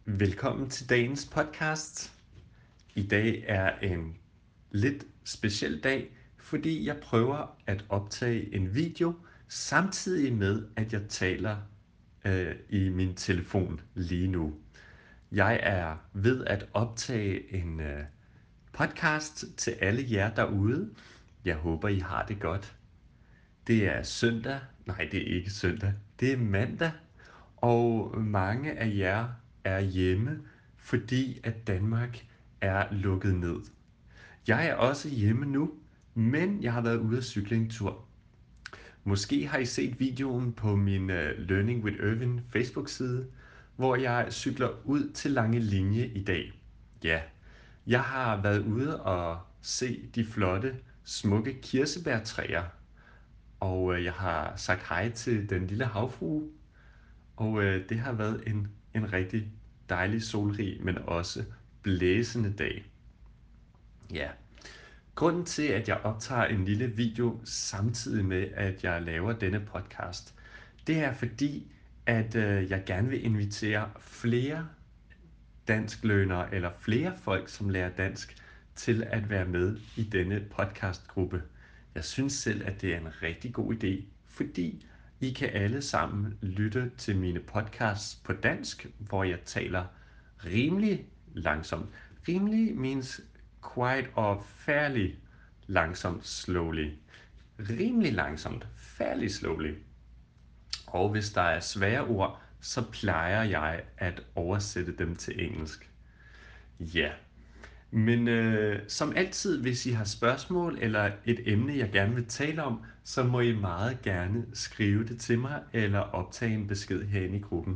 Velkommen til dagens podcast. I dag er en lidt speciel dag, fordi jeg prøver at optage en video, samtidig med at jeg taler i min telefon lige nu. Jeg er ved at optage en podcast til alle jer derude. Jeg håber, I har det godt. Det er søndag. Nej, det er ikke søndag. Det er mandag. Og mange af jer er hjemme, fordi at Danmark er lukket ned. Jeg er også hjemme nu, men jeg har været ude at cykle en tur. Måske har I set videoen på min Learning with Irvin Facebook-side, hvor jeg cykler ud til Langelinje i dag. Ja, jeg har været ude og se de flotte, smukke kirsebærtræer. Og jeg har sagt hej til den lille havfrue. Og det har været en rigtig dejlig solrig, men også blæsende dag. Ja. Grunden til, at jeg optager en lille video samtidig med, at jeg laver denne podcast, det er fordi, at jeg gerne vil invitere flere dansklearnere eller flere folk, som lærer dansk, til at være med i denne podcastgruppe. Jeg synes selv, at det er en rigtig god idé, fordi I kan alle sammen lytte til mine podcasts på dansk, hvor jeg taler rimelig langsomt. Rimelig means quite or fairly langsomt, slowly. Rimelig langsomt, fairly slowly. Og hvis der er svære ord, så plejer jeg at oversætte dem til engelsk. Ja. Men som altid, hvis I har spørgsmål eller et emne, jeg gerne vil tale om, så må I meget gerne skrive det til mig eller optage en besked herinde i gruppen.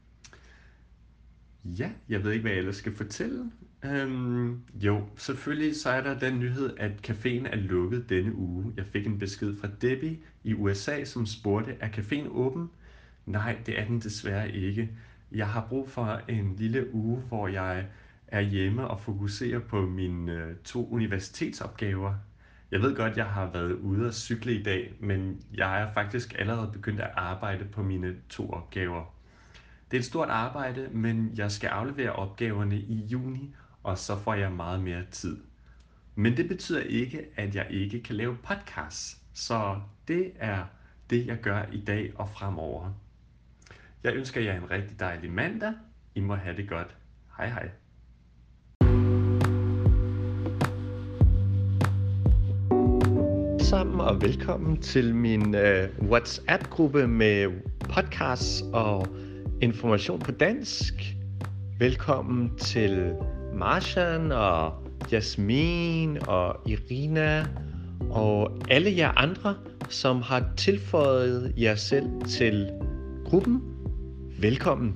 Ja, jeg ved ikke, hvad jeg ellers skal fortælle. Jo, selvfølgelig så er der den nyhed, at caféen er lukket denne uge. Jeg fik en besked fra Debbie i USA, som spurgte, er caféen åben? Nej, det er den desværre ikke. Jeg har brug for en lille uge, hvor jeg er hjemme og fokuserer på mine 2 universitetsopgaver. Jeg ved godt, jeg har været ude at cykle i dag, men jeg er faktisk allerede begyndt at arbejde på mine 2 opgaver. Det er et stort arbejde, men jeg skal aflevere opgaverne i juni, og så får jeg meget mere tid. Men det betyder ikke, at jeg ikke kan lave podcasts. Så det er det, jeg gør i dag og fremover. Jeg ønsker jer en rigtig dejlig mandag. I må have det godt. Hej hej. Sammen og velkommen til min WhatsApp-gruppe med podcasts og information på dansk. Velkommen til Marshan og Jasmin og Irina og alle jer andre, som har tilføjet jer selv til gruppen. Velkommen.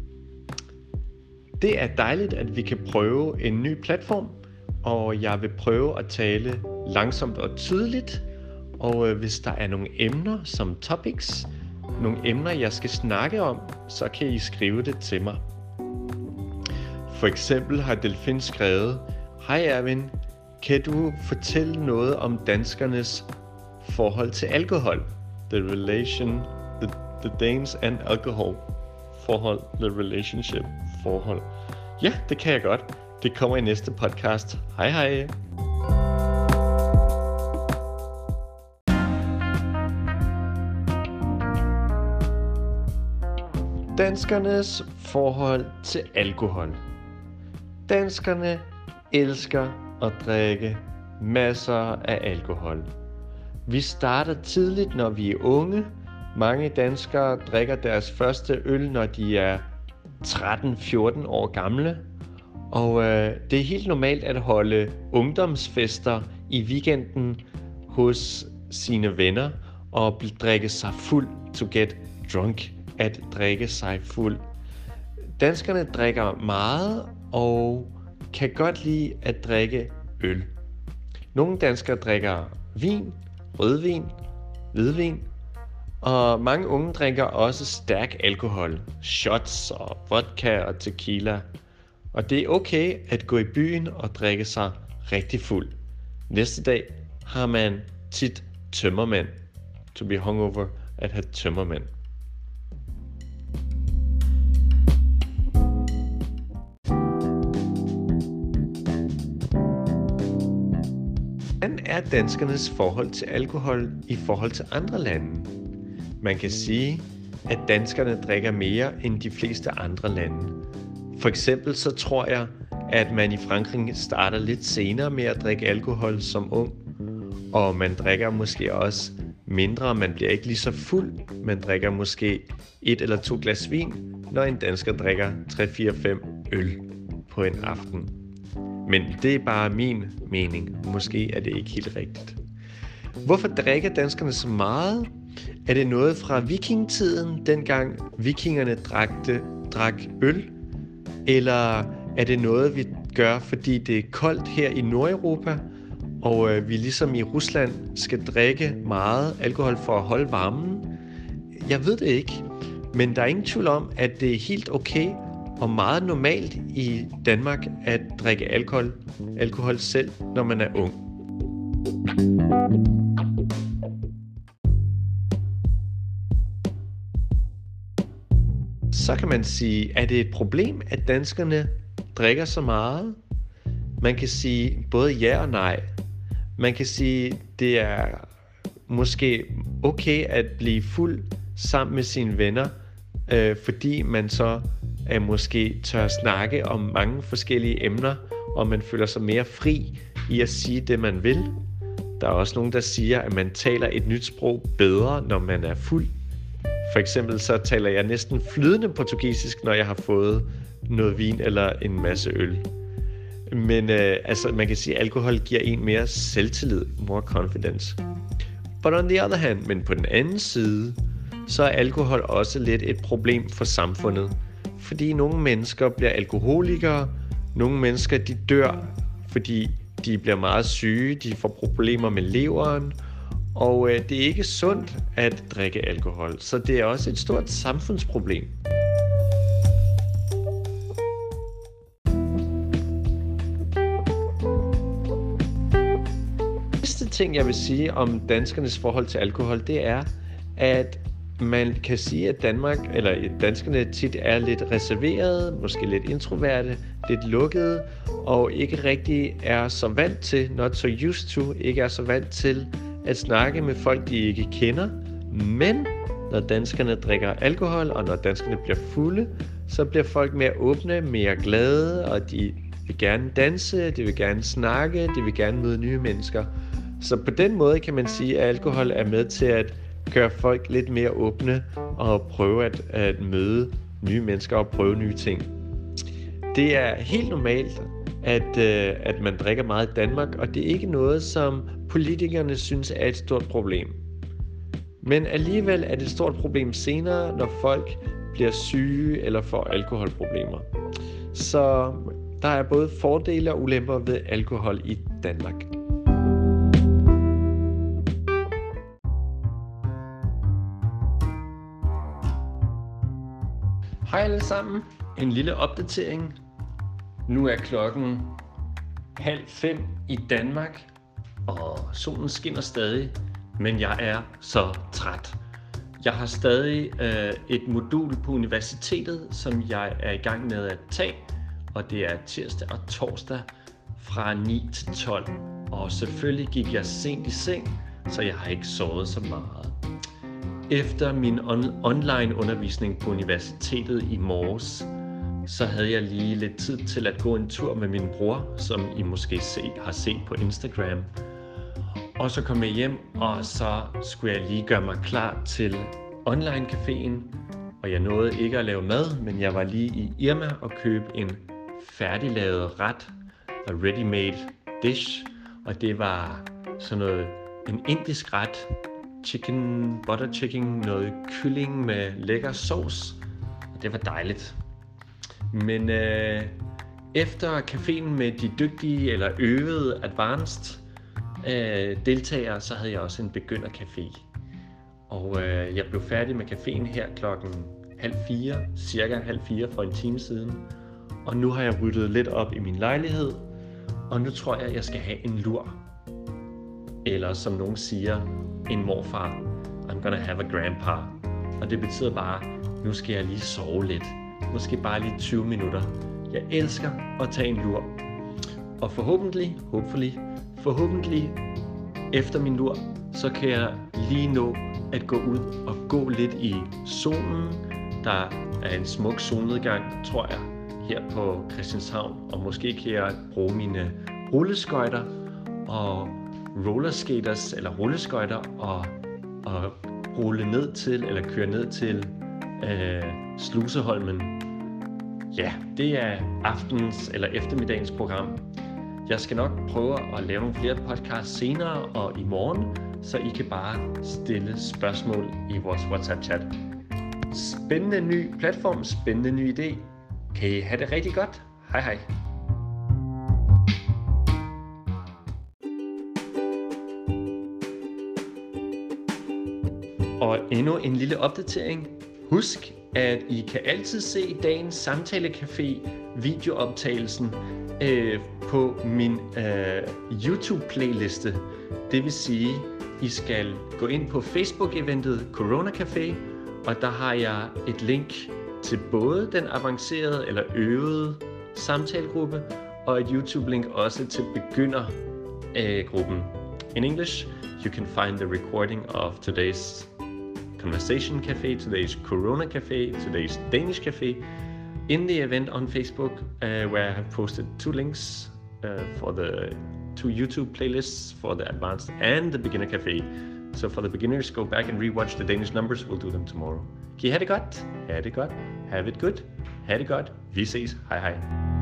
Det er dejligt, at vi kan prøve en ny platform, og jeg vil prøve at tale langsomt og tydeligt. Og hvis der er nogle emner som topics, nogle emner, jeg skal snakke om, så kan I skrive det til mig. For eksempel har Delfin skrevet, hej Erwin, kan du fortælle noget om danskernes forhold til alkohol? The Danes and alcohol forhold, the relationship forhold. Ja, det kan jeg godt. Det kommer i næste podcast. Hej hej. Danskernes forhold til alkohol. Danskerne elsker at drikke masser af alkohol. Vi starter tidligt, når vi er unge. Mange danskere drikker deres første øl, når de er 13-14 år gamle. Og det er helt normalt at holde ungdomsfester i weekenden hos sine venner og drikke sig fuld, to get drunk, at drikke sig fuld. Danskerne drikker meget og kan godt lide at drikke øl. Nogle danskere drikker vin, rødvin, hvidvin, og mange unge drikker også stærk alkohol, shots og vodka og tequila. Og det er okay at gå i byen og drikke sig rigtig fuld. Næste dag har man tit tømmermænd. To be hungover, at have tømmermænd. er danskernes forhold til alkohol i forhold til andre lande? Man kan sige, at danskerne drikker mere end de fleste andre lande. For eksempel så tror jeg, at man i Frankrig starter lidt senere med at drikke alkohol som ung, og man drikker måske også mindre, man bliver ikke lige så fuld, man drikker måske 1 eller 2 glas vin, når en dansker drikker 3, 4, 5 øl på en aften. Men det er bare min mening. Måske er det ikke helt rigtigt. Hvorfor drikker danskerne så meget? Er det noget fra vikingetiden, dengang vikingerne drak øl? Eller er det noget, vi gør, fordi det er koldt her i Nordeuropa, og vi ligesom i Rusland skal drikke meget alkohol for at holde varmen? Jeg ved det ikke, men der er ingen tvivl om, at det er helt okay og meget normalt i Danmark at drikke alkohol selv, når man er ung. Så kan man sige, er det et problem, at danskerne drikker så meget? Man kan sige både ja og nej. Man kan sige, det er måske okay at blive fuld sammen med sine venner, fordi man så måske tør snakke om mange forskellige emner, og man føler sig mere fri i at sige det, man vil. Der er også nogen, der siger, at man taler et nyt sprog bedre, når man er fuld. For eksempel så taler jeg næsten flydende portugisisk, når jeg har fået noget vin eller en masse øl. Men man kan sige, at alkohol giver en mere selvtillid, more confidence. But on the other hand, men på den anden side, så er alkohol også lidt et problem for samfundet. Fordi nogle mennesker bliver alkoholikere, nogle mennesker de dør, fordi de bliver meget syge, de får problemer med leveren, og det er ikke sundt at drikke alkohol, så det er også et stort samfundsproblem. Næste ting, jeg vil sige om danskernes forhold til alkohol, det er, at man kan sige, at danskerne tit er lidt reserverede, måske lidt introverte, lidt lukkede, og ikke rigtig er så vant til, not so used to, ikke er så vant til at snakke med folk, de ikke kender. Men når danskerne drikker alkohol, og når danskerne bliver fulde, så bliver folk mere åbne, mere glade, og de vil gerne danse, de vil gerne snakke, de vil gerne møde nye mennesker. Så på den måde kan man sige, at alkohol er med til at gøre folk lidt mere åbne og prøve at møde nye mennesker og prøve nye ting. Det er helt normalt, at man drikker meget i Danmark, og det er ikke noget, som politikerne synes er et stort problem. Men alligevel er det et stort problem senere, når folk bliver syge eller får alkoholproblemer. Så der er både fordele og ulemper ved alkohol i Danmark. Hej alle sammen. En lille opdatering. Nu er klokken 4:30 i Danmark, og solen skinner stadig, men jeg er så træt. Jeg har stadig et modul på universitetet, som jeg er i gang med at tage, og det er tirsdag og torsdag fra 9 til 12. Og selvfølgelig gik jeg sent i seng, så jeg har ikke sovet så meget. Efter min online undervisning på universitetet i morges, så havde jeg lige lidt tid til at gå en tur med min bror, som I måske har set på Instagram. Og så kom jeg hjem, og så skulle jeg lige gøre mig klar til online-caféen. Og jeg nåede ikke at lave mad, men jeg var lige i Irma og købe en færdiglavet ret, a ready-made dish. Og det var sådan noget, en indisk ret, butter chicken, noget kylling med lækker sovs. Og det var dejligt. Men efter caféen med de dygtige eller øvede advanced deltagere, så havde jeg også en begyndercafé. Og jeg blev færdig med caféen her klokken 3:30, cirka 3:30 for en time siden. Og nu har jeg ryddet lidt op i min lejlighed, og nu tror jeg skal have en lur. Eller som nogen siger, en morfar. I'm gonna have a grandpa. Og det betyder bare, nu skal jeg lige sove lidt. Måske bare lige 20 minutter. Jeg elsker at tage en lur. Og forhåbentlig, efter min lur, så kan jeg lige nå at gå ud og gå lidt i solen. Der er en smuk solnedgang, tror jeg, her på Christianshavn, og måske kan jeg bruge mine rulleskøjter og rollerskaters eller rulleskøjter og rulle ned til eller køre ned til Sluseholmen. Ja, det er aftens eller eftermiddagens program. Jeg skal nok prøve at lave nogle flere podcasts senere og i morgen, så I kan bare stille spørgsmål i vores WhatsApp-chat. Spændende ny platform, spændende ny idé. Kan I have det rigtig godt? Hej hej. Og endnu en lille opdatering. Husk, at I kan altid se dagens samtalecafé videooptagelsen på min YouTube-playliste. Det vil sige, I skal gå ind på Facebook-eventet Corona Café, og der har jeg et link til både den avancerede eller øvede samtalegruppe, og et YouTube-link også til begyndergruppen. In English, you can find the recording of today's Conversation Café, today's Corona Café, today's Danish Café in the event on Facebook, where I have posted two links for the two YouTube playlists for the advanced and the beginner cafe. So for the beginners, go back and rewatch the Danish numbers. We'll do them tomorrow. Kan I have det godt? Have det godt. Have it good. Have det godt. Vi ses. Hej hej.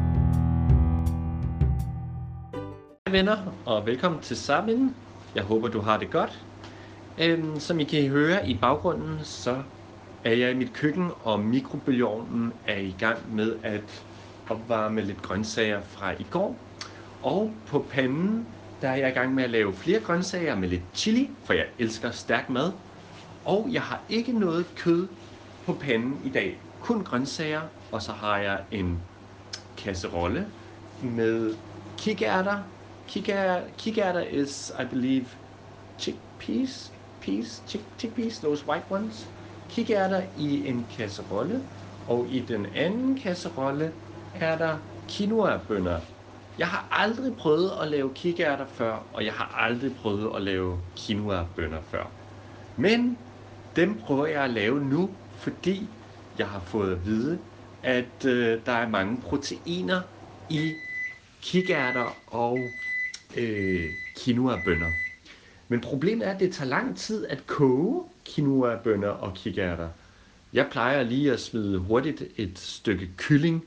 Hej venner, og velkommen til sammen. Jeg håber, du har det godt. Som I kan høre i baggrunden, så er jeg i mit køkken, og mikrobølgeovnen er i gang med at opvarme lidt grøntsager fra i går. Og på panden, der er jeg i gang med at lave flere grøntsager med lidt chili, for jeg elsker stærk mad. Og jeg har ikke noget kød på panden i dag, kun grøntsager. Og så har jeg en kasserolle med kikærter. Kikærter is, I believe, chickpeas, chickpeas, those white ones. Kikærter i en kasserolle, og i den anden kasserolle er der quinoa-bønner. Jeg har aldrig prøvet at lave kikærter før, og jeg har aldrig prøvet at lave quinoa-bønner før. Men dem prøver jeg at lave nu, fordi jeg har fået at vide, at der er mange proteiner i kikærter og quinoa-bønner. Men problemet er, at det tager lang tid at koge quinoa-bønner og kikærter. Jeg plejer lige at smide hurtigt et stykke kylling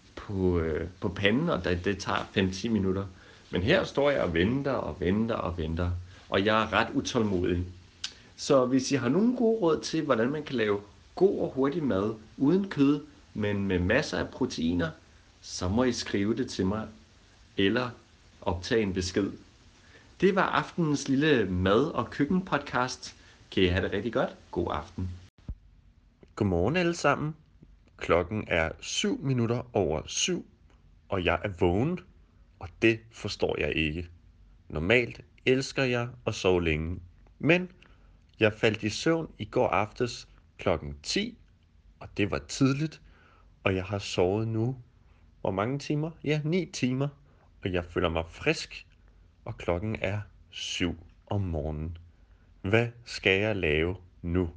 på panden, og det tager 5-10 minutter. Men her står jeg og venter, og jeg er ret utålmodig. Så hvis I har nogle gode råd til, hvordan man kan lave god og hurtig mad uden kød, men med masser af proteiner, så må I skrive det til mig, eller optage en besked. Det var aftenens lille mad- og køkkenpodcast. Kan I have det rigtig godt? God aften. Godmorgen alle sammen. Klokken er 7:07, og jeg er vågen, og det forstår jeg ikke. Normalt elsker jeg at sove længe, men jeg faldt i søvn i går aftes klokken 10, og det var tidligt, og jeg har sovet nu. Hvor mange timer? Ja, 9 timer, og jeg føler mig frisk, og klokken er 7 om morgenen. Hvad skal jeg lave nu?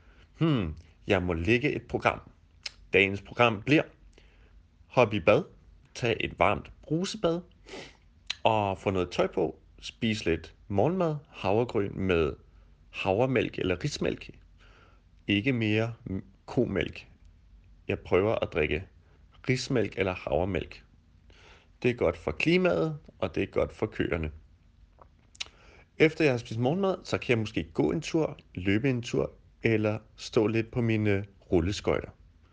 Jeg må lægge et program. Dagens program bliver hoppe i bad, tage et varmt brusebad og få noget tøj på, spise lidt morgenmad, havregryn med havremælk eller rismælk. Ikke mere komælk. Jeg prøver at drikke rismælk eller havremælk. Det er godt for klimaet, og det er godt for køerne. Efter jeg har spist morgenmad, så kan jeg måske gå en tur, løbe en tur, eller stå lidt på mine rulleskøjter.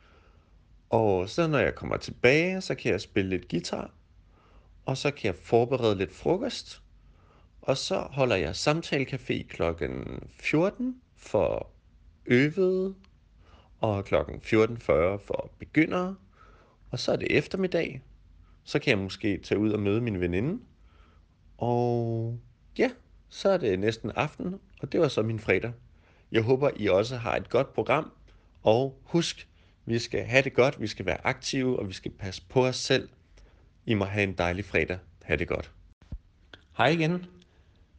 Og så når jeg kommer tilbage, så kan jeg spille lidt guitar, og så kan jeg forberede lidt frokost, og så holder jeg samtalecafé klokken 14 for øvede, og klokken 14:40 for begyndere, og så er det eftermiddag, så kan jeg måske tage ud og møde min veninde, og ja, så er det næsten aften, og det var så min fredag. Jeg håber, I også har et godt program, og husk, vi skal have det godt, vi skal være aktive, og vi skal passe på os selv. I må have en dejlig fredag. Ha' det godt. Hej igen.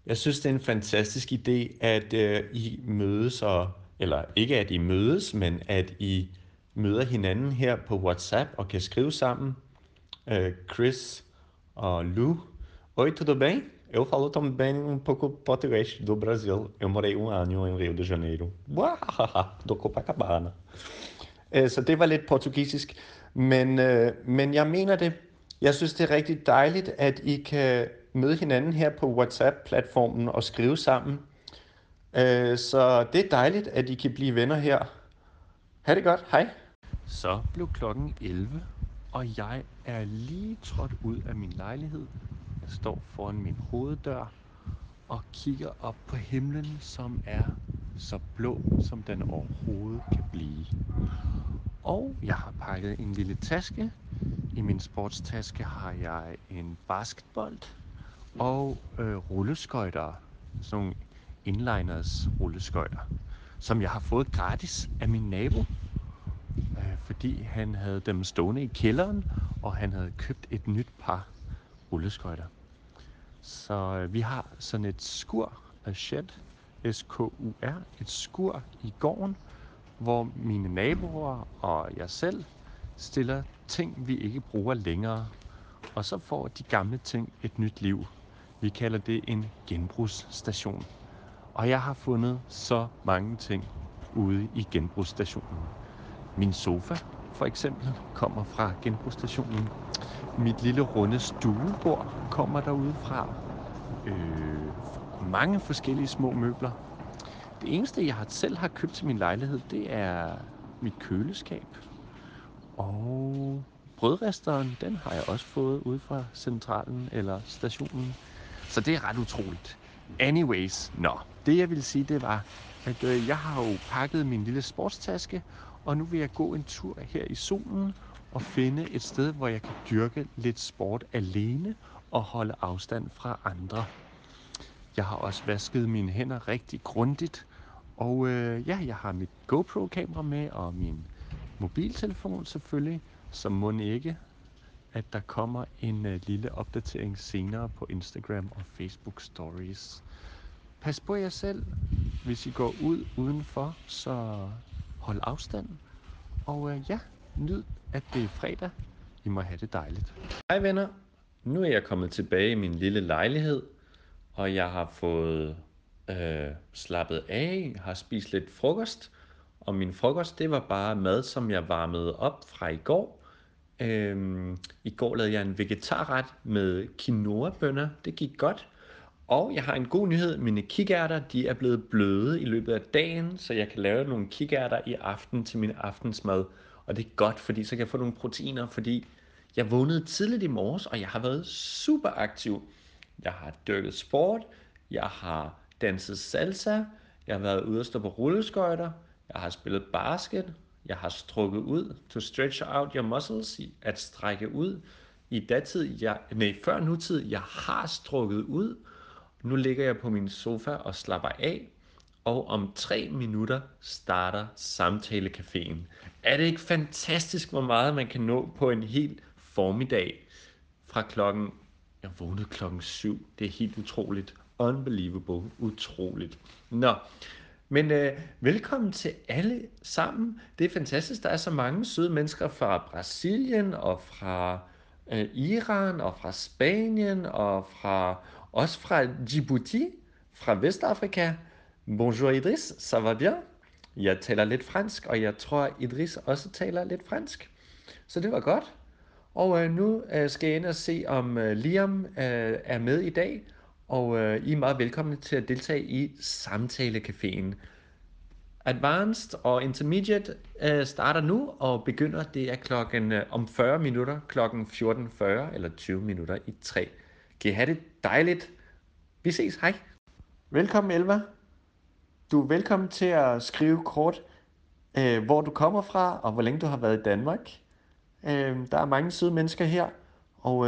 Jeg synes, det er en fantastisk idé, at I mødes, eller ikke at I mødes, men at I møder hinanden her på WhatsApp og kan skrive sammen. Chris og Lu. Oi, tudo bem? Eu falo também pouco português do Brasil. Eu morei ano em Rio de Janeiro. Uahaha, do Copacabana. Så det var lidt portugisisk, men jeg mener det. Jeg synes, det er rigtig dejligt, at I kan møde hinanden her på WhatsApp-platformen og skrive sammen. Så det er dejligt, at I kan blive venner her. Ha' det godt. Hej. Så blev klokken 11, og jeg er lige trådt ud af min lejlighed. Jeg står foran min hoveddør og kigger op på himlen, som er så blå, som den overhovedet kan blive. Og jeg har pakket en lille taske. I min sportstaske har jeg en basketbold og rulleskøjter. Sådan nogle inliners rulleskøjter, som jeg har fået gratis af min nabo. Fordi han havde dem stående i kælderen, og han havde købt et nyt par rulleskøjter. Så vi har sådan et skur, a shed, S-K-U-R, et skur i gården, hvor mine naboer og jeg selv stiller ting, vi ikke bruger længere. Og så får de gamle ting et nyt liv. Vi kalder det en genbrugsstation. Og jeg har fundet så mange ting ude i genbrugsstationen. Min sofa, for eksempel, kommer fra genbrugsstationen. Mit lille runde stuebord kommer derudefra. Mange forskellige små møbler. Det eneste, jeg selv har købt til min lejlighed, det er mit køleskab. Og brødristeren, den har jeg også fået ude fra centralen eller stationen. Så det er ret utroligt. Anyways, det jeg ville sige, det var, at jeg har jo pakket min lille sportstaske, og nu vil jeg gå en tur her i solen og finde et sted, hvor jeg kan dyrke lidt sport alene og holde afstand fra andre. Jeg har også vasket mine hænder rigtig grundigt, og jeg har mit GoPro-kamera med og min mobiltelefon selvfølgelig, så mon ikke, at der kommer en lille opdatering senere på Instagram og Facebook Stories. Pas på jer selv. Hvis I går ud udenfor, så hold afstand. Og nyd, at det er fredag. I må have det dejligt. Hej venner. Nu er jeg kommet tilbage i min lille lejlighed, og jeg har fået slappet af, har spist lidt frokost. Og min frokost, det var bare mad, som jeg varmede op fra i går. I går lavede jeg en vegetarret med quinoa-bønner. Det gik godt. Og jeg har en god nyhed. Mine kikærter, de er blevet bløde i løbet af dagen, så jeg kan lave nogle kikærter i aften til min aftensmad. Og det er godt, fordi så kan jeg få nogle proteiner, fordi jeg vågnede tidligt i morges, og jeg har været super aktiv. Jeg har dyrket sport, jeg har danset salsa, jeg har været ude og stå på rulleskøjter, jeg har spillet basket, jeg har strukket ud, to stretch out your muscles, at strække ud. I datid, før nutid, jeg har strukket ud. Nu ligger jeg på min sofa og slapper af, og om 3 minutter starter Samtalecaféen. Er det ikke fantastisk, hvor meget man kan nå på en hel formiddag? Jeg vågnede klokken 7. Det er helt utroligt. Unbelievable. Utroligt. Men velkommen til alle sammen. Det er fantastisk, der er så mange søde mennesker fra Brasilien og fra Iran og fra Spanien og også fra Djibouti, fra Vestafrika. Bonjour Idris, ça va bien? Jeg taler lidt fransk, og jeg tror Idris også taler lidt fransk. Så det var godt. Og nu skal jeg ind og se, om Liam er med i dag. Og I er meget velkomne til at deltage i Samtalecaféen. Advanced og Intermediate starter nu og begynder, det er om 40 minutter, klokken 14.40 eller 20 minutter i 3. Kan I have det dejligt? Vi ses, hej! Velkommen Elva. Du er velkommen til at skrive kort, hvor du kommer fra og hvor længe du har været i Danmark. Der er mange søde mennesker her, og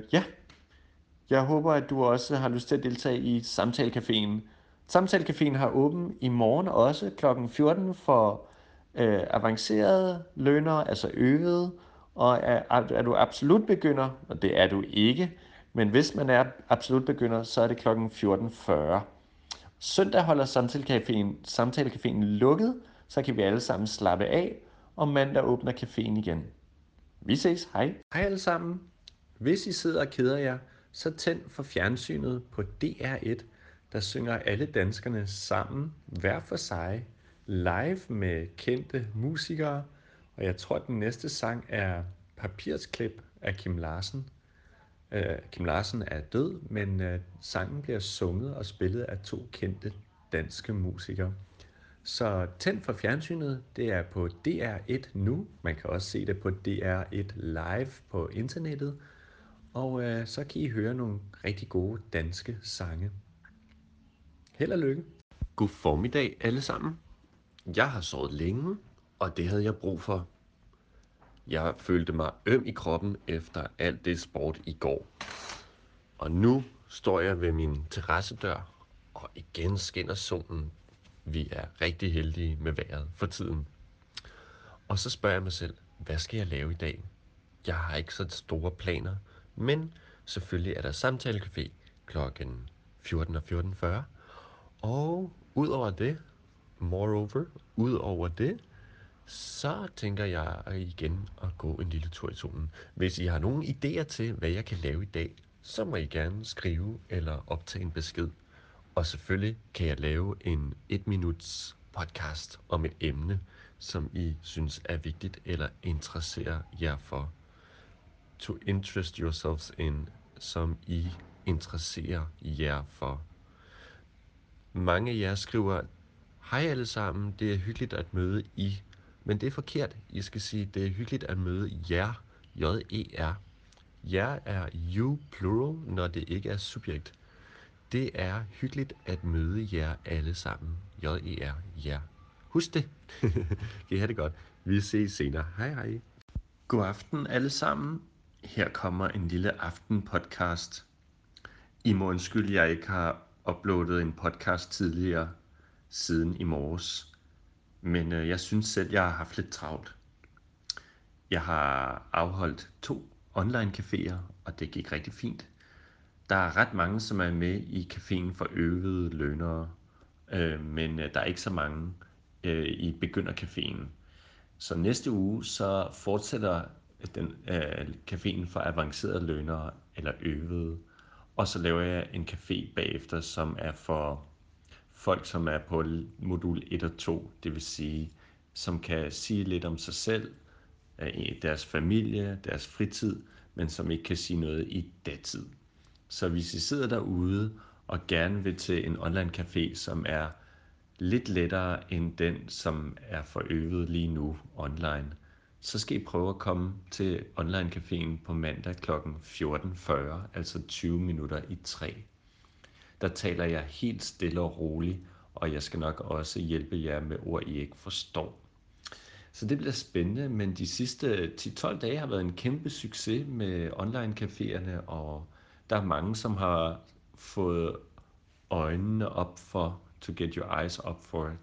jeg håber, at du også har lyst til at deltage i Samtalecaféen. Samtalecaféen har åben i morgen også kl. 14 for avancerede lønnere, altså øvede. Og er du absolut begynder, og det er du ikke, Men hvis man er absolut begynder, så er det klokken 14.40. Søndag holder Samtalecaféen lukket, så kan vi alle sammen slappe af, og mandag åbner caféen igen. Vi ses, hej. Hej alle sammen. Hvis I sidder og keder jer, så tænd for fjernsynet på DR1, der synger alle danskerne sammen, hver for sig, live med kendte musikere. Og jeg tror, at den næste sang er Papirsklip af Kim Larsen. Kim Larsen er død, men sangen bliver sunget og spillet af 2 kendte danske musikere. Så tænd for fjernsynet, det er på DR1 nu. Man kan også se det på DR1 live på internettet. Og så kan I høre nogle rigtig gode danske sange. Held og lykke. God formiddag alle sammen. Jeg har sovet længe, og det havde jeg brug for. Jeg følte mig øm i kroppen efter alt det sport i går. Og nu står jeg ved min terrassedør, og igen skinner solen. Vi er rigtig heldige med vejret for tiden. Og så spørger jeg mig selv, hvad skal jeg lave i dag? Jeg har ikke så store planer, men selvfølgelig er der samtalecafé klokken 14 og 14.40. Og udover det, så tænker jeg igen at gå en lille tur i solen. Hvis I har nogle idéer til, hvad jeg kan lave i dag, så må I gerne skrive eller optage en besked. Og selvfølgelig kan jeg lave en 1-minuts podcast om et emne, som I synes er vigtigt eller interesserer jer for. To interest yourselves in, som I interesserer jer for. Mange af jer skriver, hej alle sammen, det er hyggeligt at møde I. Men det er forkert. I skal sige, det er hyggeligt at møde jer. J-E-R. Jer er you plural, når det ikke er subjekt. Det er hyggeligt at møde jer alle sammen. J-E-R. Jer. Husk det. Kan I have det godt. Vi ses senere. Hej hej. God aften alle sammen. Her kommer en lille aftenpodcast. I må undskylde, jeg ikke har uploadet en podcast tidligere siden i morges. Men jeg synes selv, jeg har haft lidt travlt. Jeg har afholdt 2 online caféer, og det gik rigtig fint. Der er ret mange, som er med i caféen for øvede lønnere, men der er ikke så mange i begyndercaféen. Så næste uge så fortsætter caféen for avancerede lønnere eller øvede, og så laver jeg en café bagefter, som er for folk, som er på modul 1 og 2, det vil sige, som kan sige lidt om sig selv, deres familie, deres fritid, men som ikke kan sige noget i datid. Så hvis I sidder derude og gerne vil til en online café, som er lidt lettere end den, som er for øvet lige nu online, så skal I prøve at komme til online caféen på mandag kl. 14.40, altså 20 minutter i 3. Der taler jeg helt stille og roligt, og jeg skal nok også hjælpe jer med ord, I ikke forstår. Så det bliver spændende, men de sidste 10-12 dage har været en kæmpe succes med online caféerne, og der er mange, som har fået øjnene op for, to get your eyes up for,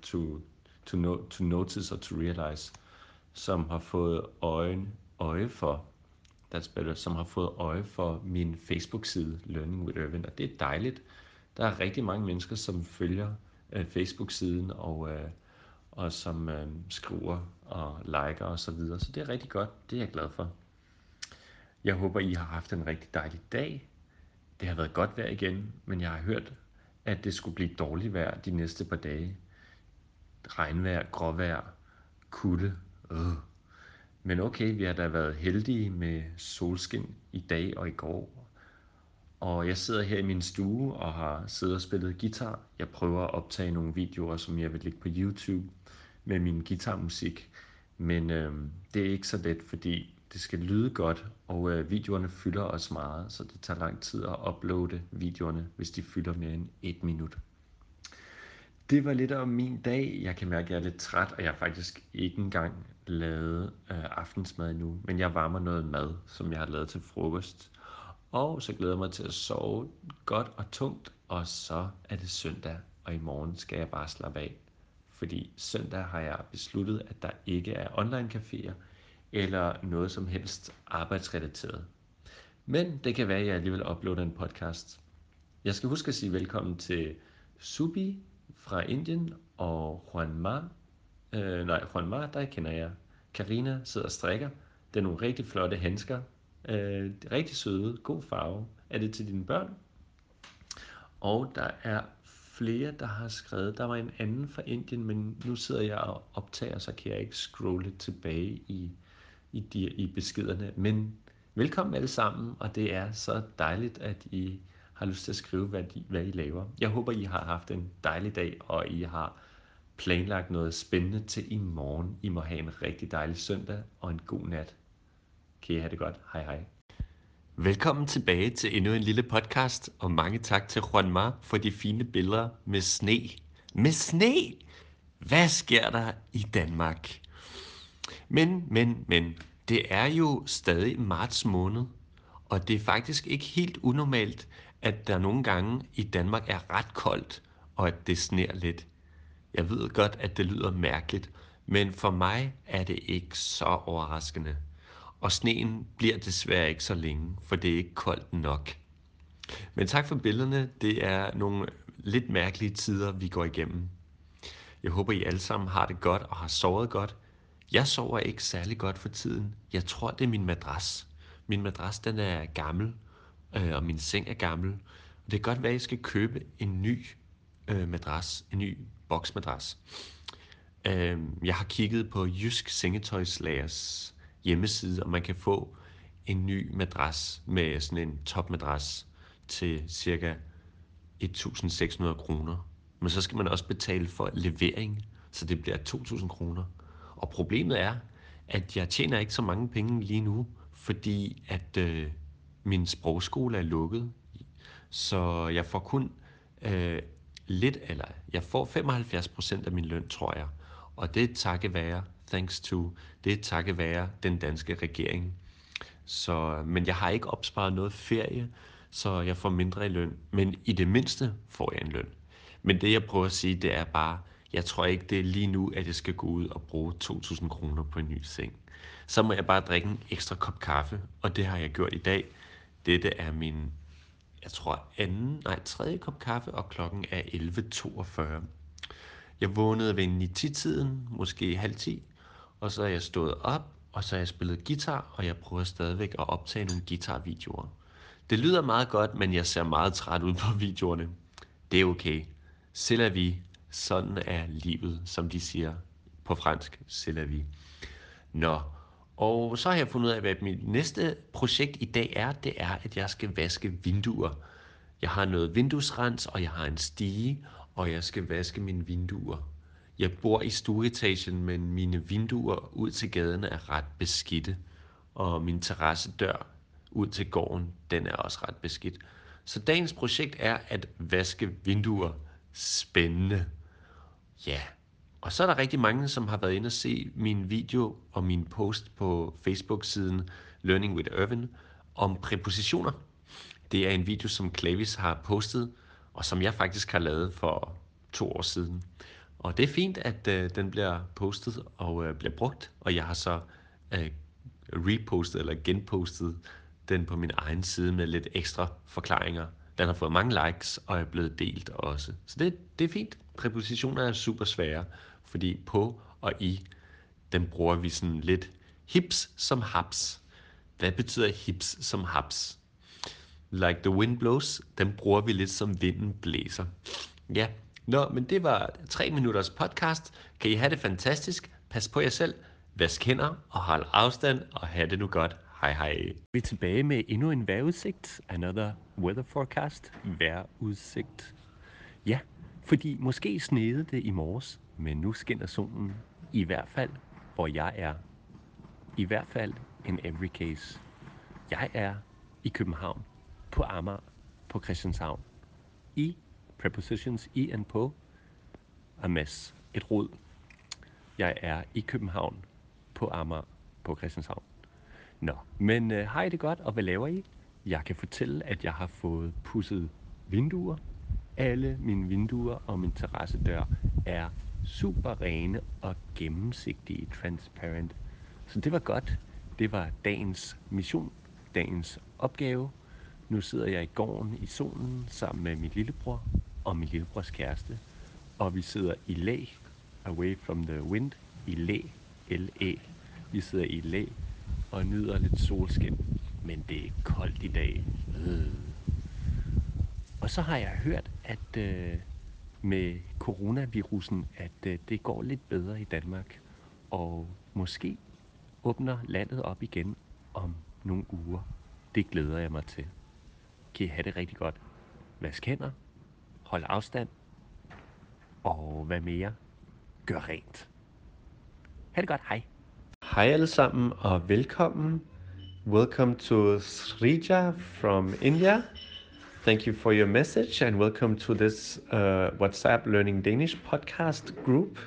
to notice or to realize, som har fået øje for, that's better, som har fået øje for min Facebook-side, Learning with Erwin, og det er dejligt. Der er rigtig mange mennesker, som følger Facebook-siden, og som skriver og liker og så videre. Så det er rigtig godt. Det er jeg glad for. Jeg håber, I har haft en rigtig dejlig dag. Det har været godt vejr igen, men jeg har hørt, at det skulle blive dårligt vejr de næste par dage. Regnvejr, gråvejr, kulde. Men okay, vi har da været heldige med solskin i dag og i går. Og jeg sidder her i min stue og har siddet og spillet guitar. Jeg prøver at optage nogle videoer, som jeg vil lægge på YouTube med min guitarmusik. Men det er ikke så let, fordi det skal lyde godt, og videoerne fylder også meget, så det tager lang tid at uploade videoerne, hvis de fylder mere end 1 minut. Det var lidt om min dag. Jeg kan mærke, at jeg er lidt træt, og jeg har faktisk ikke engang lavet aftensmad endnu. Men jeg varmer noget mad, som jeg har lavet til frokost. Og så glæder jeg mig til at sove godt og tungt, og så er det søndag, og i morgen skal jeg bare slappe af. Fordi søndag har jeg besluttet, at der ikke er online caféer, eller noget som helst arbejdsrelateret. Men det kan være, at jeg alligevel uploader en podcast. Jeg skal huske at sige velkommen til Subi fra Indien og Juan Ma. Juan Ma, der kender jeg. Karina sidder og strikker. Det er nogle rigtig flotte handsker. Rigtig søde, god farve. Er det til dine børn? Og der er flere, der har skrevet. Der var en anden fra Indien, men nu sidder jeg og optager, så kan jeg ikke scrolle tilbage i beskederne. Men velkommen alle sammen, og det er så dejligt, at I har lyst til at skrive, hvad I laver. Jeg håber, I har haft en dejlig dag, og I har planlagt noget spændende til i morgen. I må have en rigtig dejlig søndag og en god nat. Kan I have det godt. Hej hej. Velkommen tilbage til endnu en lille podcast, og mange tak til Juan Ma for de fine billeder med sne. Med sne! Hvad sker der i Danmark? Men, det er jo stadig marts måned, og det er faktisk ikke helt unormalt, at der nogle gange i Danmark er ret koldt, og at det sner lidt. Jeg ved godt, at det lyder mærkeligt, men for mig er det ikke så overraskende. Og sneen bliver desværre ikke så længe, for det er ikke koldt nok. Men tak for billederne. Det er nogle lidt mærkelige tider, vi går igennem. Jeg håber, I alle sammen har det godt og har sovet godt. Jeg sover ikke særlig godt for tiden. Jeg tror, det er min madras. Min madras, den er gammel, og min seng er gammel. Og det kan godt være, at jeg skal købe en ny madras, en ny boksmadras. Jeg har kigget på Jysk Sengetøjslagers hjemmeside, og man kan få en ny madras med sådan en topmadras til cirka 1.600 kroner. Men så skal man også betale for levering, så det bliver 2.000 kroner. Og problemet er, at jeg tjener ikke så mange penge lige nu, fordi at min sprogskole er lukket. Så jeg får kun jeg får 75% af min løn, tror jeg. Og det er takket være, det er takket være den danske regering. Men jeg har ikke opsparet noget ferie, så jeg får mindre i løn. Men i det mindste får jeg en løn. Men det jeg prøver at sige, det er bare, jeg tror ikke det er lige nu, at jeg skal gå ud og bruge 2.000 kroner på en ny seng. Så må jeg bare drikke en ekstra kop kaffe, og det har jeg gjort i dag. Dette er min, jeg tror tredje kop kaffe, og klokken er 11.42. Jeg vågnede ved 9-10-tiden, måske halv 10, og så er jeg stået op, og så har jeg spillet guitar, og jeg prøver stadigvæk at optage nogle guitarvideoer. Det lyder meget godt, men jeg ser meget træt ud på videoerne. Det er okay. C'est la vie. Sådan er livet, som de siger på fransk. C'est la vie. Nå, og så har jeg fundet ud af, hvad mit næste projekt i dag er. Det er, at jeg skal vaske vinduer. Jeg har noget vinduesrens, og jeg har en stige, og jeg skal vaske mine vinduer. Jeg bor i stueetagen, men mine vinduer ud til gaden er ret beskidte. Og min terrassedør ud til gården, den er også ret beskidt. Så dagens projekt er at vaske vinduer. Spændende. Ja, og så er der rigtig mange, som har været inde og se min video og min post på Facebook-siden Learning with Irvin om præpositioner. Det er en video, som Clavis har postet, og som jeg faktisk har lavet for 2 år siden. Og det er fint, at den bliver postet og bliver brugt, og jeg har så repostet eller genpostet den på min egen side med lidt ekstra forklaringer. Den har fået mange likes og er blevet delt også. Så det er fint. Præpositioner er super svære, fordi på og i, den bruger vi sådan lidt hips som haps. Hvad betyder hips som haps? Like the wind blows, den bruger vi lidt som vinden blæser. Ja, men det var 3 minutters podcast. Kan I have det fantastisk? Pas på jer selv. Vask hænder og hold afstand og have det nu godt. Hej hej. Vi er tilbage med endnu en vejrudsigt. Another weather forecast. Vejrudsigt. Ja, fordi måske sneede det i morges, men nu skinner solen. I hvert fald, hvor jeg er. I hvert fald in every case. Jeg er i København, på Amager, på Christianshavn. I prepositions i and på, a mess, et rod. Jeg er i København, på Amager, på Christianshavn. Men har I det godt, og hvad laver I? Jeg kan fortælle, at jeg har fået pudset vinduer. Alle mine vinduer og min terrassedør er super rene og gennemsigtige, transparent. Så det var godt. Det var dagens mission. dagens opgave. Nu sidder jeg i gården i solen sammen med min lillebror og min lillebrors kæreste. Og vi sidder i læ, away from the wind, i læ, L-æ. Vi sidder i læ og nyder lidt solskin, men det er koldt i dag. Og så har jeg hørt, at med coronavirusen, at det går lidt bedre i Danmark, og måske åbner landet op igen om nogle uger. Det glæder jeg mig til. Kan I have det rigtig godt. Vask hænder, hold afstand, og hvad mere? Gør rent. Ha' det godt, hej. Hej alle sammen og velkommen. Welcome to Srija from India. Thank you for your message and welcome to this WhatsApp Learning Danish podcast group.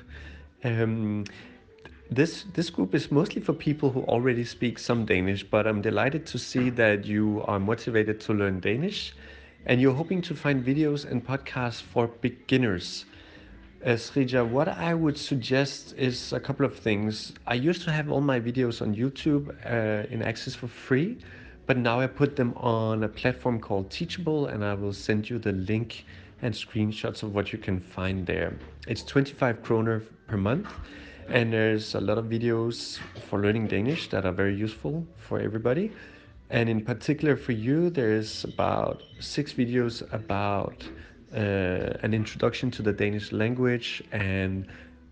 This group is mostly for people who already speak some Danish, but I'm delighted to see that you are motivated to learn Danish and you're hoping to find videos and podcasts for beginners. Srija, what I would suggest is a couple of things. I used to have all my videos on YouTube in access for free, but now I put them on a platform called Teachable, and I will send you the link and screenshots of what you can find there. It's 25 kroner per month, and there's a lot of videos for learning Danish that are very useful for everybody. And in particular for you, there's about 6 videos about an introduction to the Danish language and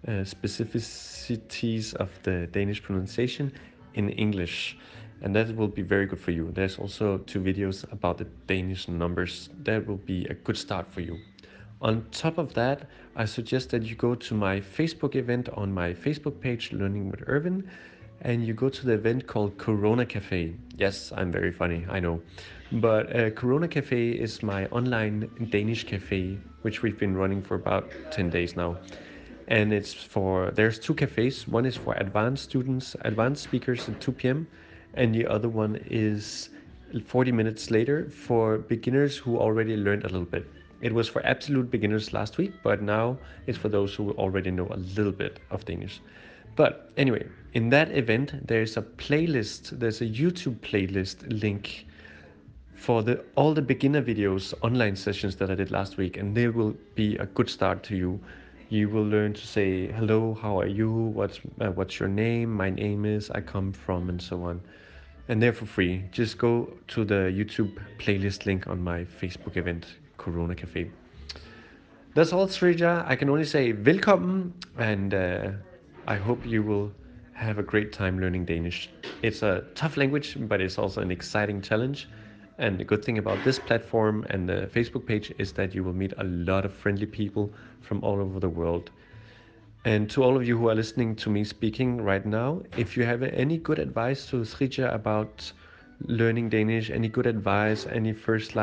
specificities of the Danish pronunciation in English. And that will be very good for you. There's also 2 videos about the Danish numbers. That will be a good start for you. On top of that, I suggest that you go to my Facebook event on my Facebook page, Learning with Irvin, and you go to the event called Corona Cafe. Yes, I'm very funny, I know. But Corona Cafe is my online Danish cafe, which we've been running for about 10 days now. And there's 2 cafes. One is for advanced students, advanced speakers at 2 p.m. And the other one is 40 minutes later for beginners who already learned a little bit. It was for absolute beginners last week, but now it's for those who already know a little bit of Danish. But anyway, in that event, there's a playlist, there's a YouTube playlist link for all the beginner videos, online sessions that I did last week, and they will be a good start to you. You will learn to say, hello, how are you, what's your name, my name is, I come from, and so on. And they're for free. Just go to the YouTube playlist link on my Facebook event, Corona Cafe. That's all, Srija. I can only say velkommen, and I hope you will have a great time learning Danish. It's a tough language, but it's also an exciting challenge. And the good thing about this platform and the Facebook page is that you will meet a lot of friendly people from all over the world. And to all of you who are listening to me speaking right now, if you have any good advice to Srija about learning Danish, any good advice, any first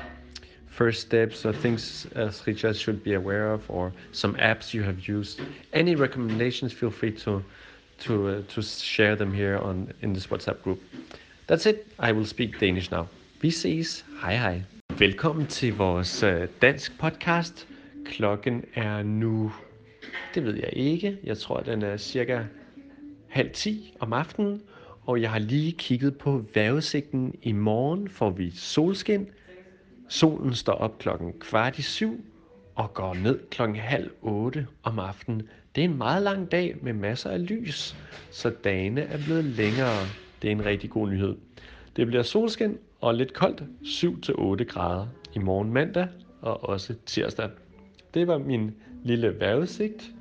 steps or things Srija should be aware of, or some apps you have used, any recommendations, feel free to share them here in this WhatsApp group. That's it. I will speak Danish now. Vi ses. Hej hej. Velkommen til vores dansk podcast. Klokken er nu, det ved jeg ikke. Jeg tror, den er cirka 9:30 om aftenen. Og jeg har lige kigget på vejrudsigten. I morgen får vi solskin. Solen står op 7:15 og går ned 7:30 om aftenen. Det er en meget lang dag med masser af lys, så dagene er blevet længere. Det er en rigtig god nyhed. Det bliver solskin og lidt koldt, 7-8 grader i morgen mandag og også tirsdag. Det var min lille vejrudsigt.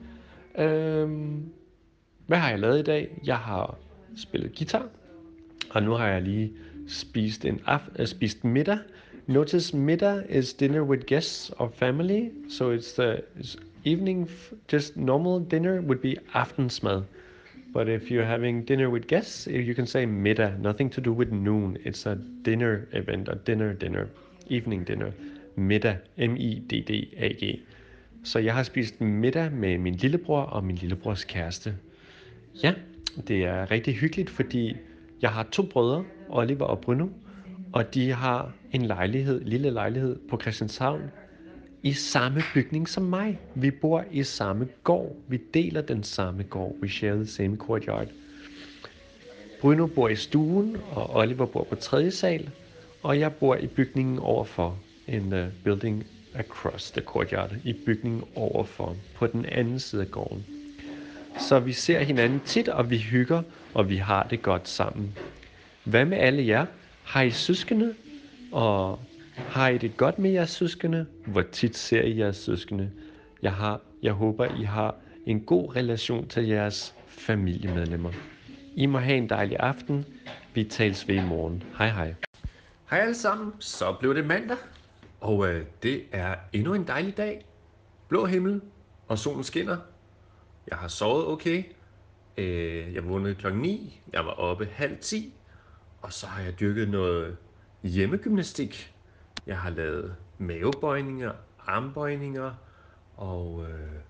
Hvad har jeg lavet i dag? Jeg har spillet guitar, og nu har jeg lige spist middag. Notice middag is dinner with guests or family, so it's evening, just normal dinner would be aftensmad. But if you're having dinner with guests, you can say middag, nothing to do with noon. It's a dinner event, a dinner, evening dinner. Middag, M-I-D-D-A-G. Så jeg har spist middag med min lillebror og min lillebrors kæreste. Ja, det er rigtig hyggeligt, fordi jeg har 2 brødre, Oliver og Bruno, og de har en lille lejlighed på Christianshavn i samme bygning som mig. Vi bor i samme gård. Vi deler den samme gård. We share the same courtyard. Bruno bor i stuen, og Oliver bor på 3. sal, og jeg bor i bygningen overfor, en building across the courtyard, i bygningen overfor, på den anden side af gården. Så vi ser hinanden tit, og vi hygger, og vi har det godt sammen. Hvad med alle jer? Har I søskende? Og har I det godt med jeres søskende? Hvor tit ser I jeres søskende? Jeg håber, I har en god relation til jeres familiemedlemmer. I må have en dejlig aften. Vi tales ved i morgen. Hej hej. Hej alle sammen, så blev det mandag, og det er endnu en dejlig dag. Blå himmel, og solen skinner. Jeg har sovet okay. Jeg vågnede klokken 9, jeg var oppe 9:30, og så har jeg dyrket noget hjemmegymnastik. Jeg har lavet mavebøjninger, armbøjninger, og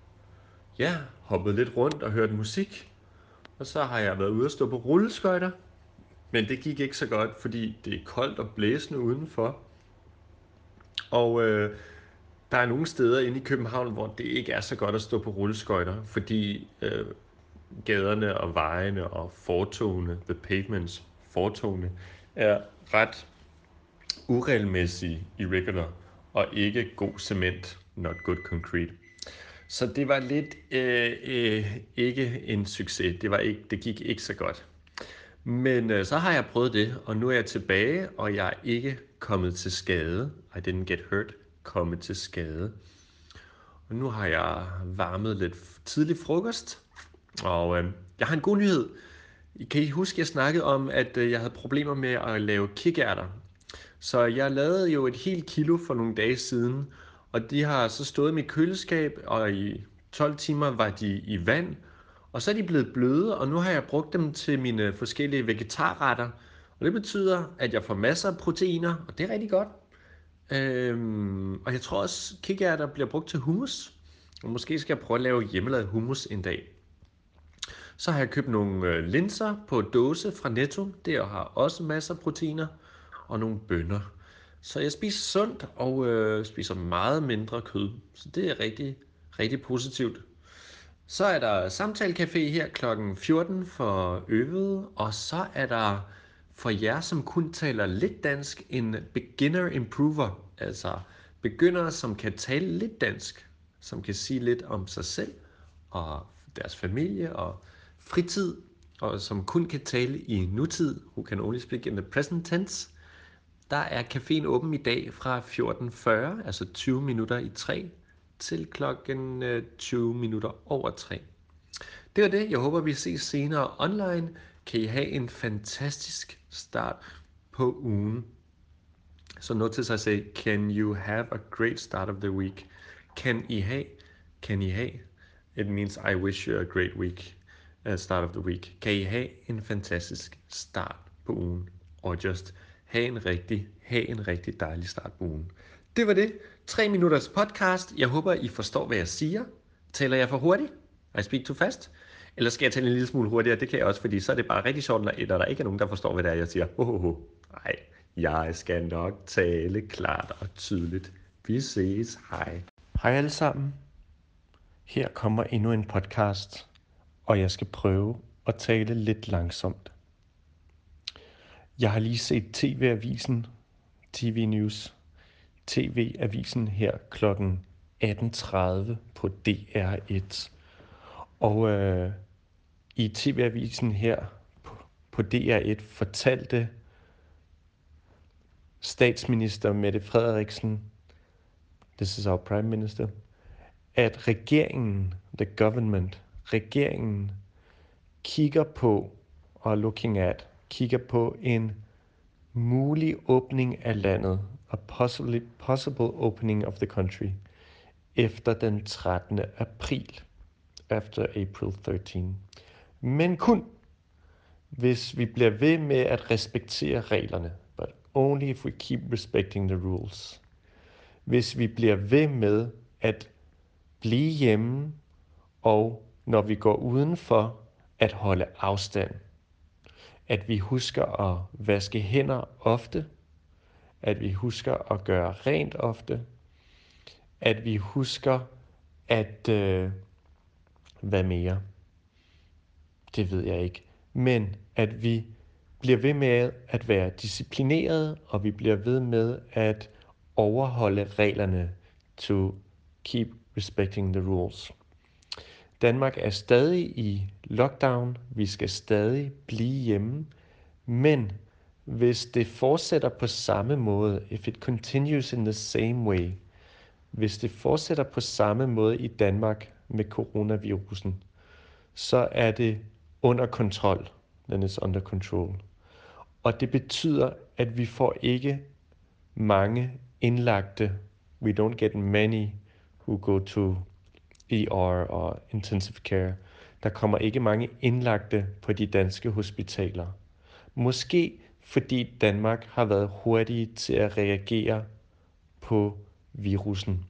hoppet lidt rundt og hørt musik. Og så har jeg været ude og stå på rulleskøjter, men det gik ikke så godt, fordi det er koldt og blæsende udenfor. Og der er nogle steder inde i København, hvor det ikke er så godt at stå på rulleskøjter, fordi gaderne og vejene og fortogene, the pavements, fortogene, er ret uregelmæssige, irregular, og ikke god cement, not good concrete. Så det var lidt ikke en succes. Det gik ikke så godt. Men så har jeg prøvet det, og nu er jeg tilbage, og jeg er ikke kommet til skade. I didn't get hurt, kommet til skade. Og nu har jeg varmet lidt tidlig frokost, og jeg har en god nyhed. Kan I huske, jeg snakkede om, at jeg havde problemer med at lave kikærter? Så jeg lavede jo et helt kilo for nogle dage siden, og de har så stået i mit køleskab, og i 12 timer var de i vand, og så er de blevet bløde, og nu har jeg brugt dem til mine forskellige vegetarretter. Og det betyder, at jeg får masser af proteiner, og det er rigtig godt. Og jeg tror også, kikærter bliver brugt til hummus. Og måske skal jeg prøve at lave hjemmelavet hummus en dag. Så har jeg købt nogle linser på dåse fra Netto. Det har også masser af proteiner. Og nogle bønner. Så jeg spiser sundt og spiser meget mindre kød. Så det er rigtig, rigtig positivt. Så er der samtalecafé her klokken 14 for øvede, og så er der for jer, som kun taler lidt dansk, en beginner improver, altså begyndere, som kan tale lidt dansk, som kan sige lidt om sig selv og deres familie og fritid, og som kun kan tale i nutid, who can only speak in the present tense. Der er caféen åben i dag fra 14:40, altså 20 minutter i 3, til klokken 20 minutter over 3. Det var det. Jeg håber, vi ses senere online. Kan I have en fantastisk start på ugen. So notice I say, can you have a great start of the week? Kan I have? It means I wish you a great week, start of the week. Kan I have en fantastisk start på ugen? Og just have en rigtig dejlig start på ugen. Det var det. 3 minutters podcast. Jeg håber, I forstår, hvad jeg siger. Taler jeg for hurtigt? I speak too fast? Eller skal jeg tale en lille smule hurtigere? Det kan jeg også, fordi så er det bare rigtig sjovt, når der ikke er nogen, der forstår, hvad det er, jeg siger. Nej, jeg skal nok tale klart og tydeligt. Vi ses. Hej. Hej alle sammen. Her kommer endnu en podcast, og jeg skal prøve at tale lidt langsomt. Jeg har lige set TV-avisen, TV News, TV-avisen her klokken 18:30 på DR1. Og i TV-avisen her på DR1 fortalte statsminister Mette Frederiksen, this is our prime minister, at regeringen kigger på en mulig åbning af landet, a possible opening of the country, efter den 13. april, after April 13. Men kun hvis vi bliver ved med at respektere reglerne, but only if we keep respecting the rules. Hvis vi bliver ved med at blive hjemme, og når vi går udenfor, at holde afstand. At vi husker at vaske hænder ofte. At vi husker at gøre rent ofte. At vi husker at... hvad mere? Det ved jeg ikke. Men at vi bliver ved med at være disciplineret, og vi bliver ved med at overholde reglerne to keep respecting the rules. Danmark er stadig i lockdown. Vi skal stadig blive hjemme. Men hvis det fortsætter på samme måde, if it continues in the same way, hvis det fortsætter på samme måde i Danmark med coronavirusen, så er det under kontrol. Then it's under control. Og det betyder, at vi får ikke mange indlagte. We don't get many who go to ER og intensive care. Der kommer ikke mange indlagte på de danske hospitaler. Måske fordi Danmark har været hurtige til at reagere på virusen.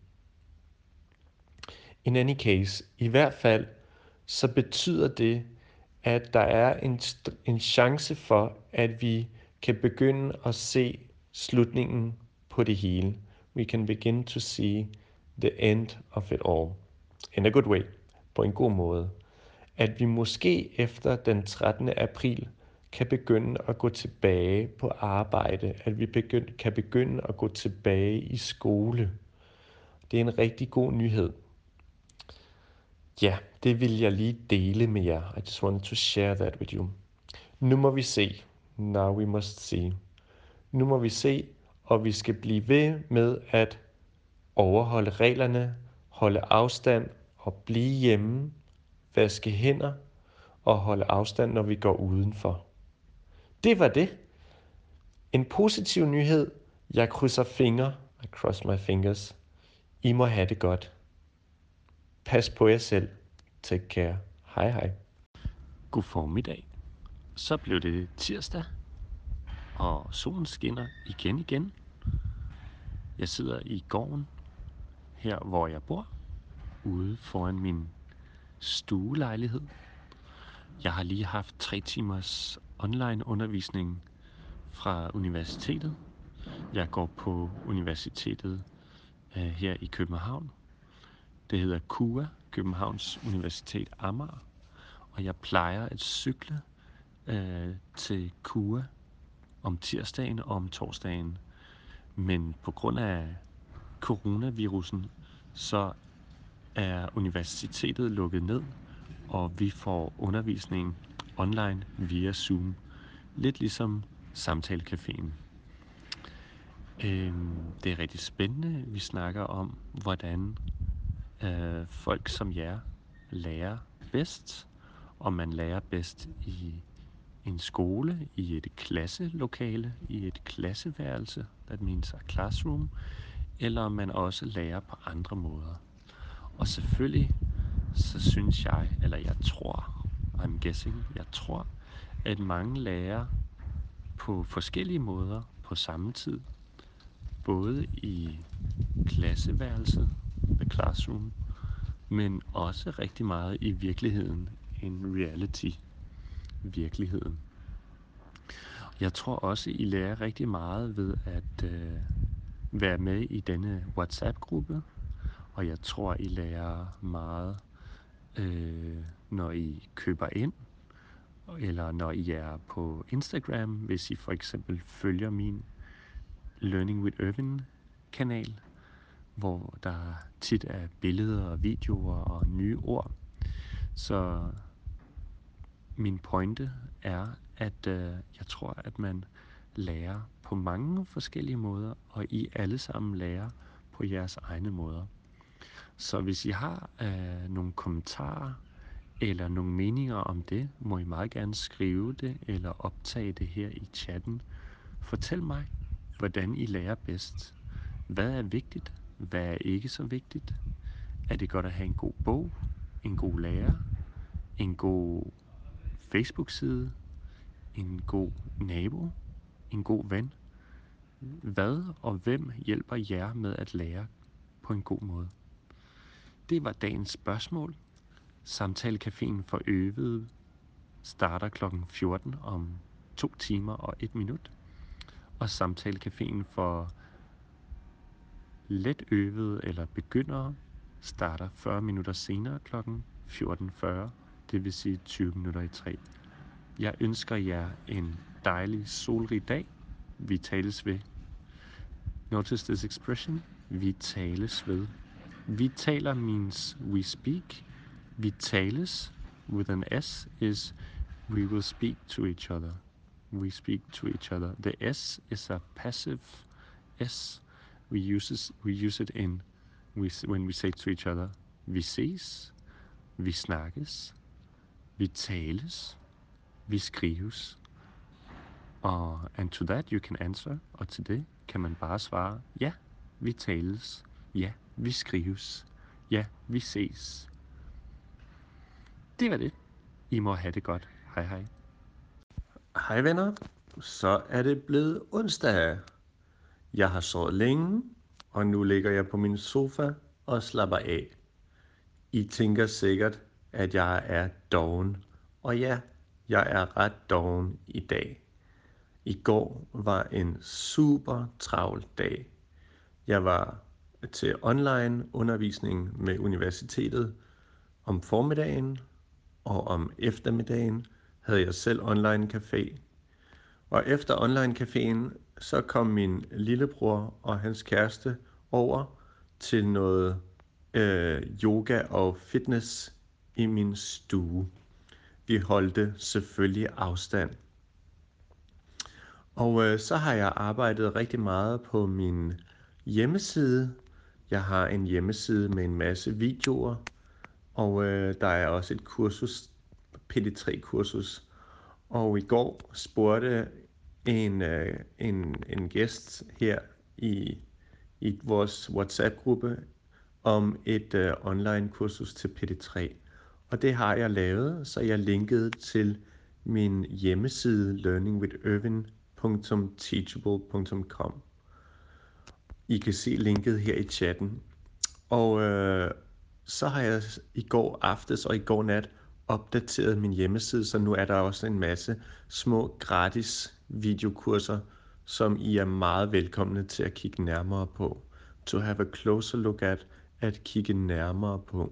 In any case, i hvert fald, så betyder det, at der er en chance for, at vi kan begynde at se slutningen på det hele. We can begin to see the end of it all. In a good way. På en god måde. At vi måske efter den 13. april kan begynde at gå tilbage på arbejde. At vi kan begynde at gå tilbage i skole. Det er en rigtig god nyhed. Ja, det vil jeg lige dele med jer. I just wanted to share that with you. Nu må vi se. Now we must see. Nu må vi se, og vi skal blive ved med at overholde reglerne, holde afstand og blive hjemme, vaske hænder og holde afstand, når vi går udenfor. Det var det. En positiv nyhed. Jeg krydser fingre. I cross my fingers. I må have det godt. Pas på jer selv. Take care. Hej hej. God formiddag. Så blev det tirsdag, og solen skinner igen. Jeg sidder i gården, her hvor jeg bor, ude foran min stuelejlighed. Jeg har lige haft 3 timers online undervisning fra universitetet. Jeg går på universitetet her i København. Det hedder KUA, Københavns Universitet Amager. Og jeg plejer at cykle til KUA om tirsdagen og om torsdagen. Men på grund af coronavirusen, så er universitetet lukket ned, og vi får undervisning online via Zoom. Lidt ligesom Samtalecaféen. Det er rigtig spændende. Vi snakker om, hvordan folk som jer lærer bedst. Og man lærer bedst i en skole, i et klasselokale, i et klasseværelse, that means a classroom, eller om man også lærer på andre måder. Og selvfølgelig, så synes jeg, eller jeg tror, jeg tror, at mange lærer på forskellige måder på samme tid. Både i klasseværelset, the classroom, men også rigtig meget i virkeligheden, in reality, virkeligheden. Jeg tror også, I lærer rigtig meget ved at være med i denne WhatsApp-gruppe, og jeg tror, I lærer meget, når I køber ind, eller når I er på Instagram, hvis I for eksempel følger min Learning with Irvin kanal, hvor der tit er billeder og videoer og nye ord. Så min pointe er, at jeg tror, at man lærer på mange forskellige måder, og I alle sammen lærer på jeres egne måder. Så hvis I har nogle kommentarer eller nogle meninger om det, må I meget gerne skrive det eller optage det her i chatten. Fortæl mig, hvordan I lærer bedst. Hvad er vigtigt? Hvad er ikke så vigtigt? Er det godt at have en god bog, en god lærer, en god Facebook-side, en god nabo, en god ven? Hvad og hvem hjælper jer med at lære på en god måde? Det var dagens spørgsmål. Samtalecaféen for øvede starter kl. 14 om 2 timer og 1 minut. Og Samtalecaféen for let øvede eller begyndere starter 40 minutter senere kl. 14.40, det vil sige 20 minutter i 3. Jeg ønsker jer en dejlig solrig dag. Vi tales ved. Notice this expression. Vi tales ved. Vi taler means we speak. Vi tales with an S is we will speak to each other. We speak to each other. The S is a passive S. We use it in when we say to each other, vi ses, vi snakkes, vi tales, vi skrives. And to that you can answer, og til det kan man bare svare, ja, vi tales, ja, vi skrives, ja, vi ses. Det var det. I må have det godt. Hej hej. Hej venner. Så er det blevet onsdag. Jeg har sovet længe, og nu ligger jeg på min sofa og slapper af. I tænker sikkert, at jeg er doven. Og ja, jeg er ret doven i dag. I går var en super travl dag. Jeg var til online undervisning med universitetet om formiddagen, og om eftermiddagen havde jeg selv online café. Og efter online caféen, så kom min lillebror og hans kæreste over til noget yoga og fitness i min stue. Vi holdte selvfølgelig afstand. Og så har jeg arbejdet rigtig meget på min hjemmeside. Jeg har en hjemmeside med en masse videoer, og der er også et kursus, PD3-kursus. Og i går spurgte en gæst her i vores WhatsApp-gruppe om et online-kursus til PD3. Og det har jeg lavet, så jeg linkede til min hjemmeside learningwithirvin.teachable.com. I kan se linket her i chatten. Og så har jeg i går aftes og i går nat opdateret min hjemmeside, så nu er der også en masse små gratis videokurser, som I er meget velkomne til at kigge nærmere på. To have a closer look at kigge nærmere på.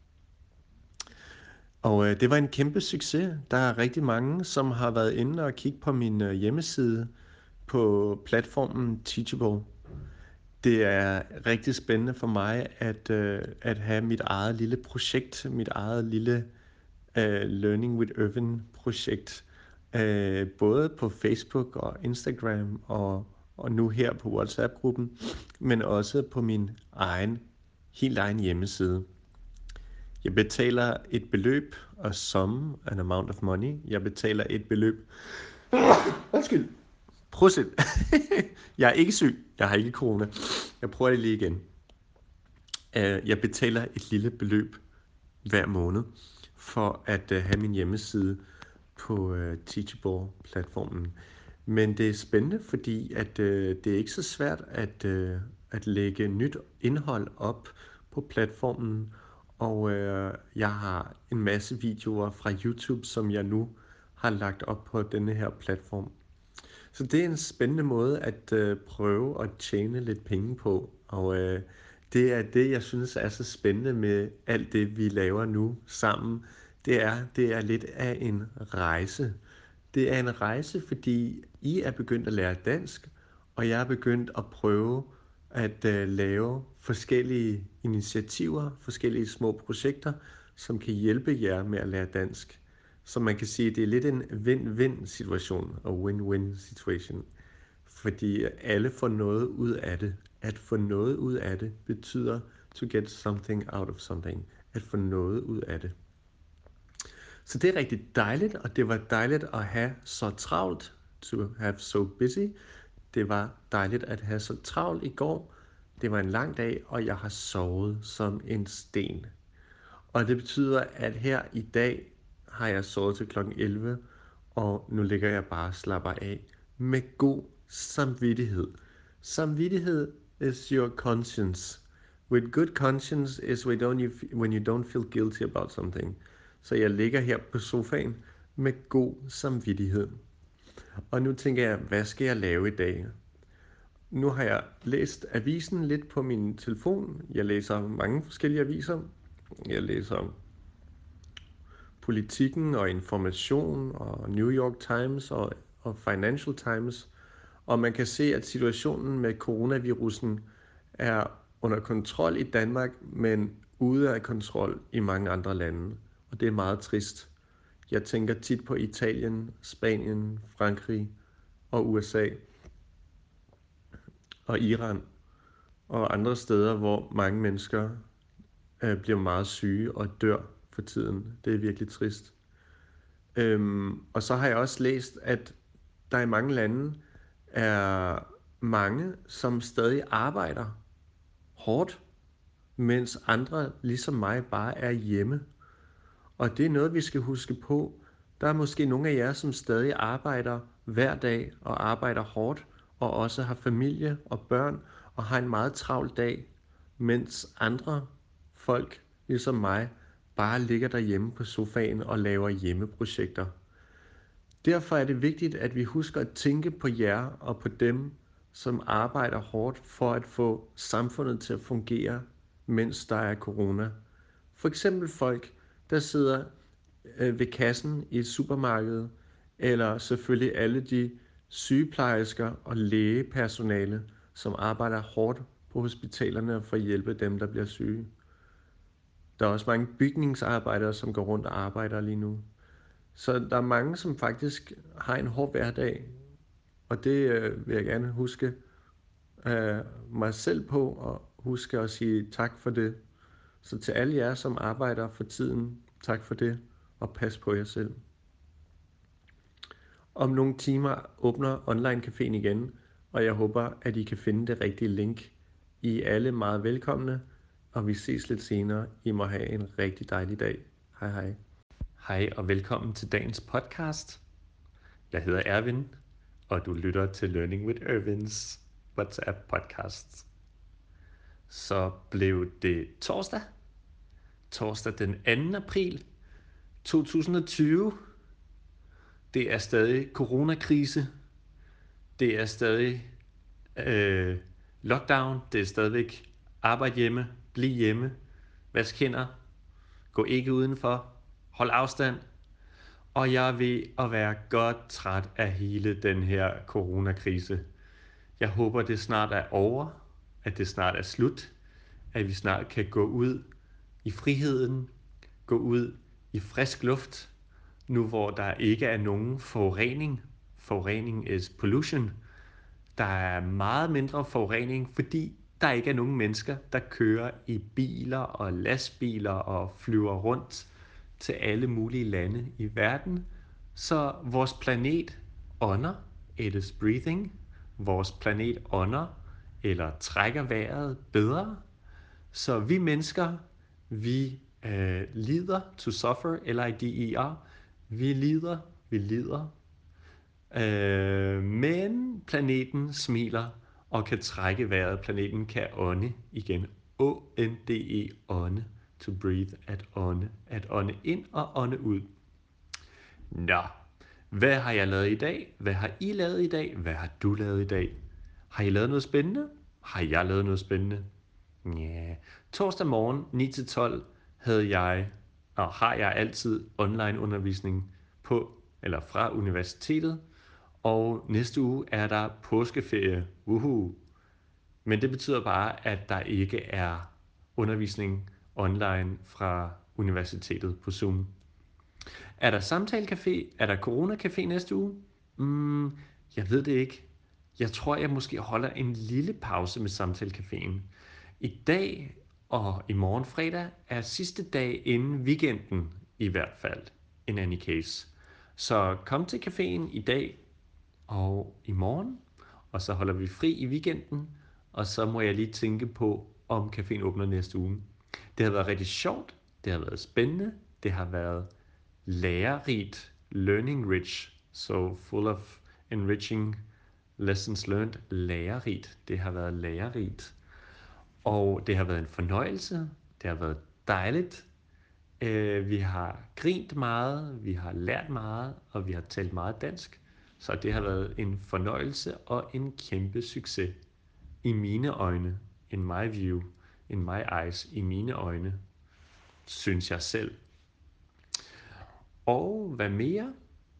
Og det var en kæmpe succes. Der er rigtig mange, som har været inde og kigge på min hjemmeside på platformen Teachable. Det er rigtig spændende for mig at have mit eget lille projekt, mit eget lille Learning with Irvin projekt, både på Facebook og Instagram og nu her på WhatsApp-gruppen, men også på min helt egen hjemmeside. Jeg betaler et beløb, an amount of money. Jeg betaler et beløb. Undskyld. Prosit. Jeg er ikke syg. Jeg har ikke corona. Jeg prøver det lige igen. Jeg betaler et lille beløb hver måned for at have min hjemmeside på Teachable-platformen. Men det er spændende, fordi at det er ikke så svært at lægge nyt indhold op på platformen. Og jeg har en masse videoer fra YouTube, som jeg nu har lagt op på denne her platform. Så det er en spændende måde at prøve at tjene lidt penge på. Og det er det, jeg synes er så spændende med alt det, vi laver nu sammen. Det er lidt af en rejse. Det er en rejse, fordi I er begyndt at lære dansk, og jeg er begyndt at prøve at lave forskellige initiativer, forskellige små projekter, som kan hjælpe jer med at lære dansk. Så man kan sige, at det er lidt en win-win situation, og win-win situation. Fordi alle får noget ud af det. At få noget ud af det betyder to get something out of something. At få noget ud af det. Så det er rigtig dejligt, og det var dejligt at have så travlt. To have so busy. Det var dejligt at have så travlt i går. Det var en lang dag, og jeg har sovet som en sten. Og det betyder, at her i dag har jeg sovet til kl. 11, og nu ligger jeg bare og slapper af med god samvittighed. Samvittighed is your conscience. With good conscience is when you don't feel guilty about something. Så jeg ligger her på sofaen med god samvittighed. Og nu tænker jeg, hvad skal jeg lave i dag? Nu har jeg læst avisen lidt på min telefon. Jeg læser mange forskellige aviser. Jeg læser Politikken og Information og New York Times og Financial Times, og man kan se, at situationen med coronavirusen er under kontrol i Danmark, men ude af kontrol i mange andre lande. Og det er meget trist. Jeg tænker tit på Italien, Spanien, Frankrig og USA og Iran og andre steder, hvor mange mennesker bliver meget syge og dør for tiden. Det er virkelig trist. Og så har jeg også læst, at der i mange lande er mange, som stadig arbejder hårdt, mens andre, ligesom mig, bare er hjemme. Og det er noget, vi skal huske på. Der er måske nogle af jer, som stadig arbejder hver dag og arbejder hårdt, og også har familie og børn, og har en meget travl dag, mens andre folk, ligesom mig, bare ligger derhjemme på sofaen og laver hjemmeprojekter. Derfor er det vigtigt, at vi husker at tænke på jer og på dem, som arbejder hårdt for at få samfundet til at fungere, mens der er corona. For eksempel folk, der sidder ved kassen i et supermarked, eller selvfølgelig alle de sygeplejersker og lægepersonale, som arbejder hårdt på hospitalerne for at hjælpe dem, der bliver syge. Der er også mange bygningsarbejdere, som går rundt og arbejder lige nu. Så der er mange, som faktisk har en hård hverdag, og det vil jeg gerne huske mig selv på, og huske at sige tak for det. Så til alle jer, som arbejder for tiden, tak for det, og pas på jer selv. Om nogle timer åbner online caféen igen, og jeg håber, at I kan finde det rigtige link. I er alle meget velkomne, og vi ses lidt senere. I må have en rigtig dejlig dag. Hej hej. Hej og velkommen til dagens podcast. Jeg hedder Erwin, og du lytter til Learning with Erwins WhatsApp podcast. Så blev det torsdag den 2. april 2020. Det er stadig coronakrise. Det er stadig lockdown. Det er stadigvæk arbejde hjemme, bliv hjemme, vask hænder, gå ikke udenfor, hold afstand. Og jeg er ved at være godt træt af hele den her coronakrise. Jeg håber, det snart er over, at det snart er slut, at vi snart kan gå ud i friheden, gå ud i frisk luft, nu hvor der ikke er nogen forurening. Forurening is pollution. Der er meget mindre forurening, fordi der ikke er nogen mennesker, der kører i biler og lastbiler og flyver rundt til alle mulige lande i verden. Så vores planet ånder, it is breathing. Vores planet ånder eller trækker vejret bedre. Så vi mennesker, vi lider, to suffer, L-I-D-E-R. Vi lider. Men planeten smiler og kan trække vejret. Planeten kan ånde igen. O-N-D-E, ånde. To breathe, at ånde. At ånde ind og ånde ud. Nå, hvad har jeg lavet i dag? Hvad har I lavet i dag? Hvad har du lavet i dag? Har I lavet noget spændende? Har jeg lavet noget spændende? Ja. Torsdag morgen 9-12 havde jeg, og har jeg altid online undervisning på, eller fra universitetet. Og næste uge er der påskeferie. Woohoo! Men det betyder bare, at der ikke er undervisning online fra universitetet på Zoom. Er der samtalecafé? Er der coronacafé næste uge? Jeg ved det ikke. Jeg tror, jeg måske holder en lille pause med samtalecaféen. I dag og i morgen fredag er sidste dag inden weekenden i hvert fald. In any case. Så kom til caféen i dag og i morgen, og så holder vi fri i weekenden, og så må jeg lige tænke på, om caféen åbner næste uge. Det har været rigtig sjovt, det har været spændende, det har været lærerigt, learning rich, so full of enriching lessons learned, lærerigt. Det har været lærerigt, og det har været en fornøjelse, det har været dejligt. Vi har grint meget, vi har lært meget, og vi har talt meget dansk. Så det har været en fornøjelse og en kæmpe succes i mine øjne, in my view, in my eyes, i mine øjne, synes jeg selv. Og hvad mere?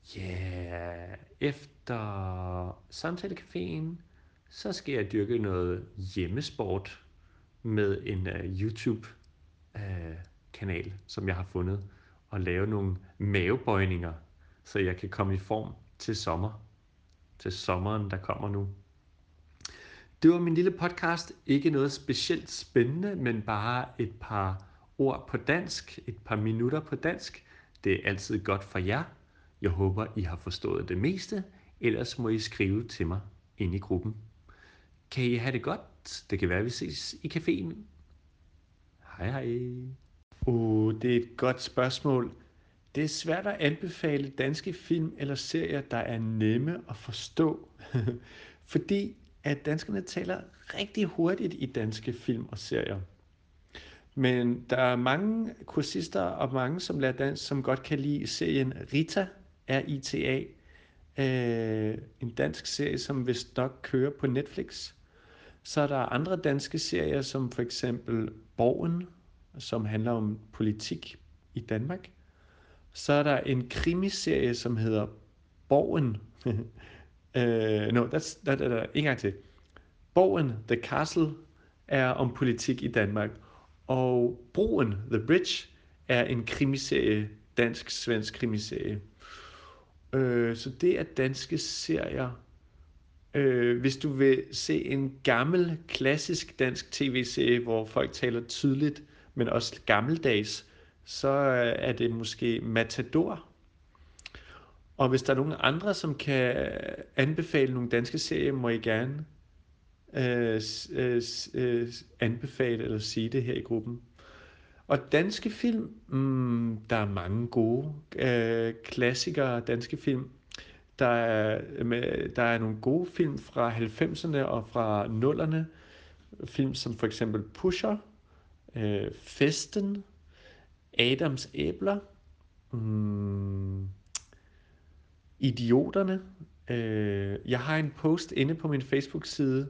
Ja, efter samtalecaféen, så skal jeg dyrke noget hjemmesport med en YouTube-kanal, som jeg har fundet, og lave nogle mavebøjninger, så jeg kan komme i form til sommeren, der kommer nu. Det var min lille podcast. Ikke noget specielt spændende, men bare et par ord på dansk, et par minutter på dansk. Det er altid godt for jer. Jeg håber, I har forstået det meste. Ellers må I skrive til mig inde i gruppen. Kan I have det godt? Det kan være, vi ses i caféen. Hej hej. Det er et godt spørgsmål. Det er svært at anbefale danske film eller serier, der er nemme at forstå. Fordi at danskerne taler rigtig hurtigt i danske film og serier. Men der er mange kursister og mange, som lærer dansk, som godt kan lide serien Rita, R-I-T-A. En dansk serie, som vist nok kører på Netflix. Så er der andre danske serier, som for eksempel Borgen, som handler om politik i Danmark. Så er der en krimiserie, som hedder Borgen. En gang til. Borgen, The Castle, er om politik i Danmark. Og Broen, The Bridge, er en krimiserie, dansk-svensk krimiserie. Så det er danske serier. Hvis du vil se en gammel, klassisk dansk tv-serie, hvor folk taler tydeligt, men også gammeldags, så er det måske Matador. Og hvis der er nogen andre, som kan anbefale nogle danske serier, må I gerne anbefale eller sige det her i gruppen. Og danske film, der er mange gode klassikere danske film. Der er nogle gode film fra 90'erne og fra 0'erne. Film som for eksempel Pusher, Festen, Adams æbler, Idioterne. Jeg har en post inde på min Facebook-side,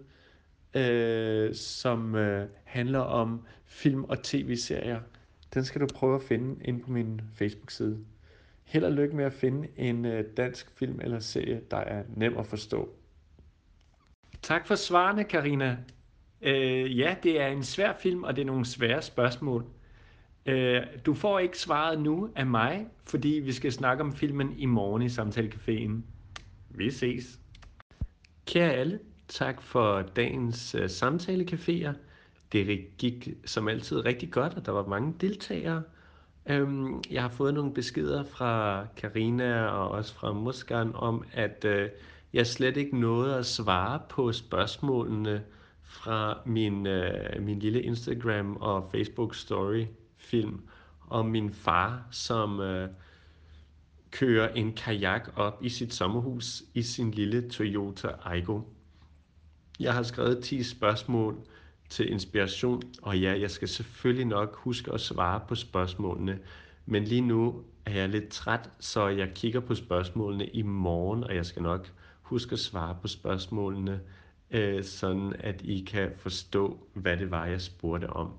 som handler om film og tv-serier. Den skal du prøve at finde inde på min Facebook-side. Held og lykke med at finde en dansk film eller serie, der er nem at forstå. Tak for svarene, Karina. Ja, det er en svær film, og det er nogle svære spørgsmål. Du får ikke svaret nu af mig, fordi vi skal snakke om filmen i morgen i Samtalecaféen. Vi ses. Kære alle, tak for dagens samtalecaféer. Det gik som altid rigtig godt, og der var mange deltagere. Jeg har fået nogle beskeder fra Karina og også fra Muskan om, at jeg slet ikke nåede at svare på spørgsmålene fra min lille Instagram og Facebook story film om min far, som kører en kajak op i sit sommerhus i sin lille Toyota Aygo. Jeg har skrevet 10 spørgsmål til inspiration, og ja, jeg skal selvfølgelig nok huske at svare på spørgsmålene, men lige nu er jeg lidt træt, så jeg kigger på spørgsmålene i morgen, og jeg skal nok huske at svare på spørgsmålene, sådan at I kan forstå, hvad det var, jeg spurgte om.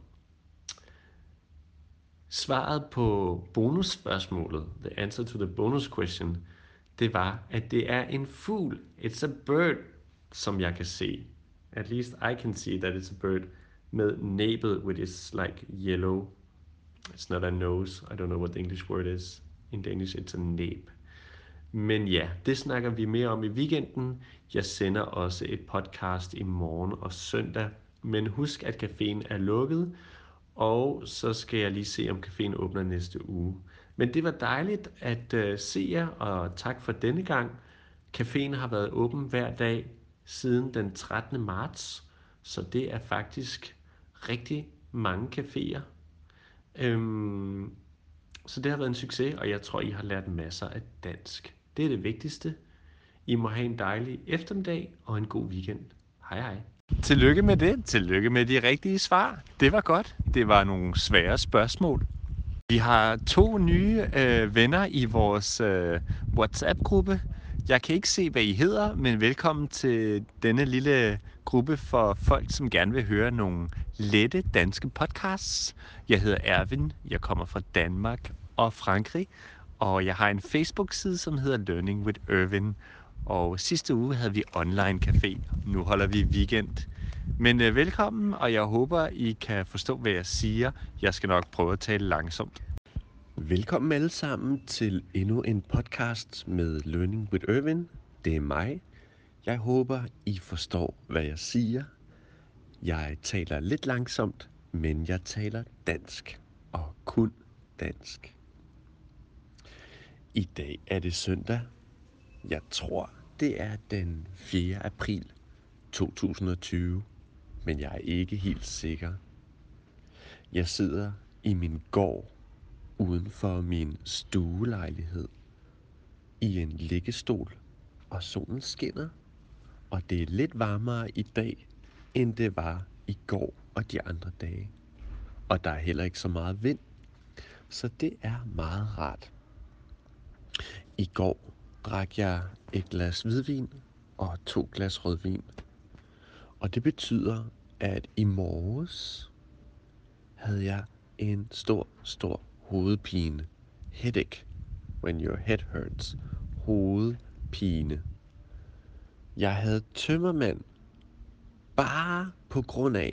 Svaret på bonusspørgsmålet, the answer to the bonus question, det var, at det er en fugl. It's a bird, som jeg kan se. At least I can see that it's a bird med næbet, which is like yellow. It's not a nose. I don't know what the English word is. In Danish, it's a næb. Men ja, det snakker vi mere om i weekenden. Jeg sender også et podcast i morgen og søndag. Men husk, at caféen er lukket, og så skal jeg lige se, om caféen åbner næste uge. Men det var dejligt at se jer, og tak for denne gang. Caféen har været åben hver dag siden den 13. marts, så det er faktisk rigtig mange caféer. Så det har været en succes, og jeg tror, I har lært masser af dansk. Det er det vigtigste. I må have en dejlig eftermiddag og en god weekend. Hej hej. Tillykke med det. Tillykke med de rigtige svar. Det var godt. Det var nogle svære spørgsmål. Vi har 2 nye venner i vores WhatsApp-gruppe. Jeg kan ikke se, hvad I hedder, men velkommen til denne lille gruppe for folk, som gerne vil høre nogle lette danske podcasts. Jeg hedder Erwin, jeg kommer fra Danmark og Frankrig, Og jeg har en Facebook-side, som hedder Learning with Irvin. Og sidste uge havde vi online café. Nu holder vi weekend. Men velkommen, og jeg håber, I kan forstå, hvad jeg siger. Jeg skal nok prøve at tale langsomt. Velkommen alle sammen til endnu en podcast med Learning with Irvin. Det er mig. Jeg håber, I forstår, hvad jeg siger. Jeg taler lidt langsomt, men jeg taler dansk. Og kun dansk. I dag er det søndag. Jeg tror, det er den 4. april 2020, men jeg er ikke helt sikker. Jeg sidder i min gård uden for min stuelejlighed i en liggestol, og solen skinner, og det er lidt varmere i dag, end det var i går og de andre dage. Og der er heller ikke så meget vind, så det er meget rart. I går drak jeg et glas hvidvin og 2 glas rødvin. Og det betyder, at i morges havde jeg en stor hovedpine. Headache, when your head hurts. Hovedpine. Jeg havde tømmermænd bare på grund af,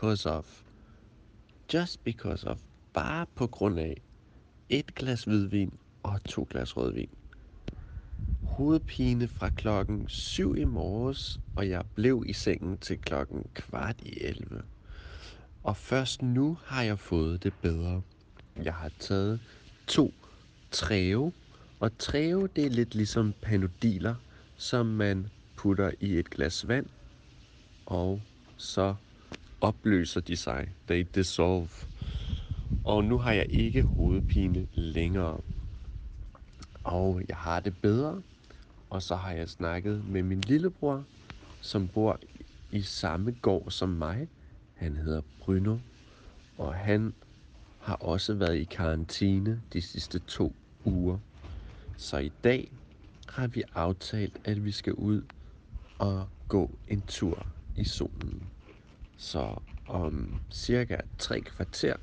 bare på grund af 1 glas hvidvin og 2 glas rødvin. Hovedpine fra klokken 7 i morges, og jeg blev i sengen til klokken 10:15. Og først nu har jeg fået det bedre. Jeg har taget 2 Treo, og Treo, det er lidt ligesom Panodiler, som man putter i et glas vand, og så opløser de sig. They dissolve. Og nu har jeg ikke hovedpine længere. Og jeg har det bedre. Og så har jeg snakket med min lillebror, som bor i samme gård som mig. Han hedder Bruno, og han har også været i karantæne de sidste 2 uger. Så i dag har vi aftalt, at vi skal ud og gå en tur i solen. Så om cirka 3 kvarter,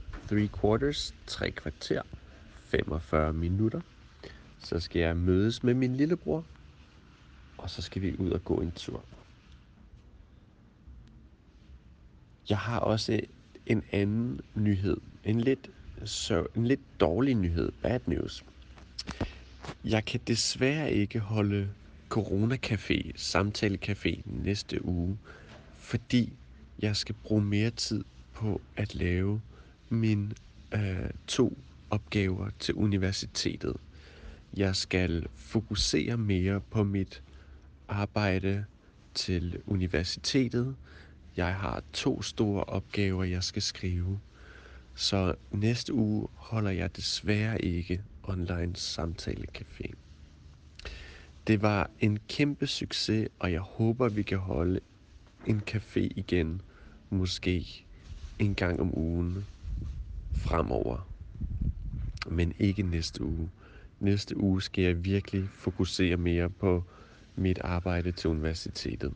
45 minutter, så skal jeg mødes med min lillebror, og så skal vi ud og gå en tur. Jeg har også en anden nyhed, en lidt dårlig nyhed, bad news. Jeg kan desværre ikke holde Corona-café, samtale-café næste uge, fordi jeg skal bruge mere tid på at lave mine 2 opgaver til universitetet. Jeg skal fokusere mere på mit arbejde til universitetet. Jeg har 2 store opgaver, jeg skal skrive. Så næste uge holder jeg desværre ikke online samtale-café. Det var en kæmpe succes, og jeg håber, vi kan holde en café igen. Måske en gang om ugen fremover. Men ikke næste uge. Næste uge skal jeg virkelig fokusere mere på mit arbejde til universitetet.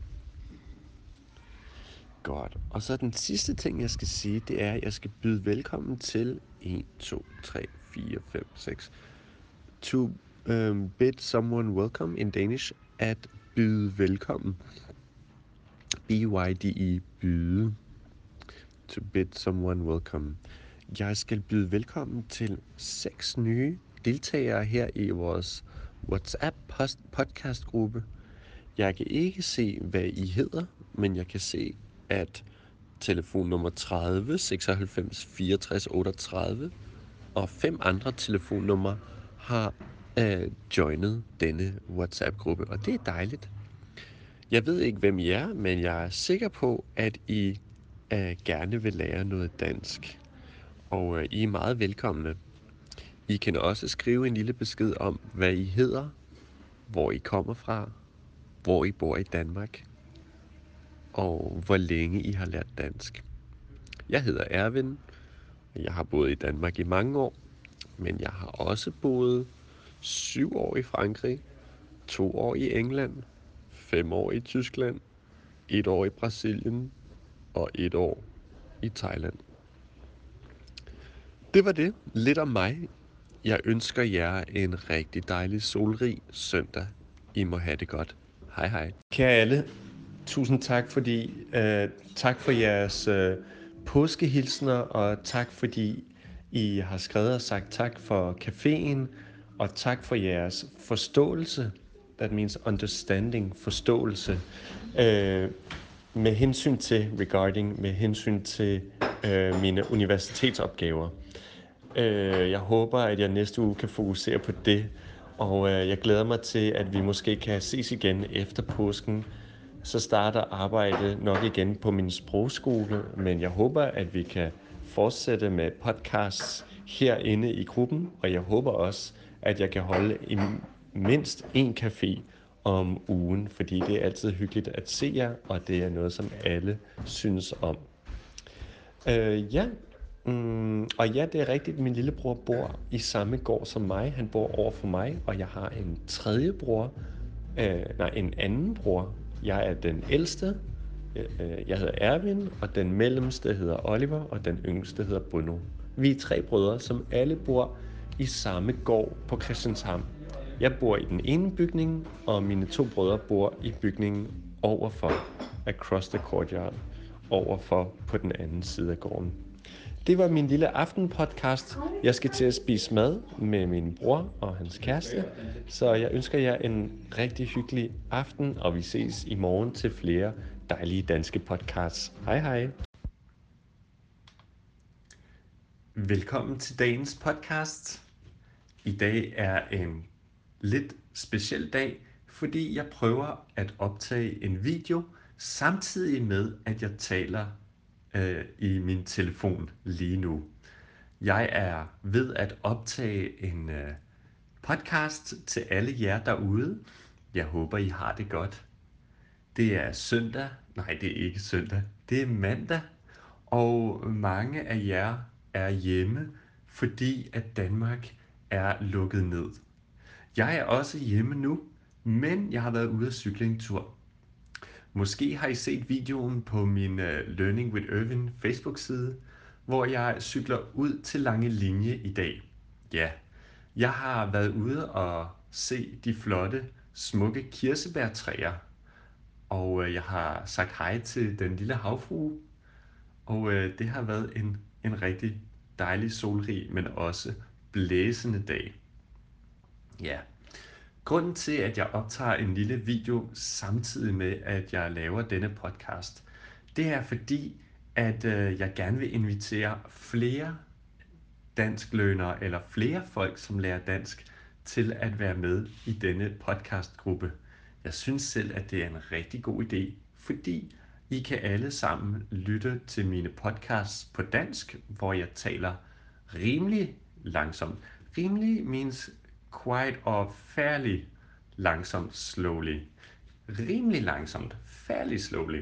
Godt. Og så den sidste ting, jeg skal sige, det er, at jeg skal byde velkommen til 1, 2, 3, 4, 5, 6. To bid someone welcome in Danish, at byde velkommen. B-Y-D-E, byde. To bid someone welcome. Jeg skal byde velkommen til 6 nye deltagere her i vores WhatsApp podcastgruppe. Jeg kan ikke se, hvad I hedder, men jeg kan se, at telefonnummer 30 96 64 38 og 5 andre telefonnumre har joinet denne WhatsApp-gruppe, og det er dejligt. Jeg ved ikke, hvem I er, men jeg er sikker på, at I gerne vil lære noget dansk, og I er meget velkomne. I kan også skrive en lille besked om, hvad I hedder, hvor I kommer fra, hvor I bor i Danmark, og hvor længe I har lært dansk. Jeg hedder Erwin, og jeg har boet i Danmark i mange år, men jeg har også boet 7 år i Frankrig, 2 år i England, 5 år i Tyskland, 1 år i Brasilien og 1 år i Thailand. Det var det. Lidt om mig. Jeg ønsker jer en rigtig dejlig solrig søndag. I må have det godt. Hej hej. Kære alle, tusind tak tak for jeres påskehilsner, og tak fordi I har skrevet og sagt tak for caféen, og tak for jeres forståelse. That means understanding, forståelse. Med hensyn til mine universitetsopgaver. Jeg håber, at jeg næste uge kan fokusere på det, og jeg glæder mig til, at vi måske kan ses igen efter påsken. Så starter arbejdet nok igen på min sprogskole, men jeg håber, at vi kan fortsætte med podcasts herinde i gruppen, og jeg håber også, at jeg kan holde mindst en café om ugen, fordi det er altid hyggeligt at se jer, og det er noget, som alle synes om. Og ja, det er rigtigt, min lillebror bor i samme gård som mig. Han bor over for mig, og jeg har en tredje bror, en anden bror. Jeg er den ældste, jeg hedder Erwin, og den mellemste hedder Oliver, og den yngste hedder Bruno. Vi er 3 brødre, som alle bor i samme gård på Christianshavn. Jeg bor i den ene bygning, og mine 2 brødre bor i bygningen overfor, across the courtyard, overfor på den anden side af gården. Det var min lille aftenpodcast. Jeg skal til at spise mad med min bror og hans kæreste, så jeg ønsker jer en rigtig hyggelig aften, og vi ses i morgen til flere dejlige danske podcasts. Hej hej. Velkommen til dagens podcast. I dag er en lidt speciel dag, fordi jeg prøver at optage en video, samtidig med at jeg taler i min telefon lige nu. Jeg er ved at optage en podcast til alle jer derude. Jeg håber, I har det godt. Det er søndag. Nej, det er ikke søndag. Det er mandag. Og mange af jer er hjemme, fordi at Danmark er lukket ned. Jeg er også hjemme nu, men jeg har været ude at cykle en tur. Måske har I set videoen på min Learning with Irvin Facebook-side, hvor jeg cykler ud til Lange Linje i dag. Ja, jeg har været ude og se de flotte, smukke kirsebærtræer, og jeg har sagt hej til den lille havfrue, og det har været en rigtig dejlig solrig, men også blæsende dag. Ja. Grunden til, at jeg optager en lille video samtidig med, at jeg laver denne podcast, det er fordi, at jeg gerne vil invitere flere dansklearnere eller flere folk, som lærer dansk, til at være med i denne podcastgruppe. Jeg synes selv, at det er en rigtig god idé, fordi I kan alle sammen lytte til mine podcasts på dansk, hvor jeg taler rimelig langsomt. Rimelig means quite or fairly langsomt, slowly. Rimelig langsomt, fairly slowly.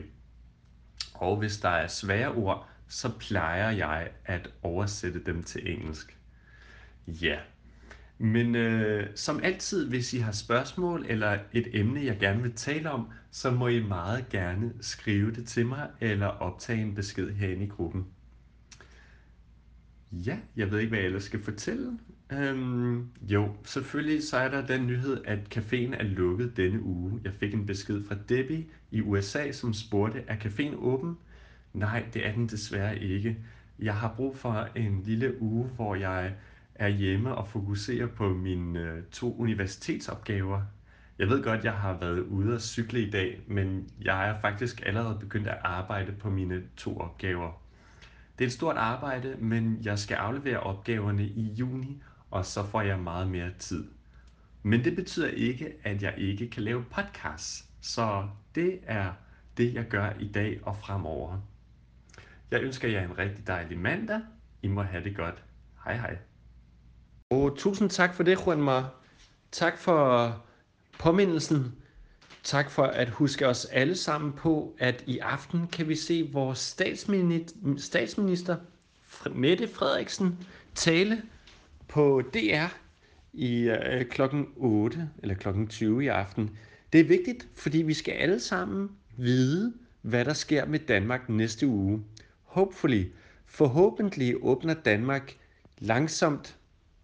Og hvis der er svære ord, så plejer jeg at oversætte dem til engelsk. Ja, men som altid, hvis I har spørgsmål eller et emne, jeg gerne vil tale om, så må I meget gerne skrive det til mig eller optage en besked herinde i gruppen. Ja, jeg ved ikke, hvad jeg ellers skal fortælle. Jo, selvfølgelig så er der den nyhed, at caféen er lukket denne uge. Jeg fik en besked fra Debbie i USA, som spurgte, er caféen åben? Nej, det er den desværre ikke. Jeg har brug for en lille uge, hvor jeg er hjemme og fokuserer på mine 2 universitetsopgaver. Jeg ved godt, jeg har været ude at cykle i dag, men jeg er faktisk allerede begyndt at arbejde på mine 2 opgaver. Det er et stort arbejde, men jeg skal aflevere opgaverne i juni, og så får jeg meget mere tid. Men det betyder ikke, at jeg ikke kan lave podcasts. Så det er det, jeg gør i dag og fremover. Jeg ønsker jer en rigtig dejlig mandag. I må have det godt. Hej hej. Og tusind tak for det, Juanma. Tak for påmindelsen. Tak for at huske os alle sammen på, at i aften kan vi se vores statsminister, Mette Frederiksen, tale på DR i klokken 8 eller klokken 20 i aften. Det er vigtigt, fordi vi skal alle sammen vide, hvad der sker med Danmark næste uge. Forhåbentlig åbner Danmark langsomt,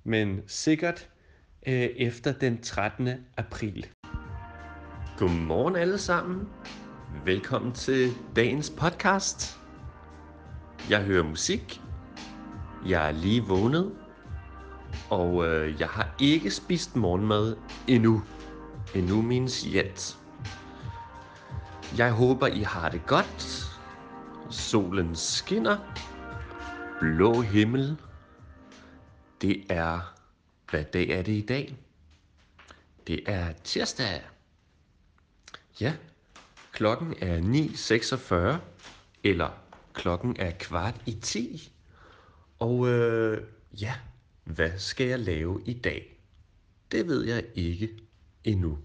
men sikkert efter den 13. april. Godmorgen alle sammen. Velkommen til dagens podcast. Jeg hører musik. Jeg er lige vågnet. Og jeg har ikke spist morgenmad endnu. Endnu means yet. Jeg håber, I har det godt. Solen skinner. Blå himmel. Det er... Hvad dag er det i dag? Det er tirsdag. Ja, klokken er 9:46. Eller klokken er 9:15. Og ja, hvad skal jeg lave i dag? Det ved jeg ikke endnu.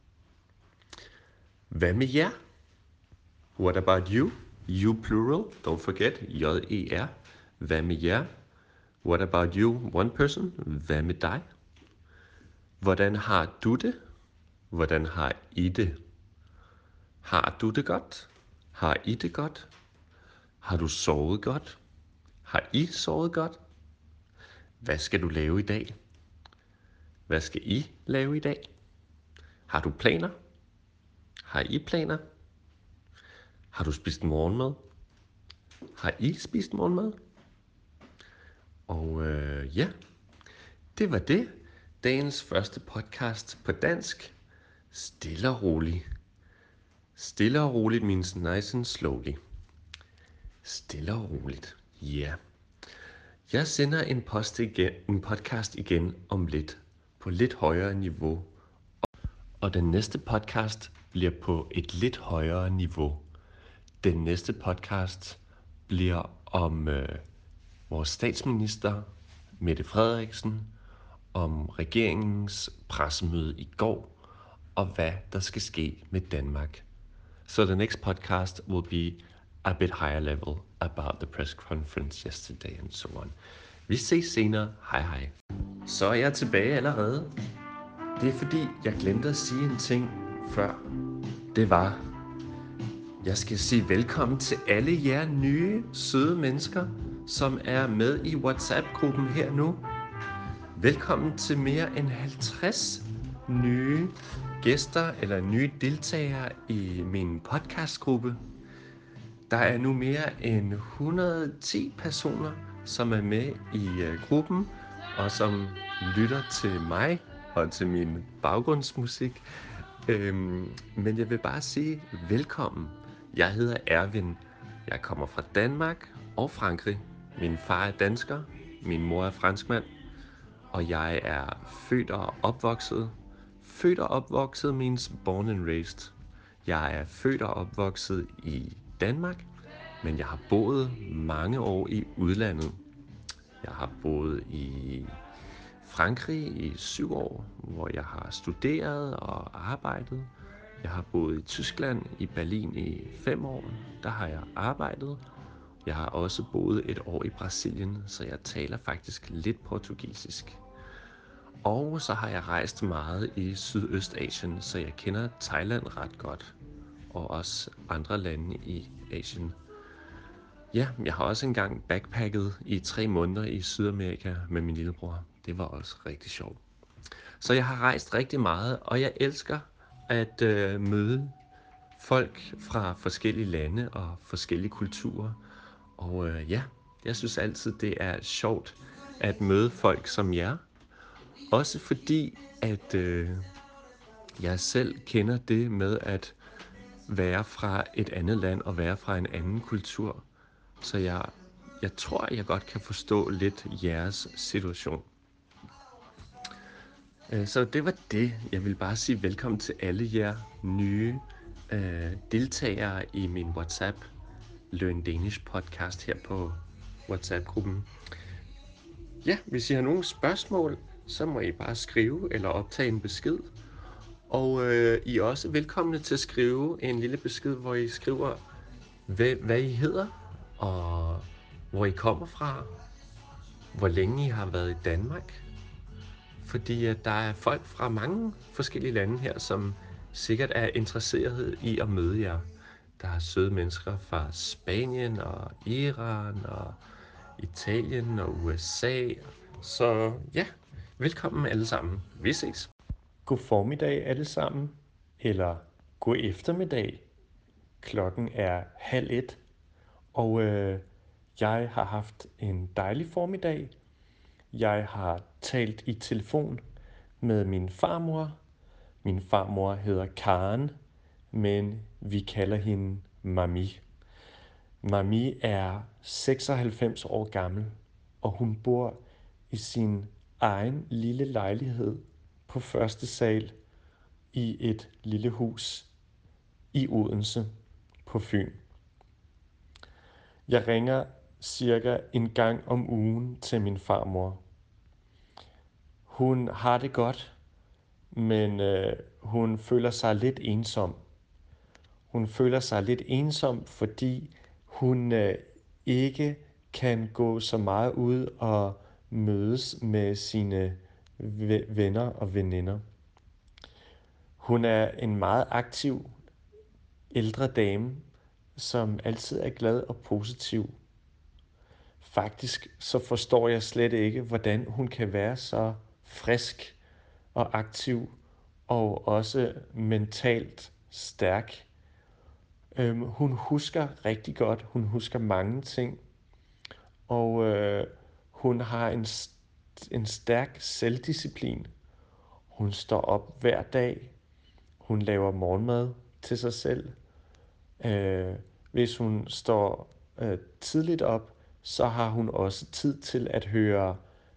Hvad med jer? What about you? You plural, don't forget, J-E-R. Hvad med jer? What about you, one person? Hvad med dig? Hvordan har du det? Hvordan har I det? Har du det godt? Har I det godt? Har du sovet godt? Har I sovet godt? Hvad skal du lave i dag? Hvad skal I lave i dag? Har du planer? Har I planer? Har du spist morgenmad? Har I spist morgenmad? Og ja, det var det. Dagens første podcast på dansk. Stille og roligt. Stille og roligt means nice and slowly. Stille og roligt. Ja. Yeah. Jeg sender en podcast igen om lidt. På lidt højere niveau. Og den næste podcast bliver på et lidt højere niveau. Den næste podcast bliver om vores statsminister, Mette Frederiksen, om regeringens pressemøde i går, og hvad der skal ske med Danmark. So the next podcast will be a bit higher level about the press conference yesterday and so on. Vi ses senere. Hej hej. Så er jeg tilbage allerede. Det er fordi, jeg glemte at sige en ting før. Det var, jeg skal sige velkommen til alle jer nye, søde mennesker, som er med i WhatsApp-gruppen her nu. Velkommen til mere end 50 nye gæster eller nye deltagere i min podcastgruppe. Der er nu mere end 110 personer, som er med i gruppen, og som lytter til mig og til min baggrundsmusik. Men jeg vil bare sige velkommen. Jeg hedder Erwin. Jeg kommer fra Danmark og Frankrig. Min far er dansker, min mor er franskmand, og jeg er født og opvokset. Født og opvokset means born and raised. Jeg er født og opvokset i Danmark, men jeg har boet mange år i udlandet. Jeg har boet i Frankrig i 7 år, hvor jeg har studeret og arbejdet. Jeg har boet i Tyskland, i Berlin i 5 år. Der har jeg arbejdet. Jeg har også boet et år i Brasilien, så jeg taler faktisk lidt portugisisk. Og så har jeg rejst meget i Sydøstasien, så jeg kender Thailand ret godt. Og også andre lande i Asien. Ja, jeg har også engang backpacket i 3 måneder i Sydamerika med min lillebror. Det var også rigtig sjovt. Så jeg har rejst rigtig meget, og jeg elsker at møde folk fra forskellige lande og forskellige kulturer. Og ja, jeg synes altid, det er sjovt at møde folk som jer. Også fordi, at jeg selv kender det med at være fra et andet land og være fra en anden kultur. Så jeg tror, jeg godt kan forstå lidt jeres situation. Så det var det. Jeg vil bare sige velkommen til alle jer nye deltagere i min WhatsApp Learn Danish podcast her på WhatsApp-gruppen. Ja, hvis I har nogle spørgsmål, så må I bare skrive eller optage en besked. Og I er også velkomne til at skrive en lille besked, hvor I skriver, hvad I hedder, og hvor I kommer fra, hvor længe I har været i Danmark. Fordi der er folk fra mange forskellige lande her, som sikkert er interesseret i at møde jer. Der er søde mennesker fra Spanien og Iran og Italien og USA. Så ja, Velkommen alle sammen. Vi ses. God formiddag alle sammen, eller god eftermiddag. Klokken er 12:30, og jeg har haft en dejlig formiddag. Jeg har talt i telefon med min farmor. Min farmor hedder Karen, men vi kalder hende Mami. Mami er 96 år gammel, og hun bor i sin egen lille lejlighed på første sal i et lille hus i Odense på Fyn. Jeg ringer cirka en gang om ugen til min farmor. Hun har det godt, men hun føler sig lidt ensom. Hun føler sig lidt ensom, fordi hun ikke kan gå så meget ud og mødes med sine venner og veninder. Hun er en meget aktiv ældre dame, som altid er glad og positiv. Faktisk så forstår jeg slet ikke, hvordan hun kan være så frisk og aktiv og også mentalt stærk. Hun husker rigtig godt. Hun husker mange ting. Og hun har en stærk selvdisciplin. Hun står op hver dag. Hun laver morgenmad til sig selv. Hvis hun står tidligt op, så har hun også tid til at høre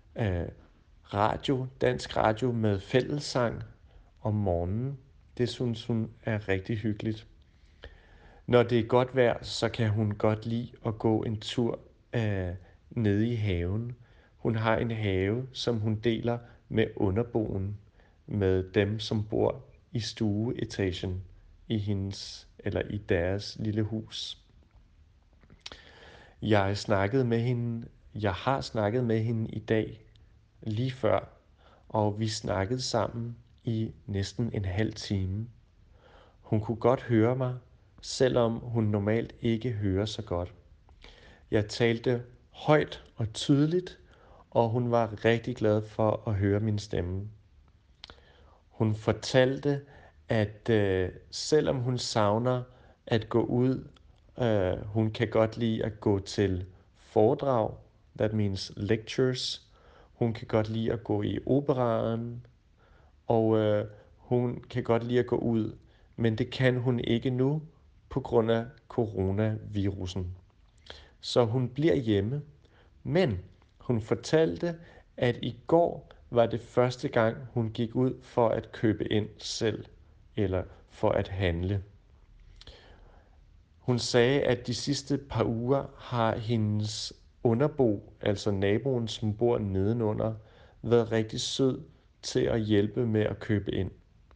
dansk radio med fællessang om morgenen. Det synes hun er rigtig hyggeligt. Når det er godt vejr, så kan hun godt lide at gå en tur nede i haven. Hun har en have, som hun deler med underboen, med dem, som bor i stueetagen i deres lille hus. Jeg har snakket med hende i dag, lige før, og vi snakkede sammen i næsten en halv time. Hun kunne godt høre mig, selvom hun normalt ikke hører så godt. Jeg talte højt og tydeligt, og hun var rigtig glad for at høre min stemme. Hun fortalte, at selvom hun savner at gå ud, hun kan godt lide at gå til foredrag, that means lectures. Hun kan godt lide at gå i operaen, og hun kan godt lide at gå ud, men det kan hun ikke nu på grund af coronavirusen. Så hun bliver hjemme, men hun fortalte, at i går var det første gang, hun gik ud for at købe ind selv, eller for at handle. Hun sagde, at de sidste par uger har hendes underbo, altså naboen, som bor nedenunder, været rigtig sød til at hjælpe med at købe ind.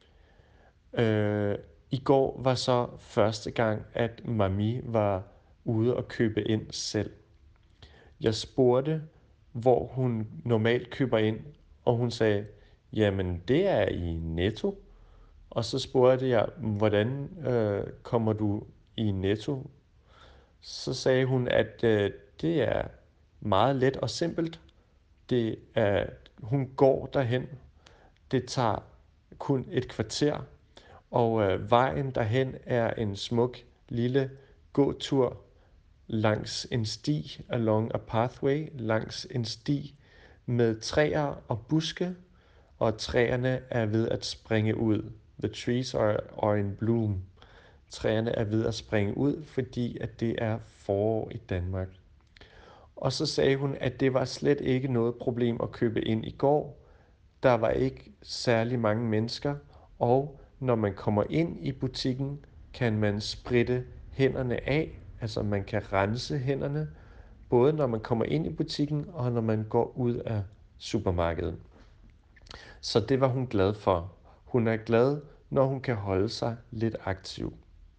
I går var så første gang, at Mami var ude og købe ind selv. Jeg spurgte, hvor hun normalt køber ind, og hun sagde, jamen det er i Netto. Og så spurgte jeg, hvordan kommer du i Netto? Så sagde hun, at det er meget let og simpelt. Hun går derhen. Det tager kun et kvarter, og vejen derhen er en smuk lille gåtur langs en sti, along a pathway, langs en sti med træer og buske, og træerne er ved at springe ud. The trees are in bloom. Træerne er ved at springe ud, fordi at det er forår i Danmark. Og så sagde hun, at det var slet ikke noget problem at købe ind i går. Der var ikke særlig mange mennesker, og når man kommer ind i butikken, kan man spritte hænderne af, altså man kan rense hænderne, både når man kommer ind i butikken og når man går ud af supermarkedet. Så det var hun glad for. Hun er glad, når hun kan holde sig lidt aktiv.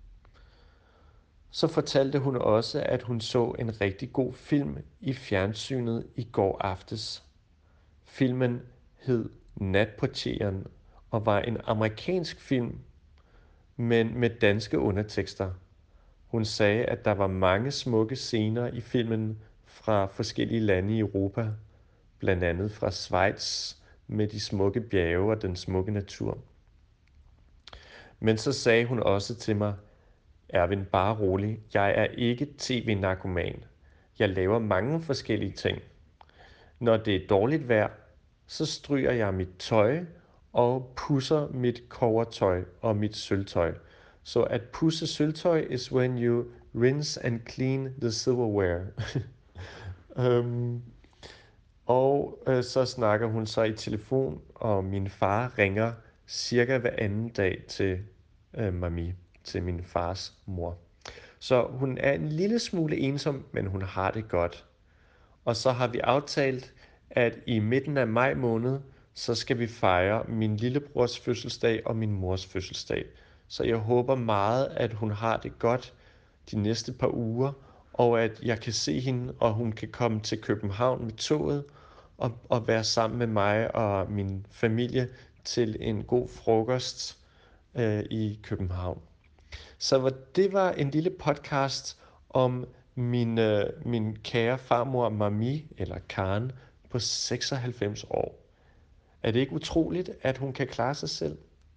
Så fortalte hun også, at hun så en rigtig god film i fjernsynet i går aftes. Filmen hed Natportieren og var en amerikansk film, men med danske undertekster. Hun sagde, at der var mange smukke scener i filmen fra forskellige lande i Europa, blandt andet fra Schweiz, med de smukke bjerge og den smukke natur. Men så sagde hun også til mig, Erwin, bare rolig, jeg er ikke tv-narkoman. Jeg laver mange forskellige ting. Når det er dårligt vejr, så stryger jeg mit tøj og pusser mit kobbertøj og mit sølvtøj. Så at pusse sølvtøj is when you rinse and clean the silverware. Så snakker hun så i telefon, og min far ringer cirka hver anden dag til mami, til min fars mor. Så hun er en lille smule ensom, men hun har det godt. Og så har vi aftalt, at i midten af maj måned, så skal vi fejre min lillebrors fødselsdag og min mors fødselsdag. Så jeg håber meget, at hun har det godt de næste par uger, og at jeg kan se hende, og hun kan komme til København med toget, og være sammen med mig og min familie til en god frokost i København. Så det var en lille podcast om min kære farmor Mami, eller Karen, på 96 år. Er det ikke utroligt, at hun kan klare sig selv?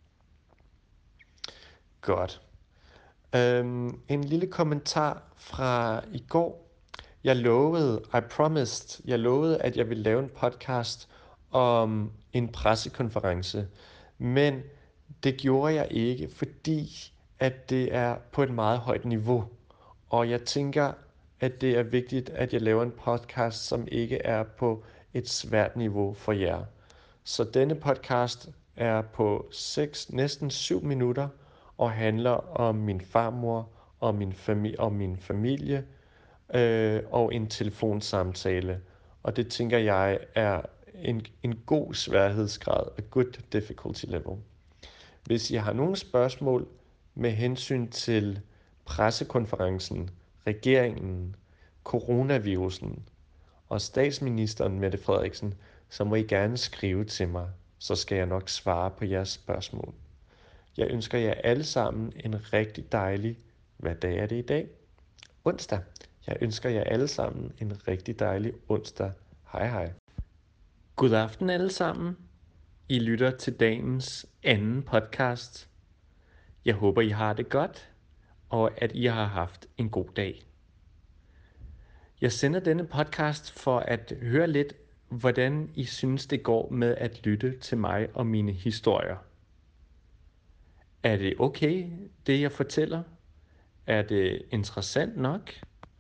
Godt. En lille kommentar fra i går. Jeg lovede, at jeg ville lave en podcast om en pressekonference, men det gjorde jeg ikke, fordi at det er på et meget højt niveau. Og jeg tænker, at det er vigtigt, at jeg laver en podcast, som ikke er på et svært niveau for jer. Så denne podcast er på næsten 7 minutter og handler om min farmor og min familie og en telefonsamtale. Og det tænker jeg er en god sværhedsgrad, a good difficulty level. Hvis I har nogle spørgsmål med hensyn til pressekonferencen, regeringen, coronavirusen og statsministeren Mette Frederiksen, så må I gerne skrive til mig, så skal jeg nok svare på jeres spørgsmål. Jeg ønsker jer alle sammen en rigtig dejlig, hvad dag er det i dag? Onsdag. Jeg ønsker jer alle sammen en rigtig dejlig onsdag. Hej hej. God aften alle sammen. I lytter til dagens anden podcast. Jeg håber, I har det godt, og at I har haft en god dag. Jeg sender denne podcast for at høre lidt, hvordan I synes, det går med at lytte til mig og mine historier. Er det okay, det jeg fortæller? Er det interessant nok?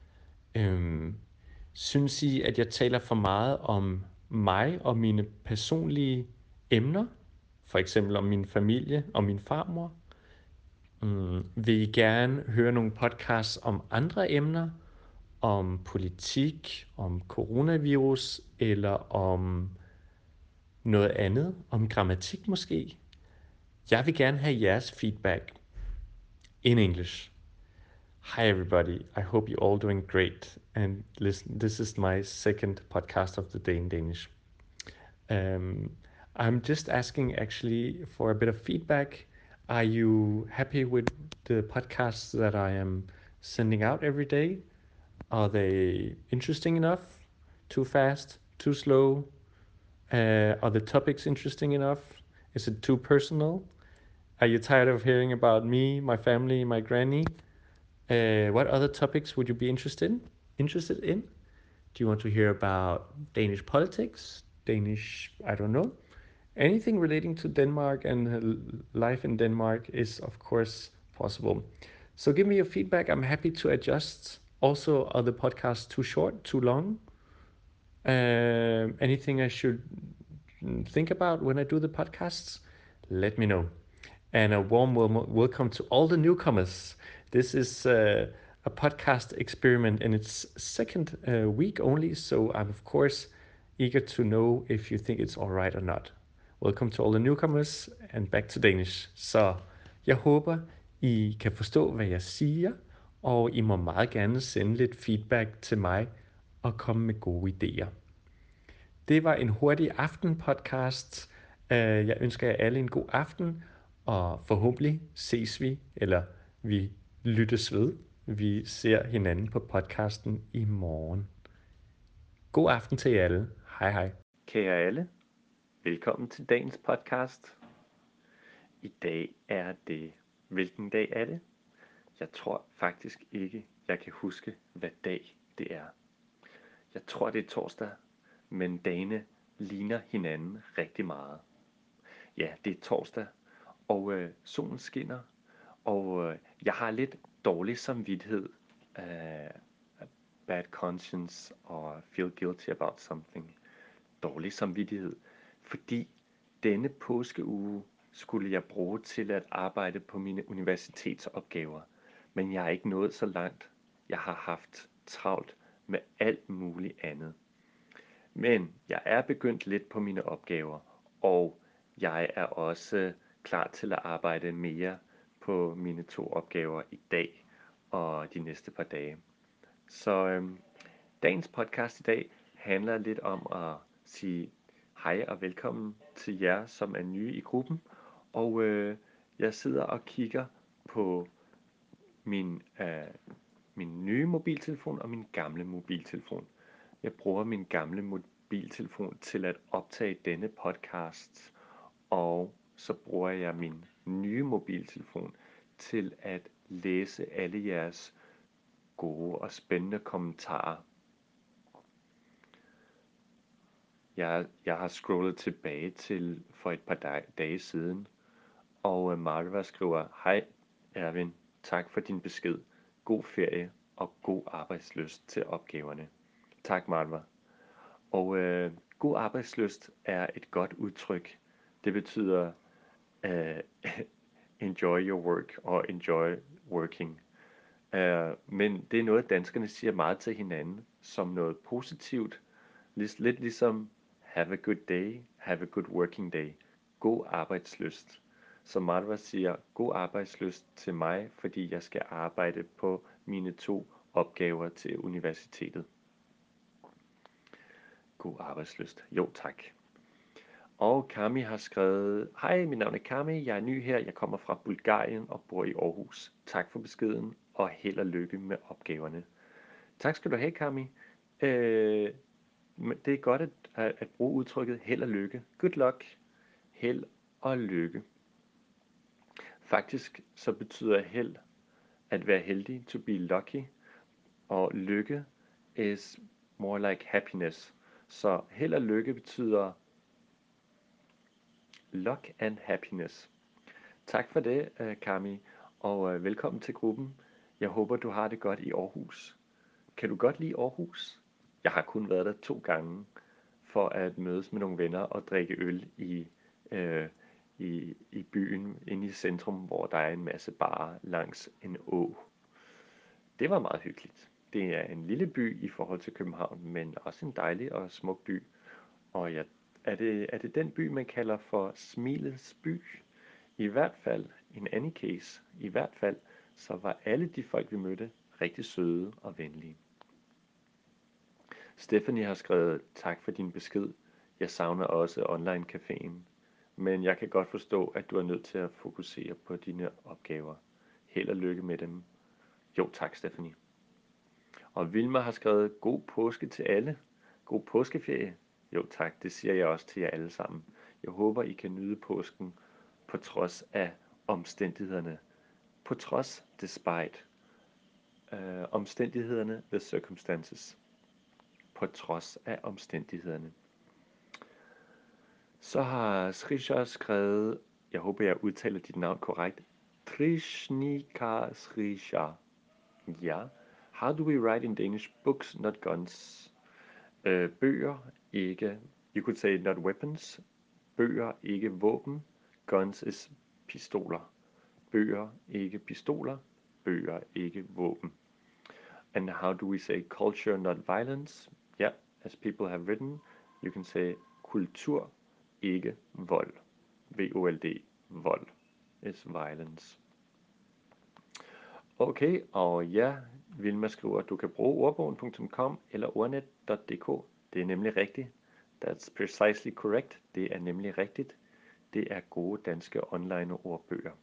Synes I, at jeg taler for meget om mig og mine personlige emner? For eksempel om min familie og min farmor? Vil I gerne høre nogle podcasts om andre emner? Om politik, om coronavirus eller om noget andet? Om grammatik måske? Jeg vil gerne have jeres feedback in English. Hi everybody, I hope you're all doing great. And listen, this is my second podcast of the day in Danish. I'm just asking actually for a bit of feedback. Are you happy with the podcasts that I am sending out every day? Are they interesting enough? Too fast? Too slow? Are the topics interesting enough? Is it too personal? Are you tired of hearing about me, my family, my granny? What other topics would you be interested in? Do you want to hear about Danish politics? I don't know. Anything relating to Denmark and life in Denmark is, of course, possible. So give me your feedback. I'm happy to adjust. Also, are the podcasts too short, too long? Anything I should think about when I do the podcasts? Let me know. And a warm welcome to all the newcomers. This is a podcast experiment in its second week only, so I'm of course eager to know if you think it's all right or not. Welcome to all the newcomers, and back to Danish. Så jeg håber, I kan forstå, hvad jeg siger, og I må meget gerne sende lidt feedback til mig og komme med gode idéer. Det var en hurtig aftenpodcast. Jeg ønsker jer alle en god aften, og forhåbentlig ses vi, eller vi lyttes ved. Vi ser hinanden på podcasten i morgen. God aften til jer alle. Hej hej. Kære alle, Velkommen til dagens podcast. I dag er det... Hvilken dag er det? Jeg tror faktisk ikke, jeg kan huske, hvad dag det er. Jeg tror, det er torsdag, men dagene ligner hinanden rigtig meget. Ja, det er torsdag, og solen skinner, og jeg har lidt dårlig samvittighed, bad conscience og feel guilty about something. Dårlig samvittighed, fordi denne påskeuge skulle jeg bruge til at arbejde på mine universitetsopgaver, men jeg er ikke nået så langt. Jeg har haft travlt med alt muligt andet. Men jeg er begyndt lidt på mine opgaver, og jeg er også klar til at arbejde mere på mine 2 opgaver i dag og de næste par dage. Så dagens podcast i dag handler lidt om at sige hej og velkommen til jer, som er nye i gruppen. Og jeg sidder og kigger på min nye mobiltelefon og min gamle mobiltelefon. Jeg bruger min gamle mobiltelefon til at optage denne podcast, og så bruger jeg min nye mobiltelefon til at læse alle jeres gode og spændende kommentarer. Jeg har scrollet tilbage til for et par dage siden, og Marva skriver: Hej Erwin, tak for din besked. God ferie og god arbejdslyst til opgaverne. Tak Marva. Og god arbejdslyst er et godt udtryk. Det betyder enjoy your work og enjoy working. Men det er noget, danskerne siger meget til hinanden som noget positivt. Lidt ligesom have a good day, have a good working day. God arbejdslyst. Så Marva siger god arbejdslyst til mig, fordi jeg skal arbejde på mine 2 opgaver til universitetet. God arbejdslyst. Jo, tak. Og Kami har skrevet: Hej, mit navn er Kami, jeg er ny her, jeg kommer fra Bulgarien og bor i Aarhus. Tak for beskeden, og held og lykke med opgaverne. Tak skal du have, Kami. Det er godt at bruge udtrykket held og lykke. Good luck. Held og lykke. Faktisk så betyder held at være heldig, to be lucky, og lykke is more like happiness. Så held og lykke betyder luck and happiness. Tak for det, Kami, og velkommen til gruppen. Jeg håber, du har det godt i Aarhus. Kan du godt lide Aarhus? Jeg har kun været der 2 gange for at mødes med nogle venner og drikke øl i byen, inde i centrum, hvor der er en masse barer langs en å. Det var meget hyggeligt. Det er en lille by i forhold til København, men også en dejlig og smuk by. Og er det den by, man kalder for Smilets by? I hvert fald, in any case, i hvert fald, så var alle de folk, vi mødte, rigtig søde og venlige. Stephanie har skrevet: tak for din besked. Jeg savner også online caféen, men jeg kan godt forstå, at du er nødt til at fokusere på dine opgaver. Held og lykke med dem. Jo tak, Stephanie. Og Vilma har skrevet: god påske til alle. God påskeferie. Jo tak, det siger jeg også til jer alle sammen. Jeg håber, I kan nyde påsken på trods af omstændighederne. På trods, despite. Omstændighederne, the circumstances. På trods af omstændighederne. Så har Srisha skrevet, jeg håber jeg udtaler dit navn korrekt, Trishnika Srisha. Ja. How do we write in Danish? Books, not guns. Bøger, ikke, you could say not weapons. Bøger, ikke våben. Guns is pistoler. Bøger, ikke pistoler. Bøger, ikke våben. And how do we say culture, not violence? Yeah, as people have written, you can say kultur, ikke vold. VOLD, vold is violence. Okay, og ja, Vilma skriver, at du kan bruge ordbogen.com eller ordnet.dk. Det er nemlig rigtigt. That's precisely correct. Det er nemlig rigtigt. Det er gode danske online ordbøger.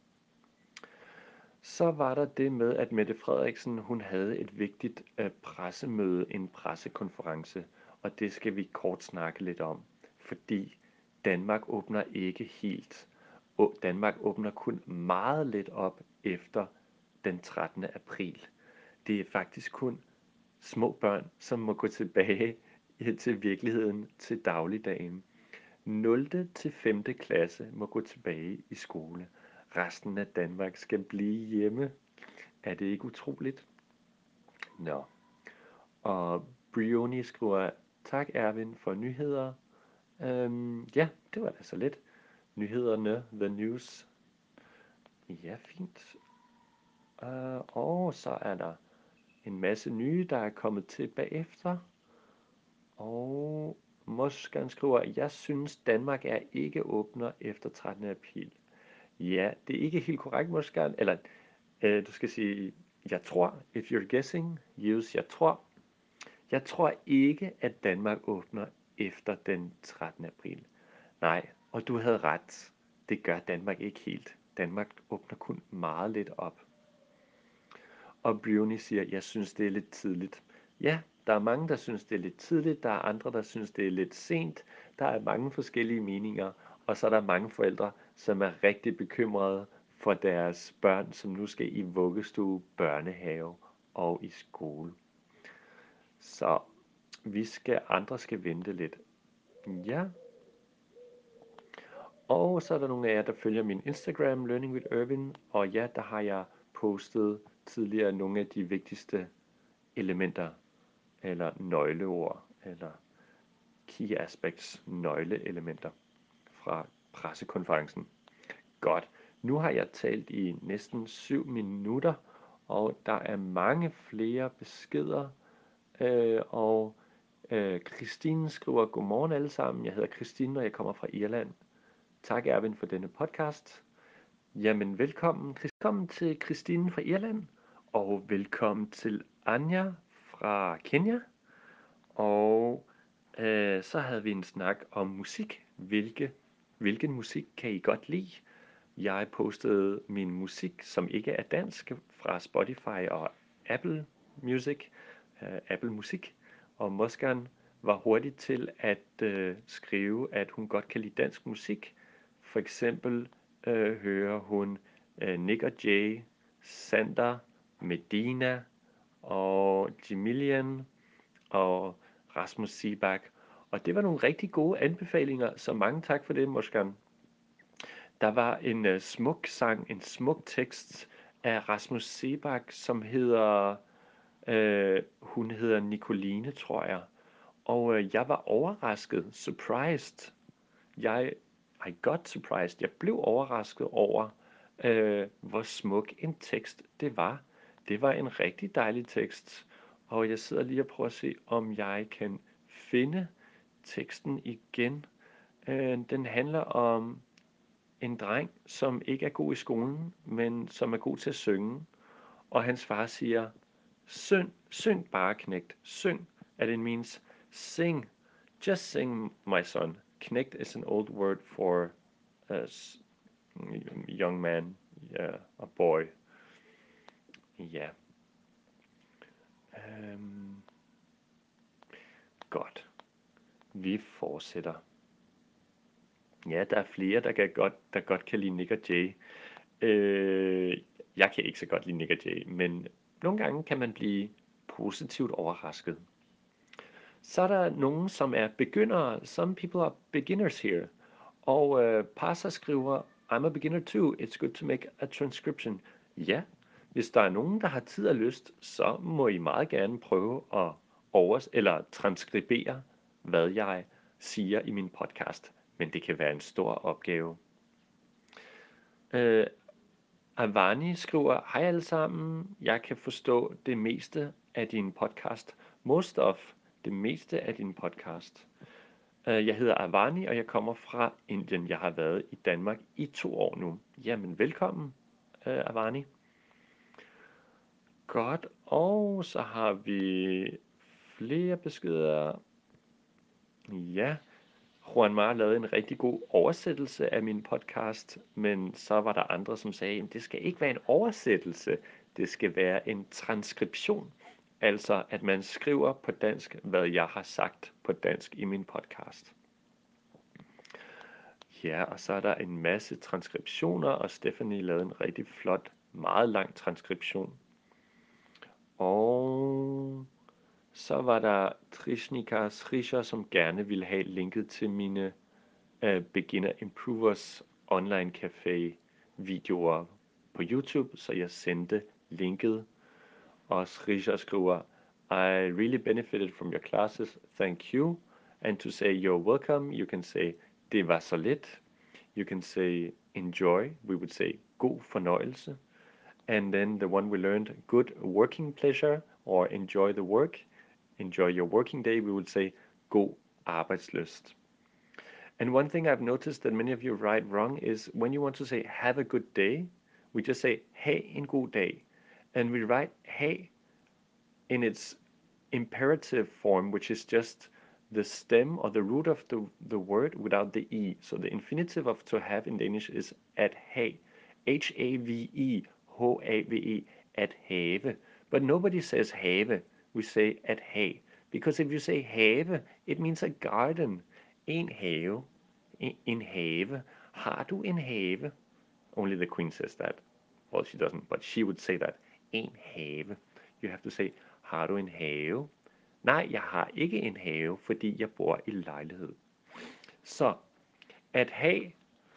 Så var der det med, at Mette Frederiksen, hun havde et vigtigt pressemøde, en pressekonference, og det skal vi kort snakke lidt om, fordi Danmark åbner ikke helt. Danmark åbner kun meget lidt op efter den 13. april. Det er faktisk kun små børn, som må gå tilbage til virkeligheden, til dagligdagen. 0. til 5. klasse må gå tilbage i skole. Resten af Danmark skal blive hjemme. Er det ikke utroligt? Nå. Og Brioni skriver, tak Erwin for nyheder. Ja, det var da så lidt. Nyhederne, the news. Ja, fint. Og så er der en masse nye, der er kommet til bagefter. Og Moskan skriver, jeg synes Danmark er ikke åbner efter 13. april. Ja, det er ikke helt korrekt, Moskan. Eller, du skal sige, jeg tror, if you're guessing, use jeg tror. Jeg tror ikke, at Danmark åbner efter den 13. april. Nej, og du havde ret. Det gør Danmark ikke helt. Danmark åbner kun meget lidt op. Og Brioni siger, jeg synes, det er lidt tidligt. Ja, der er mange, der synes, det er lidt tidligt. Der er andre, der synes, det er lidt sent. Der er mange forskellige meninger. Og så er der mange forældre, som er rigtig bekymrede for deres børn, som nu skal i vuggestue, børnehave og i skole. Så andre skal vente lidt. Ja. Og så er der nogle af jer, der følger min Instagram, Learning with Irvin. Og ja, der har jeg postet tidligere nogle af de vigtigste elementer, eller nøgleord, eller key aspects, nøgleelementer fra pressekonferencen. Godt. Nu har jeg talt i næsten 7 minutter, og der er mange flere beskeder. Og Christine skriver, godmorgen alle sammen. Jeg hedder Christine, og jeg kommer fra Irland. Tak Erwin for denne podcast. Jamen velkommen til Christine fra Irland, og velkommen til Anja fra Kenya. Og så havde vi en snak om musik. Hvilken musik kan I godt lide? Jeg postede min musik, som ikke er dansk, fra Spotify og Apple Music, Apple Musik. Og Moskan var hurtig til at skrive, at hun godt kan lide dansk musik. For eksempel hører hun Nick og Jay, Sander, Medina og Jamilian og Rasmus Sebak. Og det var nogle rigtig gode anbefalinger, så mange tak for det, Moskan. Der var en smuk sang, en smuk tekst af Rasmus Sebak, som hedder, hun hedder Nicoline, tror jeg. Og jeg var overrasket, surprised. I got surprised. Jeg blev overrasket over, hvor smuk en tekst det var. Det var en rigtig dejlig tekst. Og jeg sidder lige og prøver at se, om jeg kan finde teksten igen. Den handler om en dreng, som ikke er god i skolen, men som er god til at synge. Og hans far siger, syng bare, knægt, syng. And it means sing, just sing, my son. Knægt is an old word for a young man, a boy. Ja. Godt. Vi fortsætter. Ja, der er flere, der godt kan lide Nick og Jay. Jeg kan ikke så godt lide Nick og Jay, men nogle gange kan man blive positivt overrasket. Så er der nogen, som er begyndere. Some people are beginners here. Og Parsa skriver, I'm a beginner too. It's good to make a transcription. Ja, hvis der er nogen, der har tid og lyst, så må I meget gerne prøve at eller transkribere, hvad jeg siger i min podcast. Men det kan være en stor opgave. Avani skriver, hej alle sammen, jeg kan forstå det meste af din podcast. Most of det meste af din podcast. Jeg hedder Avani, og jeg kommer fra Indien. Jeg har været i Danmark i 2 år nu. Jamen, velkommen, Avani. Godt, og så har vi flere beskeder. Ja, Juan Mar lavede en rigtig god oversættelse af min podcast, men så var der andre, som sagde, at det skal ikke være en oversættelse, det skal være en transkription. Altså, at man skriver på dansk, hvad jeg har sagt på dansk i min podcast. Ja, og så er der en masse transkriptioner, og Stephanie lavede en rigtig flot, meget lang transkription. Og så var der Trishnika Srisha, som gerne ville have linket til mine Beginner Improvers online café videoer på YouTube, så jeg sendte linket, og Srisha skriver, I really benefited from your classes, thank you. And to say you're welcome, you can say, det var så lidt. You can say, enjoy, we would say, god fornøjelse. And then the one we learned, good working pleasure, or enjoy the work, enjoy your working day, we would say, god arbejdslyst. And one thing I've noticed that many of you write wrong is when you want to say have a good day, we just say have en god dag. And we write have in its imperative form, which is just the stem or the root of the word without the e. So the infinitive of to have in Danish is at have. H-A-V-E, H-A-V-E, at have. But nobody says have. We say at have. Because if you say have, it means a garden. En have. En have. Har du en have? Only the queen says that. Well, she doesn't, but she would say that. En have. You have to say, har du en have? Nej, jeg har ikke en have, fordi jeg bor i lejlighed. Så, at have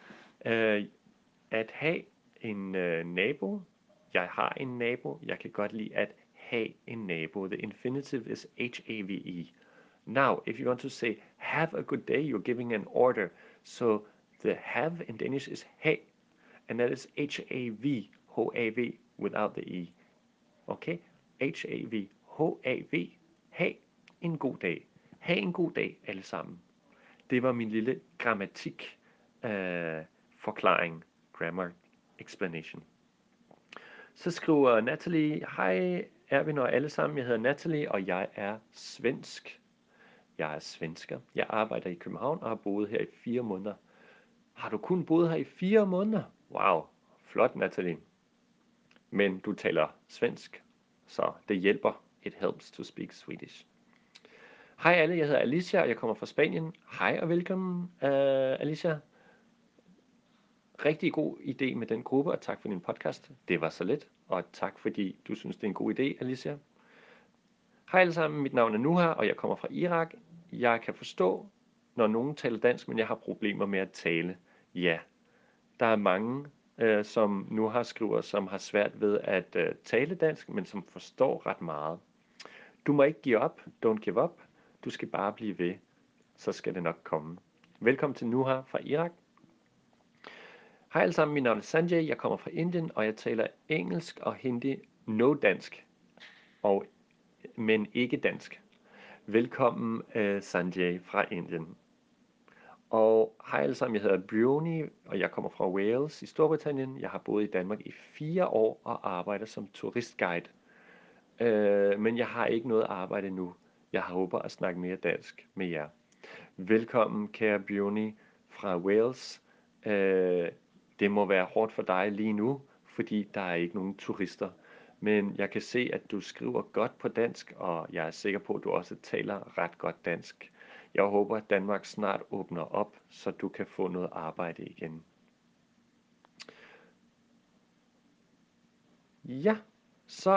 en nabo. Jeg har en nabo. Jeg kan godt lide at have en nabo. The infinitive is H-A-V-E. Now, if you want to say have a good day, you're giving an order. So the have in Danish is have, and that is H-A-V, H-A-V without the E. Okay? H-A-V, H-A-V, have en god dag. Ha' en god dag, alle sammen. Det var min lille grammatik forklaring, grammar explanation. Så skriver Natalie, hej Erwin og alle sammen, jeg hedder Natalie, og jeg er svensk. Jeg er svensker. Jeg arbejder i København og har boet her i 4 måneder. Har du kun boet her i 4 måneder? Wow, flot Natalie. Men du taler svensk, så det hjælper. It helps to speak Swedish. Hej alle, jeg hedder Alicia, og jeg kommer fra Spanien. Hej og velkommen, Alicia. Rigtig god idé med den gruppe, og tak for din podcast. Det var så lidt, og tak fordi du synes, det er en god idé, Alicia. Hej alle sammen, mit navn er Nuha, og jeg kommer fra Irak. Jeg kan forstå, når nogen taler dansk, men jeg har problemer med at tale. Ja, der er mange, som Nuha skriver, som har svært ved at tale dansk, men som forstår ret meget. Du må ikke give op, don't give up. Du skal bare blive ved, så skal det nok komme. Velkommen til Nuha fra Irak. Hej alle sammen, mit navn er Sanjay, jeg kommer fra Indien, og jeg taler engelsk og hindi, no dansk, men ikke dansk. Velkommen Sanjay fra Indien. Og hej alle sammen, jeg hedder Bryony, og jeg kommer fra Wales i Storbritannien. Jeg har boet i Danmark i 4 år og arbejder som turistguide. Men jeg har ikke noget arbejde nu. Jeg håber at snakke mere dansk med jer. Velkommen kære Bryony fra Wales. Det må være hårdt for dig lige nu, fordi der er ikke nogen turister. Men jeg kan se, at du skriver godt på dansk, og jeg er sikker på, at du også taler ret godt dansk. Jeg håber, at Danmark snart åbner op, så du kan få noget arbejde igen. Ja, så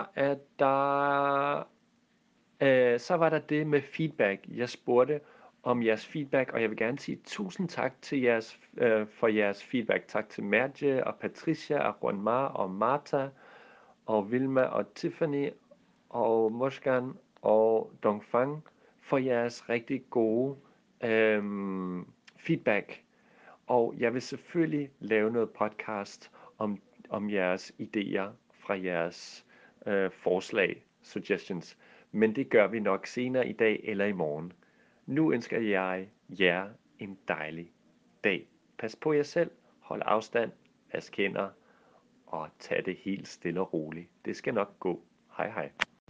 var der det med feedback. Jeg spurgte om jeres feedback, og jeg vil gerne sige tusind tak til for jeres feedback. Tak til Merje og Patricia og Juanmar og Marta og Vilma og Tiffany og Moskan og Dongfang for jeres rigtig gode feedback. Og jeg vil selvfølgelig lave noget podcast om jeres idéer fra jeres forslag, suggestions. Men det gør vi nok senere i dag eller i morgen. Nu ønsker jeg jer en dejlig dag. Pas på jer selv, hold afstand, vask hænder og tag det helt stille og roligt. Det skal nok gå. Hej hej.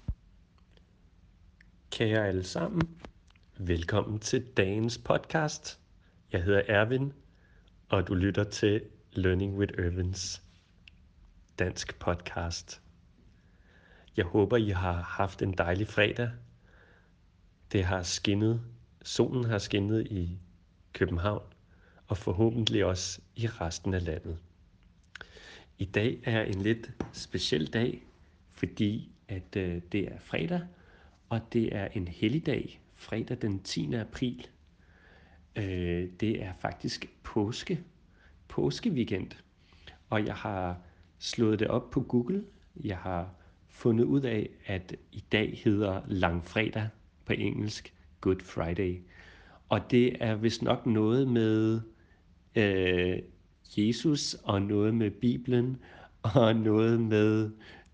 Kære alle sammen, velkommen til dagens podcast. Jeg hedder Erwin, og du lytter til Learning with Erwins dansk podcast. Jeg håber, I har haft en dejlig fredag. Det har skinnet, solen har skinnet i København, og forhåbentlig også i resten af landet. I dag er en lidt speciel dag, fordi at det er fredag, og det er en helligdag, fredag den 10. april. Det er faktisk påskeweekend, og jeg har slået det op på Google. Jeg har fundet ud af, at i dag hedder langfredag på engelsk, Good Friday. Og det er vist nok noget med øh, Jesus og noget med Bibelen og noget med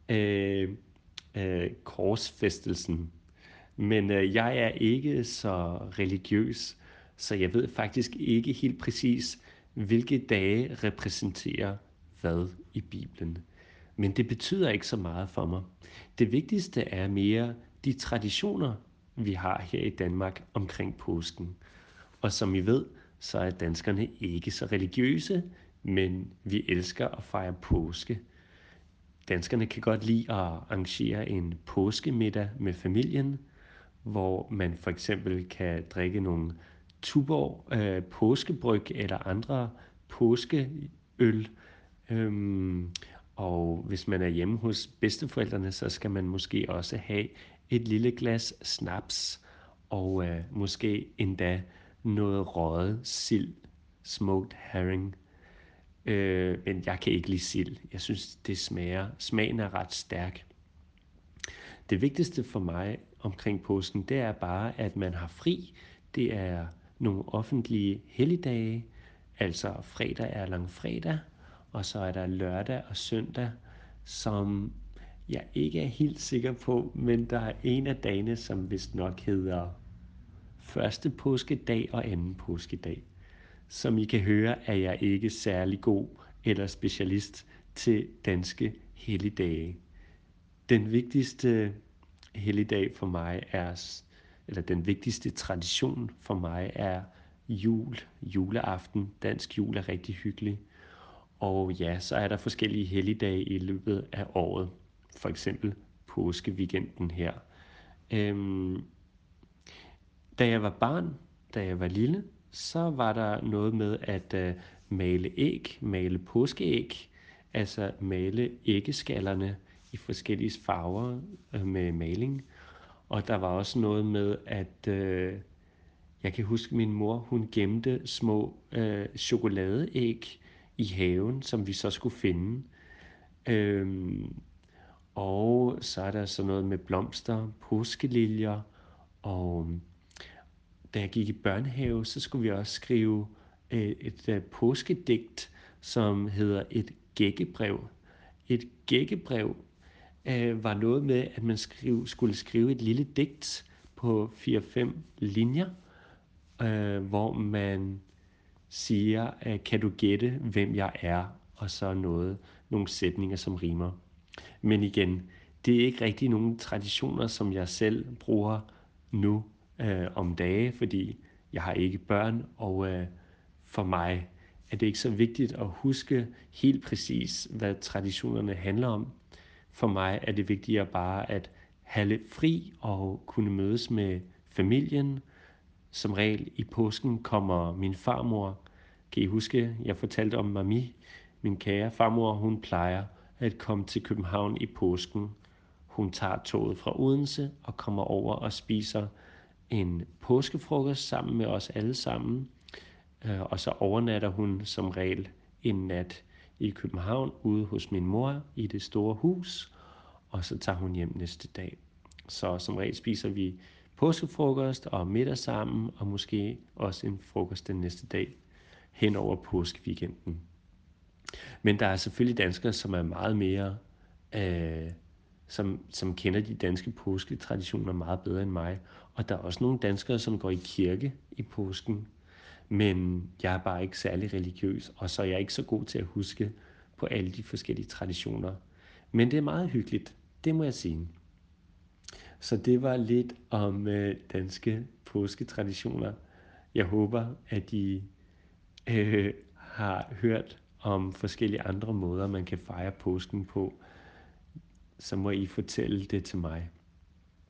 korsfæstelsen. Men jeg er ikke så religiøs, så jeg ved faktisk ikke helt præcis, hvilke dage repræsenterer hvad i Bibelen. Men det betyder ikke så meget for mig. Det vigtigste er mere de traditioner, vi har her i Danmark omkring påsken. Og som I ved, så er danskerne ikke så religiøse, men vi elsker at fejre påske. Danskerne kan godt lide at arrangere en påskemiddag med familien, hvor man for eksempel kan drikke nogle Tuborg påskebryg eller andre påskeøl. Og hvis man er hjemme hos bedsteforældrene, så skal man måske også have et lille glas snaps og måske endda noget røget sild, smoked herring. Men jeg kan ikke lide sild. Jeg synes, smagen er ret stærk. Det vigtigste for mig omkring påsken, det er bare, at man har fri. Det er nogle offentlige helligdage, altså fredag er langfredag, og så er der lørdag og søndag, som jeg ikke er helt sikker på, men der er en af dagene, som vist nok hedder første påskedag og anden påskedag. Som I kan høre, er jeg ikke særlig god eller specialist til danske helligdage. Den vigtigste helligdag for mig eller den vigtigste tradition for mig er juleaften. Dansk jul er rigtig hyggelig. Og ja, så er der forskellige helligdage i løbet af året. For eksempel påskeweekenden her. Da jeg var barn, da jeg var lille, så var der noget med at male påskeæg, altså male æggeskallerne i forskellige farver med maling. Og der var også noget med, at jeg kan huske, min mor, hun gemte små chokoladeæg i haven, som vi så skulle finde. Og så er der så noget med blomster, påskeliljer, og da jeg gik i børnehave, så skulle vi også skrive et påskedigt, som hedder et gækkebrev. Et gækkebrev var noget med, at man skulle skrive et lille digt på 4-5 linjer, hvor man siger, kan du gætte, hvem jeg er, og så nogle sætninger, som rimer. Men igen, det er ikke rigtig nogle traditioner, som jeg selv bruger nu om dage, fordi jeg har ikke børn, og for mig er det ikke så vigtigt at huske helt præcis, hvad traditionerne handler om. For mig er det vigtigere bare at have lidt fri og kunne mødes med familien. Som regel i påsken kommer min farmor. Kan I huske, jeg fortalte om Mami? Min kære farmor, hun plejer at komme til København i påsken. Hun tager toget fra Odense og kommer over og spiser en påskefrokost sammen med os alle sammen. Og så overnatter hun som regel en nat i København ude hos min mor i det store hus, og så tager hun hjem næste dag. Så som regel spiser vi påskefrokost og middag sammen, og måske også en frokost den næste dag hen over påskeweekenden. Men der er selvfølgelig danskere, som er meget mere, som kender de danske påsketraditioner meget bedre end mig. Og der er også nogle danskere, som går i kirke i påsken. Men jeg er bare ikke særlig religiøs, og så er jeg ikke så god til at huske på alle de forskellige traditioner. Men det er meget hyggeligt, det må jeg sige. Så det var lidt om danske påsketraditioner. Jeg håber, at I har hørt om forskellige andre måder, man kan fejre påsken på. Så må I fortælle det til mig.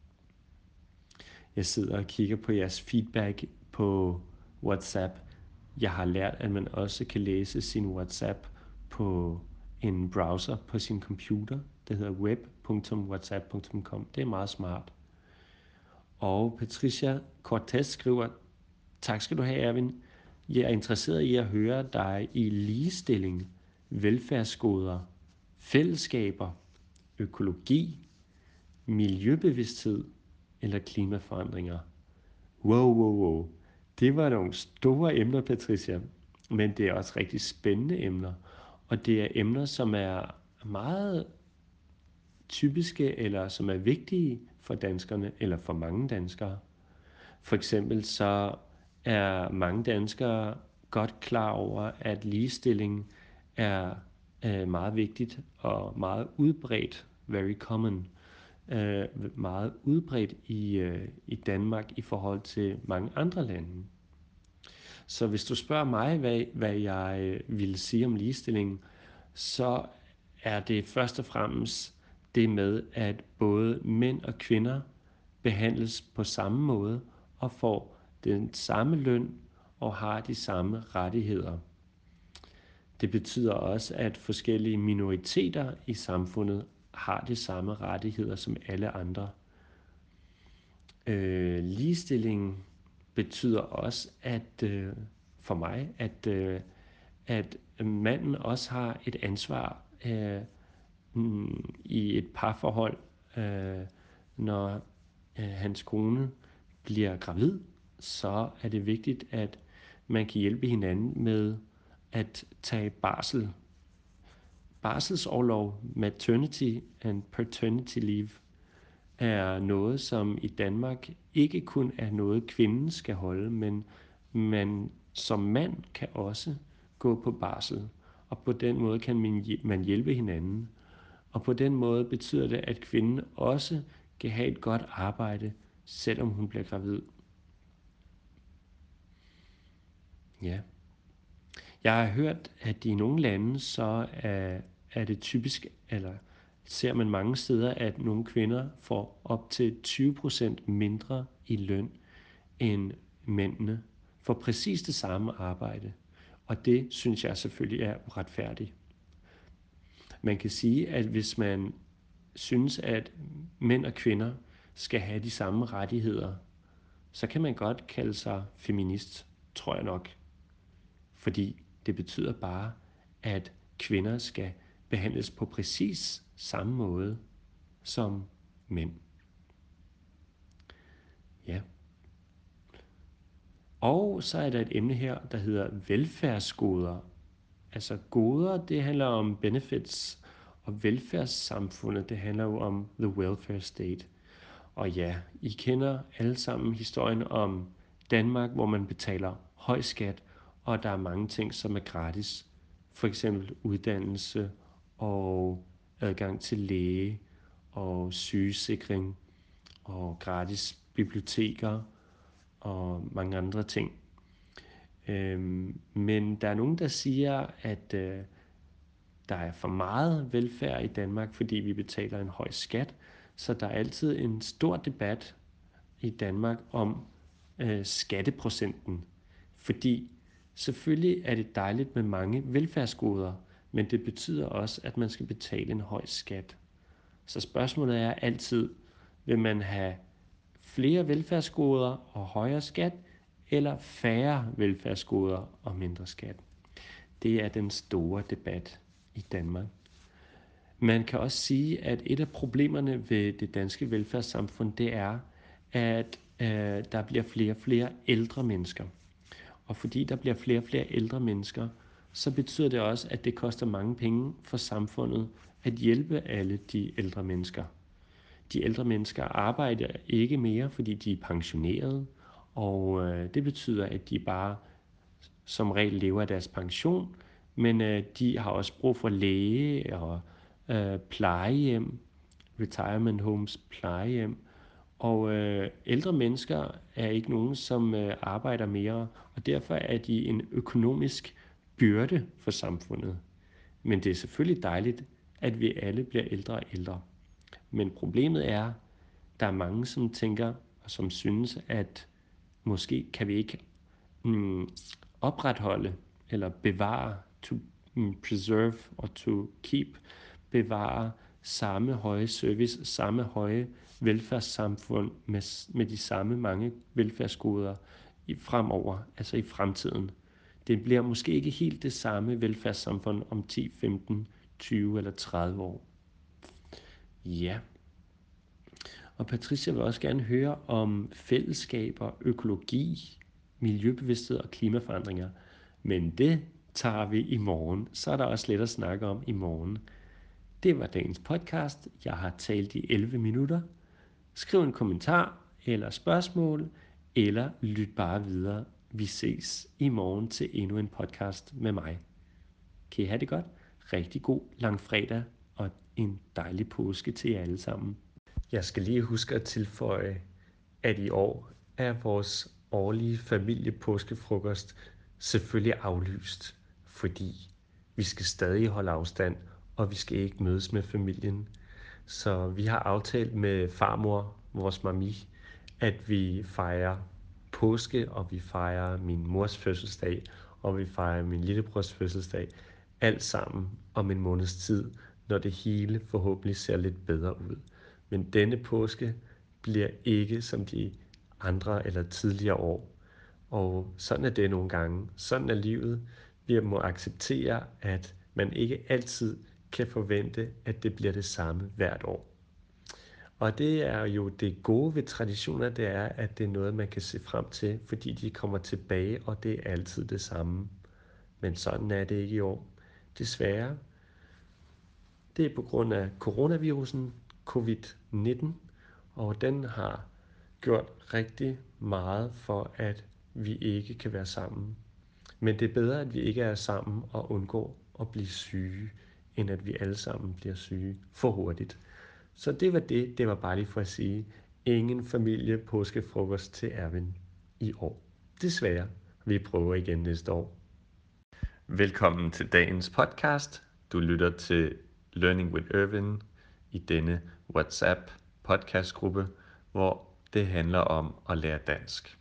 Jeg sidder og kigger på jeres feedback på WhatsApp, Jeg har lært, at man også kan læse sin WhatsApp på en browser på sin computer. Det hedder web.whatsapp.com. Det er meget smart. Og Patricia Cortez skriver, tak skal du have, Erwin. Jeg er interesseret i at høre dig i ligestilling, velfærdsgoder, fællesskaber, økologi, miljøbevidsthed eller klimaforandringer. Wow. Det var nogle store emner, Patricia. Men det er også rigtig spændende emner. Og det er emner, som er meget typiske, eller som er vigtige for danskerne, eller for mange danskere. For eksempel så er mange danskere godt klar over, at ligestilling er meget vigtigt og meget udbredt, very common, meget udbredt i Danmark i forhold til mange andre lande. Så hvis du spørger mig, hvad jeg vil sige om ligestilling, så er det først og fremmest det med, at både mænd og kvinder behandles på samme måde og får den samme løn og har de samme rettigheder. Det betyder også, at forskellige minoriteter i samfundet har de samme rettigheder som alle andre. Ligestilling betyder også, at for mig, at manden også har et ansvar i et parforhold, når hans kone bliver gravid, så er det vigtigt, at man kan hjælpe hinanden med at tage barsel. Barselsorlov, maternity and paternity leave, er noget, som i Danmark ikke kun er noget, kvinden skal holde, men man som mand kan også gå på barsel. Og på den måde kan man hjælpe hinanden. Og på den måde betyder det, at kvinden også kan have et godt arbejde, selvom hun bliver gravid. Ja. Jeg har hørt, at i nogle lande, så er det typisk, eller ser man mange steder, at nogle kvinder får op til 20% mindre i løn end mændene for præcis det samme arbejde. Og det synes jeg selvfølgelig er uretfærdigt. Man kan sige, at hvis man synes, at mænd og kvinder skal have de samme rettigheder, så kan man godt kalde sig feminist, tror jeg nok. Fordi det betyder bare, at kvinder skal behandles på præcis samme måde som mænd. Ja. Og så er der et emne her, der hedder velfærdsgoder. Altså goder, det handler om benefits, og velfærdssamfundet, det handler jo om the welfare state. Og ja, I kender alle sammen historien om Danmark, hvor man betaler høj skat, og der er mange ting, som er gratis. For eksempel uddannelse og adgang til læge og sygesikring og gratis biblioteker og mange andre ting. Men der er nogen, der siger, at der er for meget velfærd i Danmark, fordi vi betaler en høj skat. Så der er altid en stor debat i Danmark om skatteprocenten. Fordi selvfølgelig er det dejligt med mange velfærdsgoder, men det betyder også, at man skal betale en høj skat. Så spørgsmålet er altid, vil man have flere velfærdsgoder og højere skat, eller færre velfærdsgoder og mindre skat? Det er den store debat i Danmark. Man kan også sige, at et af problemerne ved det danske velfærdssamfund, det er, at der bliver flere og flere ældre mennesker. Og fordi der bliver flere og flere ældre mennesker, så betyder det også, at det koster mange penge for samfundet at hjælpe alle de ældre mennesker. De ældre mennesker arbejder ikke mere, fordi de er pensionerede, og det betyder, at de bare som regel lever af deres pension, men de har også brug for læge og plejehjem, retirement homes, plejehjem. Og ældre mennesker er ikke nogen, som arbejder mere, og derfor er de en økonomisk byrde for samfundet. Men det er selvfølgelig dejligt, at vi alle bliver ældre og ældre. Men problemet er, der er mange, som tænker og som synes, at måske kan vi ikke opretholde eller bevare, to preserve og to keep, bevare samme høje service, samme høje velfærdssamfund med de samme mange velfærdsgoder fremover, altså i fremtiden. Det bliver måske ikke helt det samme velfærdssamfund om 10, 15, 20 eller 30 år. Ja. Og Patricia vil også gerne høre om fællesskaber, økologi, miljøbevidsthed og klimaforandringer. Men det tager vi i morgen. Så er der også lidt at snakke om i morgen. Det var dagens podcast. Jeg har talt i 11 minutter. Skriv en kommentar eller spørgsmål, eller lyt bare videre. Vi ses i morgen til endnu en podcast med mig. Kan I have det godt? Rigtig god langfredag og en dejlig påske til jer alle sammen. Jeg skal lige huske at tilføje, at i år er vores årlige familiepåskefrokost selvfølgelig aflyst, fordi vi skal stadig holde afstand, og vi skal ikke mødes med familien. Så vi har aftalt med farmor, vores mami, at vi fejrer påske, og vi fejrer min mors fødselsdag, og vi fejrer min lillebrors fødselsdag, alt sammen om en måneds tid, når det hele forhåbentlig ser lidt bedre ud. Men denne påske bliver ikke som de andre eller tidligere år. Og sådan er det nogle gange. Sådan er livet. Vi må acceptere, at man ikke altid kan forvente, at det bliver det samme hvert år. Og det er jo det gode ved traditioner, det er, at det er noget, man kan se frem til, fordi de kommer tilbage, og det er altid det samme. Men sådan er det ikke i år. Desværre. Det er på grund af coronavirusen, covid-19, og den har gjort rigtig meget for, at vi ikke kan være sammen. Men det er bedre, at vi ikke er sammen og undgår at blive syge, end at vi alle sammen bliver syge for hurtigt. Så det var det. Det var bare lige for at sige, ingen familie påskefrokost til Erwin i år. Desværre. Vi prøver igen næste år. Velkommen til dagens podcast. Du lytter til Learning with Erwin i denne WhatsApp podcastgruppe, hvor det handler om at lære dansk.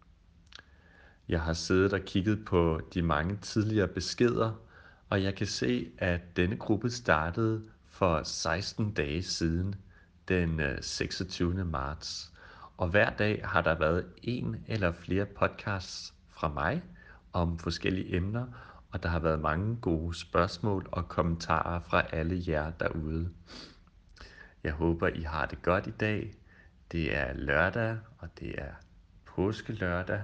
Jeg har siddet og kigget på de mange tidligere beskeder, og jeg kan se, at denne gruppe startede for 16 dage siden, den 26. marts. Og hver dag har der været en eller flere podcasts fra mig om forskellige emner, og der har været mange gode spørgsmål og kommentarer fra alle jer derude. Jeg håber, I har det godt i dag. Det er lørdag, og det er påskelørdag.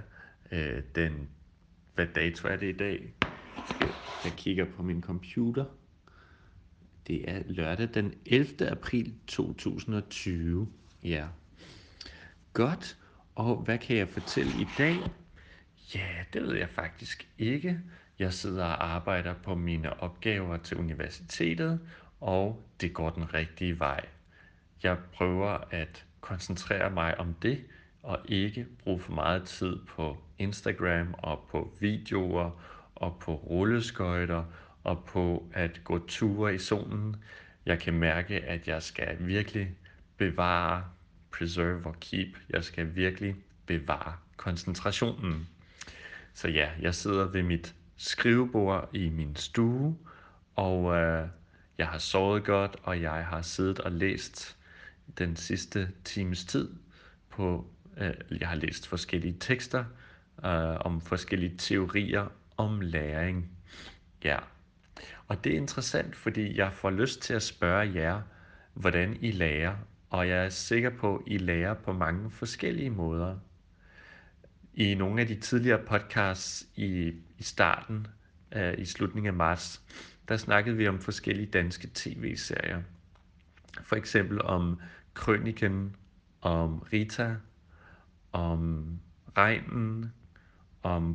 Hvad dato er det i dag? Jeg kigger på min computer. Det er lørdag den 11. april 2020. Ja. Godt. Og hvad kan jeg fortælle i dag? Ja, det ved jeg faktisk ikke. Jeg sidder og arbejder på mine opgaver til universitetet, og det går den rigtige vej. Jeg prøver at koncentrere mig om det, og ikke bruge for meget tid på Instagram og på videoer og på rulleskøjter og på at gå ture i solen. Jeg kan mærke, at jeg skal virkelig bevare, preserve og keep. Jeg skal virkelig bevare koncentrationen. Så ja, jeg sidder ved mit skrivebord i min stue, og jeg har sovet godt, og jeg har siddet og læst den sidste times tid jeg har læst forskellige tekster om forskellige teorier om læring. Ja. Og det er interessant, fordi jeg får lyst til at spørge jer, hvordan I lærer, og jeg er sikker på, at I lærer på mange forskellige måder. I nogle af de tidligere podcasts i starten, i slutningen af marts, der snakkede vi om forskellige danske tv-serier. For eksempel om Krøniken, om Rita, om Regnen, om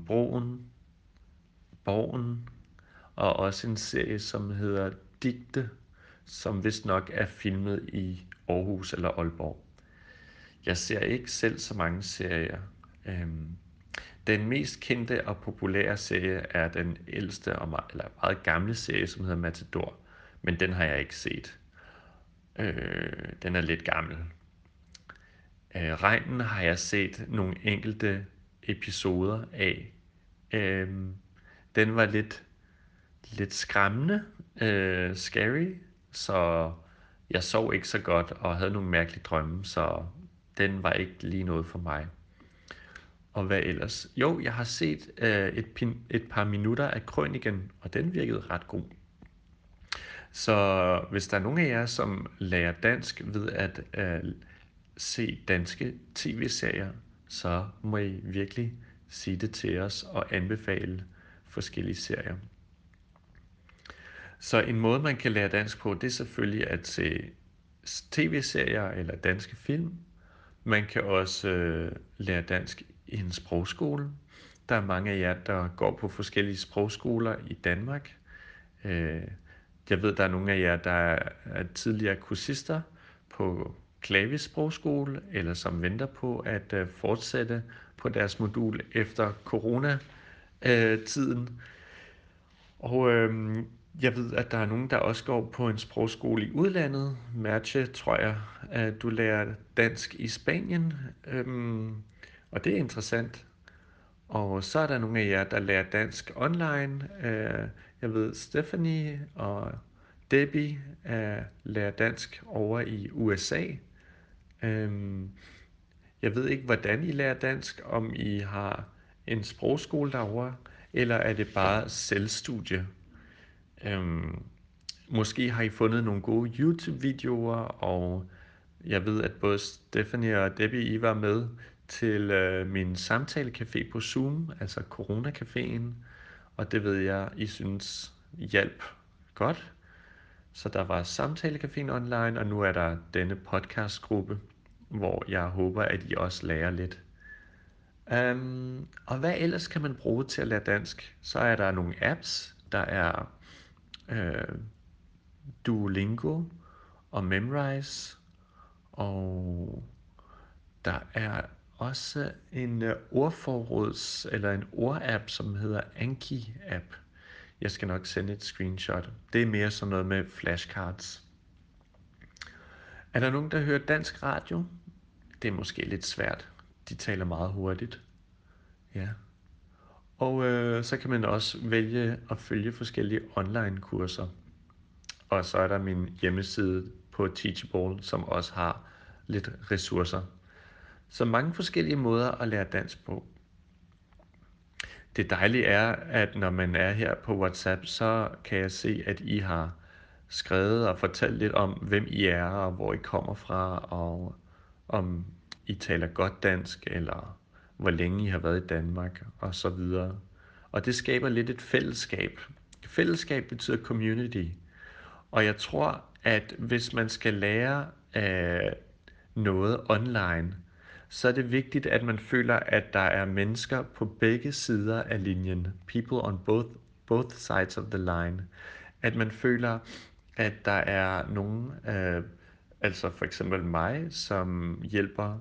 Borgen, og også en serie, som hedder Digte, som vist nok er filmet i Aarhus eller Aalborg. Jeg ser ikke selv så mange serier. Den mest kendte og populære serie er den ældste og meget gamle serie, som hedder Matador, men den har jeg ikke set. Den er lidt gammel. Regnen har jeg set nogle enkelte episoder af, Den var lidt skræmmende, scary, så jeg sov ikke så godt og havde nogle mærkelige drømme, så den var ikke lige noget for mig. Og hvad ellers? Jo, jeg har set et par minutter af Krøniken, og den virkede ret god. Så hvis der er nogen af jer, som lærer dansk ved at se danske tv-serier, så må I virkelig sige det til os og anbefale forskellige serier. Så en måde, man kan lære dansk på, det er selvfølgelig at se tv-serier eller danske film. Man kan også lære dansk i en sprogskole. Der er mange af jer, der går på forskellige sprogskoler i Danmark. Jeg ved, der er nogle af jer, der er tidligere kursister på Klavis sprogskole, eller som venter på at fortsætte på deres modul efter corona-tiden. Og jeg ved, at der er nogen, der også går på en sprogskole i udlandet. Merche, tror jeg, at du lærer dansk i Spanien. Og det er interessant. Og så er der nogle af jer, der lærer dansk online. Jeg ved, Stephanie og Debbie lærer dansk over i USA. Jeg ved ikke, hvordan I lærer dansk, om I har en sprogskole derovre, eller er det bare selvstudie. Måske har I fundet nogle gode YouTube-videoer, og jeg ved, at både Stephanie og Debbie, I var med til min samtalecafé på Zoom, altså Corona-caféen, og det ved jeg, I synes hjalp godt. Så der var samtalecaféen online, og nu er der denne podcastgruppe, hvor jeg håber, at I også lærer lidt. Og hvad ellers kan man bruge til at lære dansk? Så er der nogle apps, der er Duolingo og Memrise, og der er også en ordforråds eller en ordapp, som hedder Anki-app. Jeg skal nok sende et screenshot. Det er mere sådan noget med flashcards. Er der nogen, der hører dansk radio? Det er måske lidt svært. De taler meget hurtigt. Ja. Og så kan man også vælge at følge forskellige online kurser. Og så er der min hjemmeside på Teachable, som også har lidt ressourcer. Så mange forskellige måder at lære dansk på. Det dejlige er, at når man er her på WhatsApp, så kan jeg se, at I har skrevet og fortalt lidt om, hvem I er og hvor I kommer fra, og om I taler godt dansk, eller hvor længe I har været i Danmark, og så videre. Og det skaber lidt et fællesskab. Fællesskab betyder community. Og jeg tror, at hvis man skal lære noget online, så er det vigtigt, at man føler, at der er mennesker på begge sider af linjen. People on both sides of the line. At man føler, at der er nogen, altså for eksempel mig, som hjælper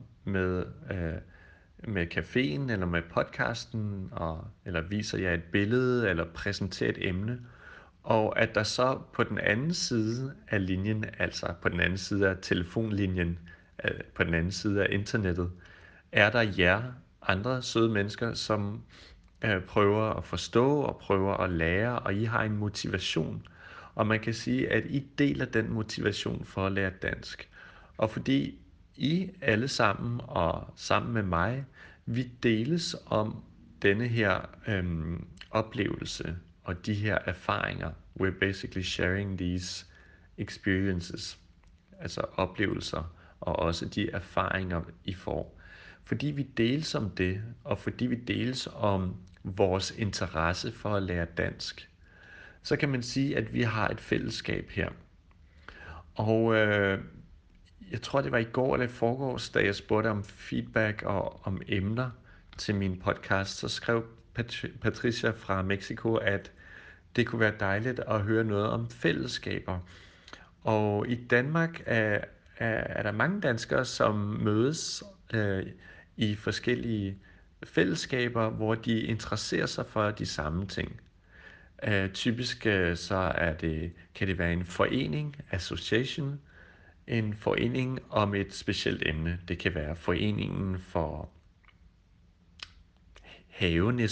med caféen eller med podcasten, eller viser jer et billede eller præsenterer et emne. Og at der så på den anden side af linjen, altså på den anden side af telefonlinjen, på den anden side af internettet, er der jer andre søde mennesker, som prøver at forstå og prøver at lære, og I har en motivation. Og man kan sige, at I deler den motivation for at lære dansk. Og fordi I alle sammen og sammen med mig, vi deles om denne her oplevelse og de her erfaringer. We're basically sharing these experiences, altså oplevelser og også de erfaringer, I får. Fordi vi deles om det, og fordi vi deles om vores interesse for at lære dansk, så kan man sige, at vi har et fællesskab her. Og jeg tror, det var i går eller i forgårs, da jeg spurgte om feedback og om emner til min podcast, så skrev Patricia fra Mexico, at det kunne være dejligt at høre noget om fællesskaber. Og i Danmark er der mange danskere, som mødes i forskellige fællesskaber, hvor de interesserer sig for de samme ting. Typisk så kan det være en forening, association, en forening om et specielt emne. Det kan være foreningen for havenisser,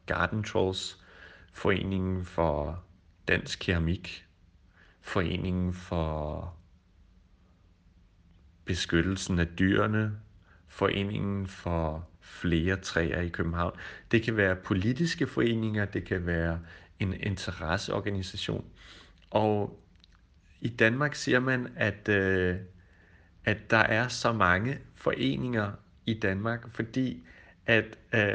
Garden Trolls, Foreningen for Dansk Keramik, Foreningen for Beskyttelsen af Dyrene, Foreningen for Flere Træer i København. Det kan være politiske foreninger, det kan være en interesseorganisation. Og i Danmark siger man, at der er så mange foreninger i Danmark, fordi at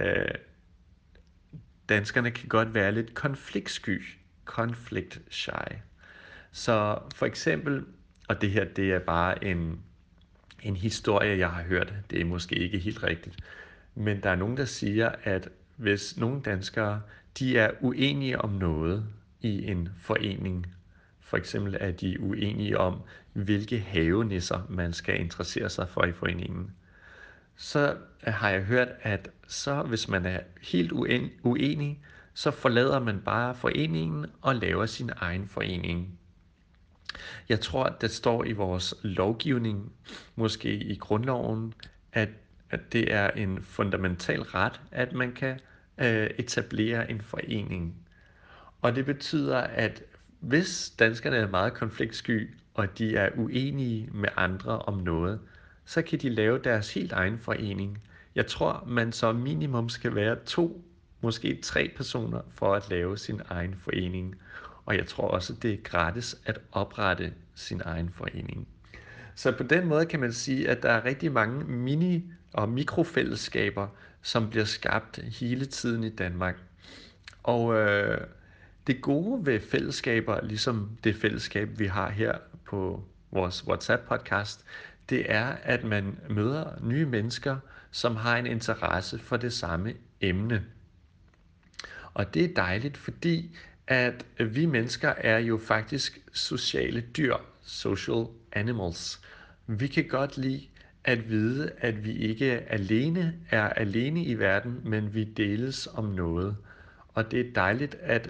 danskerne kan godt være lidt konfliktsky, conflict shy. Så for eksempel, og det her det er bare en historie, jeg har hørt, det er måske ikke helt rigtigt, men der er nogen, der siger, at hvis nogle danskere, de er uenige om noget i en forening, for eksempel er de uenige om, hvilke havenisser man skal interessere sig for i foreningen, så har jeg hørt, at så hvis man er helt uenig, så forlader man bare foreningen og laver sin egen forening. Jeg tror, at det står i vores lovgivning, måske i grundloven, at det er en fundamental ret, at man kan etablere en forening. Og det betyder, at hvis danskerne er meget konfliktsky, og de er uenige med andre om noget, så kan de lave deres helt egen forening. Jeg tror, man som minimum skal være 2, måske 3 personer for at lave sin egen forening. Og jeg tror også, det er gratis at oprette sin egen forening. Så på den måde kan man sige, at der er rigtig mange mini- og mikrofællesskaber, som bliver skabt hele tiden i Danmark. Og det gode ved fællesskaber, ligesom det fællesskab, vi har her på vores WhatsApp-podcast, det er, at man møder nye mennesker, som har en interesse for det samme emne. Og det er dejligt, fordi at vi mennesker er jo faktisk sociale dyr, social animals. Vi kan godt lide at vide, at vi ikke er alene i verden, men vi deles om noget. Og det er dejligt at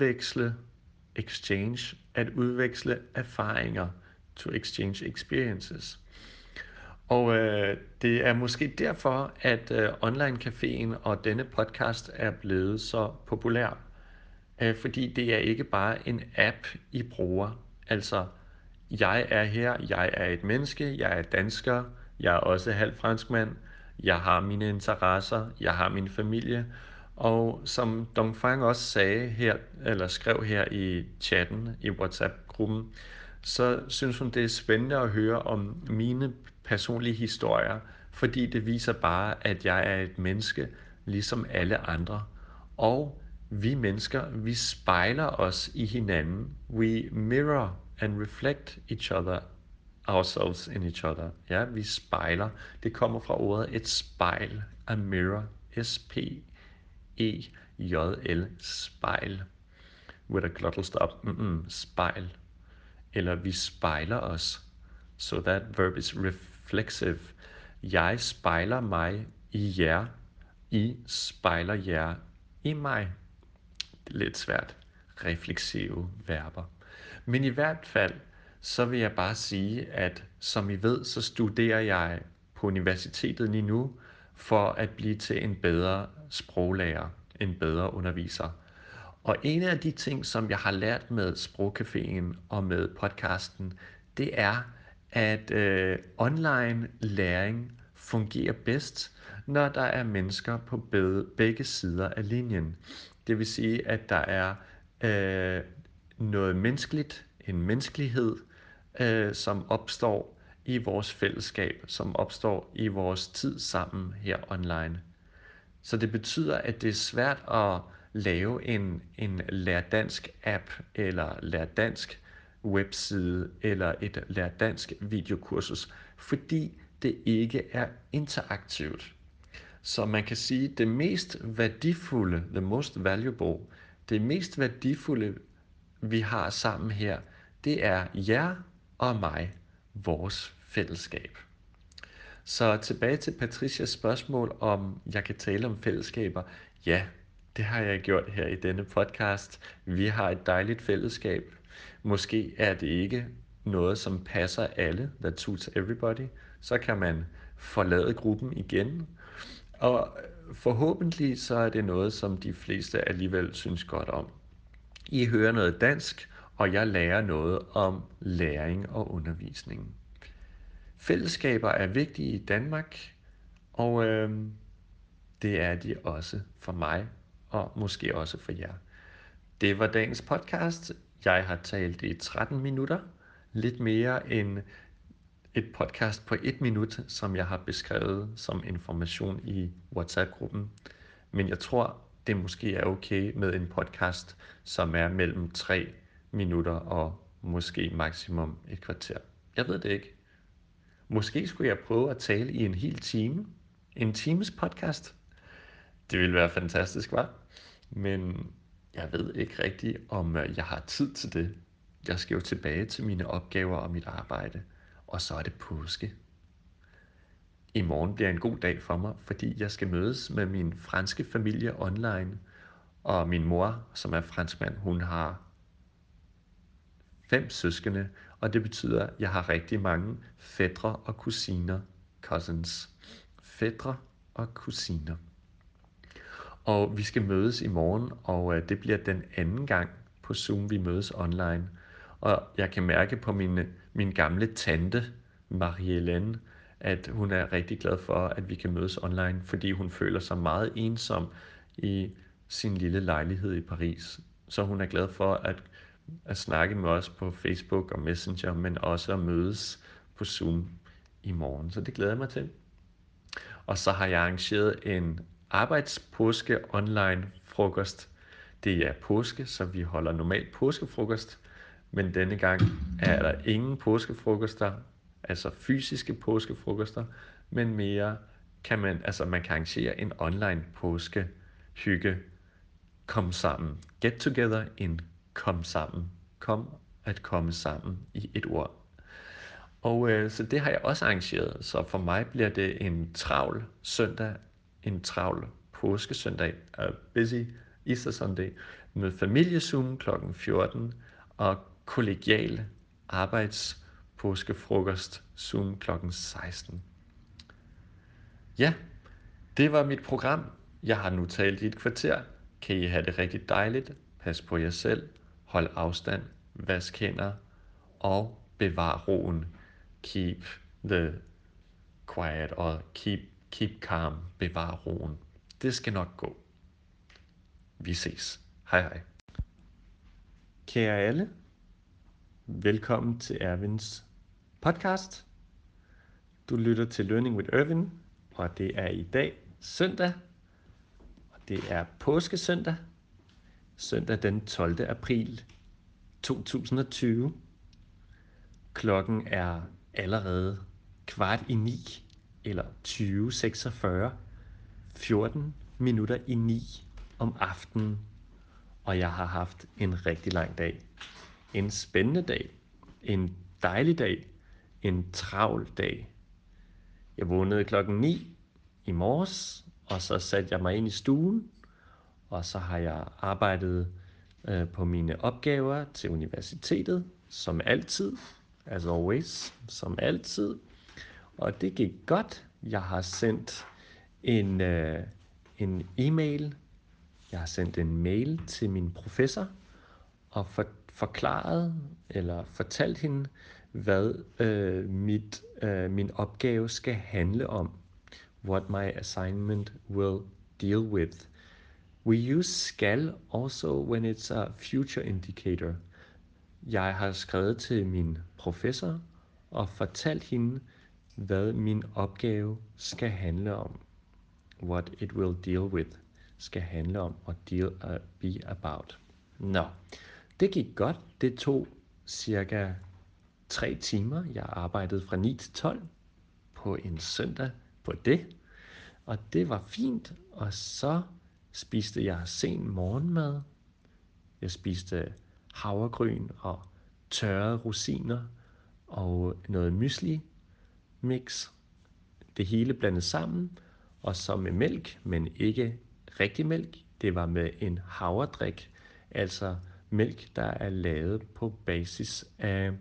udveksle erfaringer, to exchange experiences. Og det er måske derfor, at online caféen og denne podcast er blevet så populær. Fordi det er ikke bare en app, I bruger. Altså, jeg er her, jeg er et menneske, jeg er dansker, jeg er også halv franskmand, jeg har mine interesser, jeg har min familie. Og som Dongfang også sagde her, eller skrev her i chatten, i WhatsApp-gruppen, så synes hun, det er spændende at høre om mine personlige historier, fordi det viser bare, at jeg er et menneske, ligesom alle andre. Og vi mennesker, vi spejler os i hinanden. We mirror and reflect ourselves in each other. Ja, vi spejler. Det kommer fra ordet et spejl, a mirror, S-P-E-J-L, spejl, with a glottal stop, spejl. Eller vi spejler os. So that verb is reflexive. Jeg spejler mig i jer. I spejler jer i mig. Det er lidt svært. Refleksive verber. Men i hvert fald, så vil jeg bare sige, at som I ved, så studerer jeg på universitetet lige nu, for at blive til en bedre sproglærer, en bedre underviser. Og en af de ting, som jeg har lært med Sprogcaféen og med podcasten, det er, at online læring fungerer bedst, når der er mennesker på begge sider af linjen. Det vil sige, at der er noget menneskeligt, en menneskelighed, som opstår i vores fællesskab, som opstår i vores tid sammen her online. Så det betyder, at det er svært at lave en lær dansk app, eller lær dansk webside, eller et lær dansk videokursus, fordi det ikke er interaktivt. Så man kan sige, at det mest værdifulde, det mest værdifulde, vi har sammen her, det er jer og mig, vores fællesskab. Så tilbage til Patricias spørgsmål, om jeg kan tale om fællesskaber. Ja, det har jeg gjort her i denne podcast. Vi har et dejligt fællesskab. Måske er det ikke noget, som passer alle, that suits everybody. Så kan man forlade gruppen igen. Og forhåbentlig så er det noget, som de fleste alligevel synes godt om. I hører noget dansk, og jeg lærer noget om læring og undervisning. Fællesskaber er vigtige i Danmark, og det er de også for mig, og måske også for jer. Det var dagens podcast. Jeg har talt i 13 minutter, lidt mere end et podcast på 1 minut, som jeg har beskrevet som information i WhatsApp-gruppen. Men jeg tror, det måske er okay med en podcast, som er mellem 3 minutter og måske maksimum et kvarter. Jeg ved det ikke. Måske skulle jeg prøve at tale i en hel time. En times podcast. Det ville være fantastisk, hva'? Men jeg ved ikke rigtigt, om jeg har tid til det. Jeg skal jo tilbage til mine opgaver og mit arbejde. Og så er det påske. I morgen bliver en god dag for mig, fordi jeg skal mødes med min franske familie online. Og min mor, som er franskmand, hun har 5 søskende, og det betyder, at jeg har rigtig mange fætre og kusiner, cousins. Fætre og kusiner. Og vi skal mødes i morgen, og det bliver den anden gang på Zoom, vi mødes online. Og jeg kan mærke på min gamle tante, Marie-Hélène, at hun er rigtig glad for, at vi kan mødes online, fordi hun føler sig meget ensom i sin lille lejlighed i Paris. Så hun er glad for at snakke med os på Facebook og Messenger, men også at mødes på Zoom i morgen. Så det glæder jeg mig til. Og så har jeg arrangeret en arbejdspåske online frokost. Det er påske, så vi holder normalt påskefrokost, men denne gang er der ingen påskefrokoster, altså fysiske påskefrokoster, men mere man kan arrangere en online påskehygge. Kom sammen. Get together in kom sammen. Komme sammen i et ord. Og så det har jeg også arrangeret. Så for mig bliver det en travl søndag, en travl påskesøndag, a busy Easter Sunday, med familiezoom kl. 14 og kollegial arbejdspåskefrokost Zoom kl. 16. Ja, det var mit program. Jeg har nu talt i et kvarter. Kan I have det rigtig dejligt. Pas på jer selv. Hold afstand. Vask hænder. Og bevar roen. Keep the quiet og keep calm. Bevar roen. Det skal nok gå. Vi ses. Hej hej. Kære alle. Velkommen til Ervins podcast. Du lytter til Learning with Ervin, og det er i dag søndag. Det er påskesøndag. Søndag den 12. april 2020. Klokken er allerede 8:45 eller 20:46. 14 minutter i 9 om aftenen. Og jeg har haft en rigtig lang dag. En spændende dag. En dejlig dag. En travl dag. Jeg vågnede klokken 9 i morges, og så satte jeg mig ind i stuen, og så har jeg arbejdet på mine opgaver til universitetet, som altid, as always, som altid. Og det gik godt. Jeg har sendt en e-mail. Jeg har sendt en mail til min professor og forklaret eller fortalt hende, hvad min opgave skal handle om. What my assignment will deal with. We use skal also when it's a future indicator. Jeg har skrevet til min professor og fortalt hende, hvad min opgave skal handle om. What it will deal with skal handle om og be about. Nå, det gik godt. Det tog cirka 3 timer. Jeg arbejdede fra 9 til 12 på en søndag på det. Og det var fint. Og så spiste jeg sen morgenmad. Jeg spiste havregryn og tørrede rosiner og noget mysli mix. Det hele blandet sammen, og så med mælk, men ikke rigtig mælk. Det var med en havredrik, altså mælk, der er lavet på basis af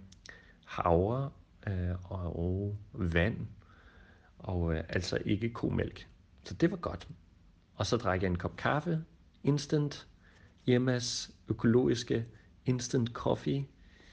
havre og vand, og altså ikke komælk. Så det var godt. Og så drak jeg en kop kaffe, instant, Irmas økologiske instant coffee,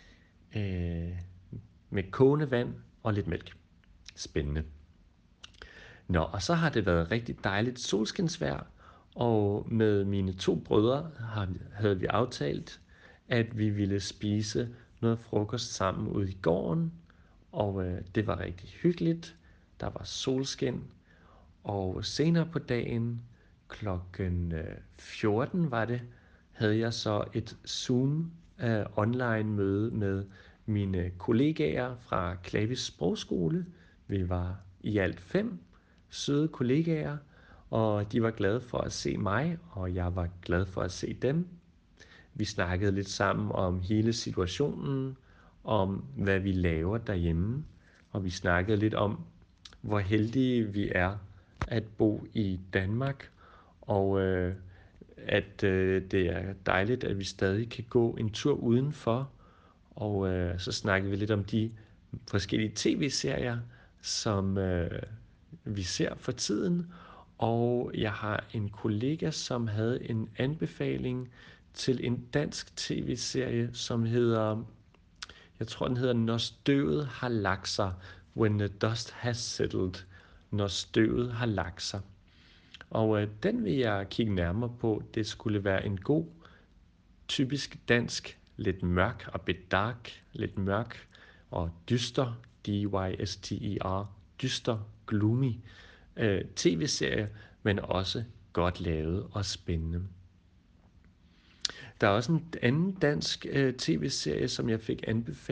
med kogende vand og lidt mælk. Spændende. Nå, og så har det været rigtig dejligt solskinsvejr, og med mine 2 brødre havde vi aftalt, at vi ville spise noget frokost sammen ude i gården, og det var rigtig hyggeligt. Der var solskin, og senere på dagen, klokken 14 var det, havde jeg så et Zoom online møde med mine kollegaer fra Klavis Sprogskole. Vi var i alt 5 søde kollegaer, og de var glade for at se mig, og jeg var glad for at se dem. Vi snakkede lidt sammen om hele situationen, om hvad vi laver derhjemme, og vi snakkede lidt om, hvor heldige vi er at bo i Danmark, og at det er dejligt, at vi stadig kan gå en tur udenfor. Og så snakkede vi lidt om de forskellige tv-serier, som vi ser for tiden. Og jeg har en kollega, som havde en anbefaling til en dansk tv-serie, som hedder, jeg tror den hedder Når støvet har lagt sig, When the dust has settled. Når støvet har lagt sig. Og den vil jeg kigge nærmere på. Det skulle være en god, typisk dansk, lidt mørk og bedark, lidt mørk og dyster, D-Y-S-T-E-R, dyster, gloomy tv-serie, men også godt lavet og spændende. Der er også en anden dansk tv-serie, som jeg fik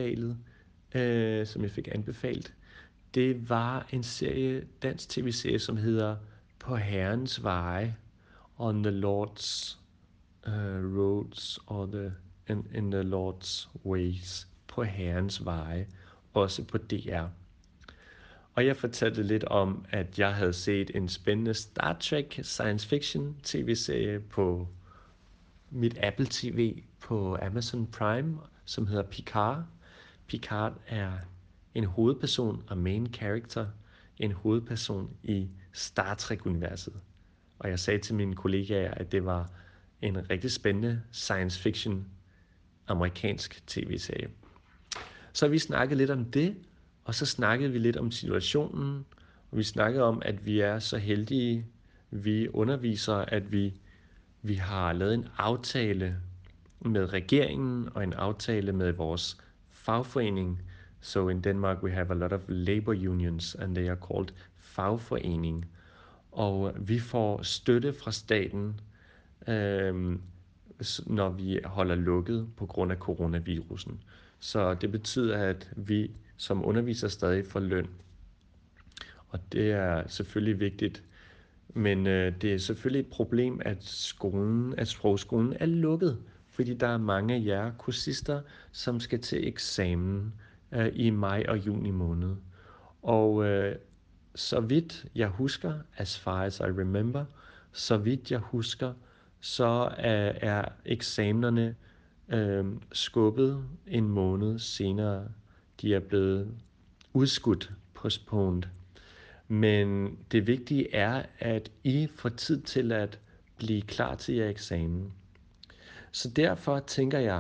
anbefalet. Det var en dansk tv-serie, som hedder På Herrens Veje, On the Lord's Roads, or in the Lord's Ways, På Herrens Veje, også på DR. Og jeg fortalte lidt om, at jeg havde set en spændende Star Trek science fiction tv-serie på mit Apple TV på Amazon Prime, som hedder Picard. Picard er en hovedperson og main character, en hovedperson i Star Trek-universet. Og jeg sagde til mine kollegaer, at det var en rigtig spændende science fiction amerikansk tv-serie. Så vi snakkede lidt om det, og så snakkede vi lidt om situationen, og vi snakkede om, at vi er så heldige, vi undervisere, at vi har lavet en aftale med regeringen og en aftale med vores fagforening. So in Denmark we have a lot of labor unions, and they are called fagforening. Og vi får støtte fra staten, når vi holder lukket på grund af coronavirusen. Så det betyder, at vi som undervisere stadig får løn. Og det er selvfølgelig vigtigt. Men det er selvfølgelig et problem, at sprogskolen er lukket, fordi der er mange af jer kursister, som skal til eksamen i maj og juni måned. Og så vidt jeg husker, as far as I remember, så er eksamenerne skubbet en måned senere. De er blevet udskudt, postponed. Men det vigtige er, at I får tid til at blive klar til jeres eksamen. Så derfor tænker jeg,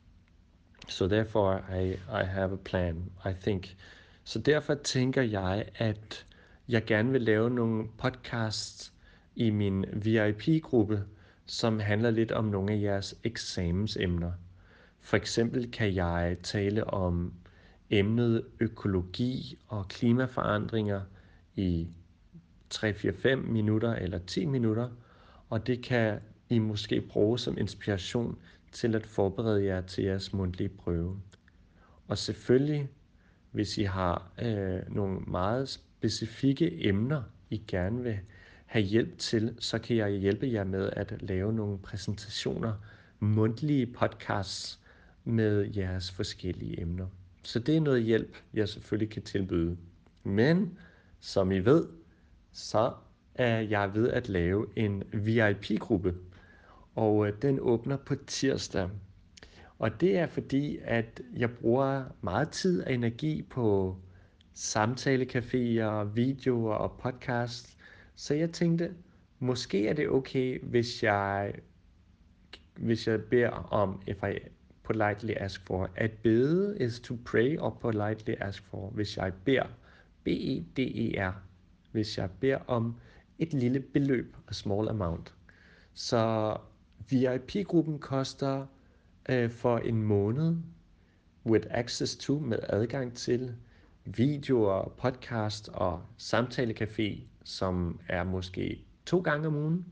I have a plan, I think. Så derfor tænker jeg, at jeg gerne vil lave nogle podcasts i min VIP-gruppe, som handler lidt om nogle af jeres eksamensemner. For eksempel kan jeg tale om emnet økologi og klimaforandringer i 3-4-5 minutter eller 10 minutter, og det kan I måske bruge som inspiration til at forberede jer til jeres mundtlige prøve. Og selvfølgelig, hvis I har nogle meget specifikke emner, I gerne vil have hjælp til, så kan jeg hjælpe jer med at lave nogle præsentationer, mundtlige podcasts med jeres forskellige emner. Så det er noget hjælp, jeg selvfølgelig kan tilbyde. Men som I ved, så er jeg ved at lave en VIP-gruppe, og den åbner på tirsdag. Og det er fordi, at jeg bruger meget tid og energi på samtalecaféer, videoer og podcasts, Så jeg tænkte, måske er det okay, hvis jeg beder om, if I politely ask for. At bede is to pray, og politely ask for. Hvis jeg beder, B-E-D-E-R, hvis jeg beder om et lille beløb, a small amount. Så VIP-gruppen koster for en måned with access to, med adgang til videoer, podcast og samtalecafé, som er måske 2 gange om ugen.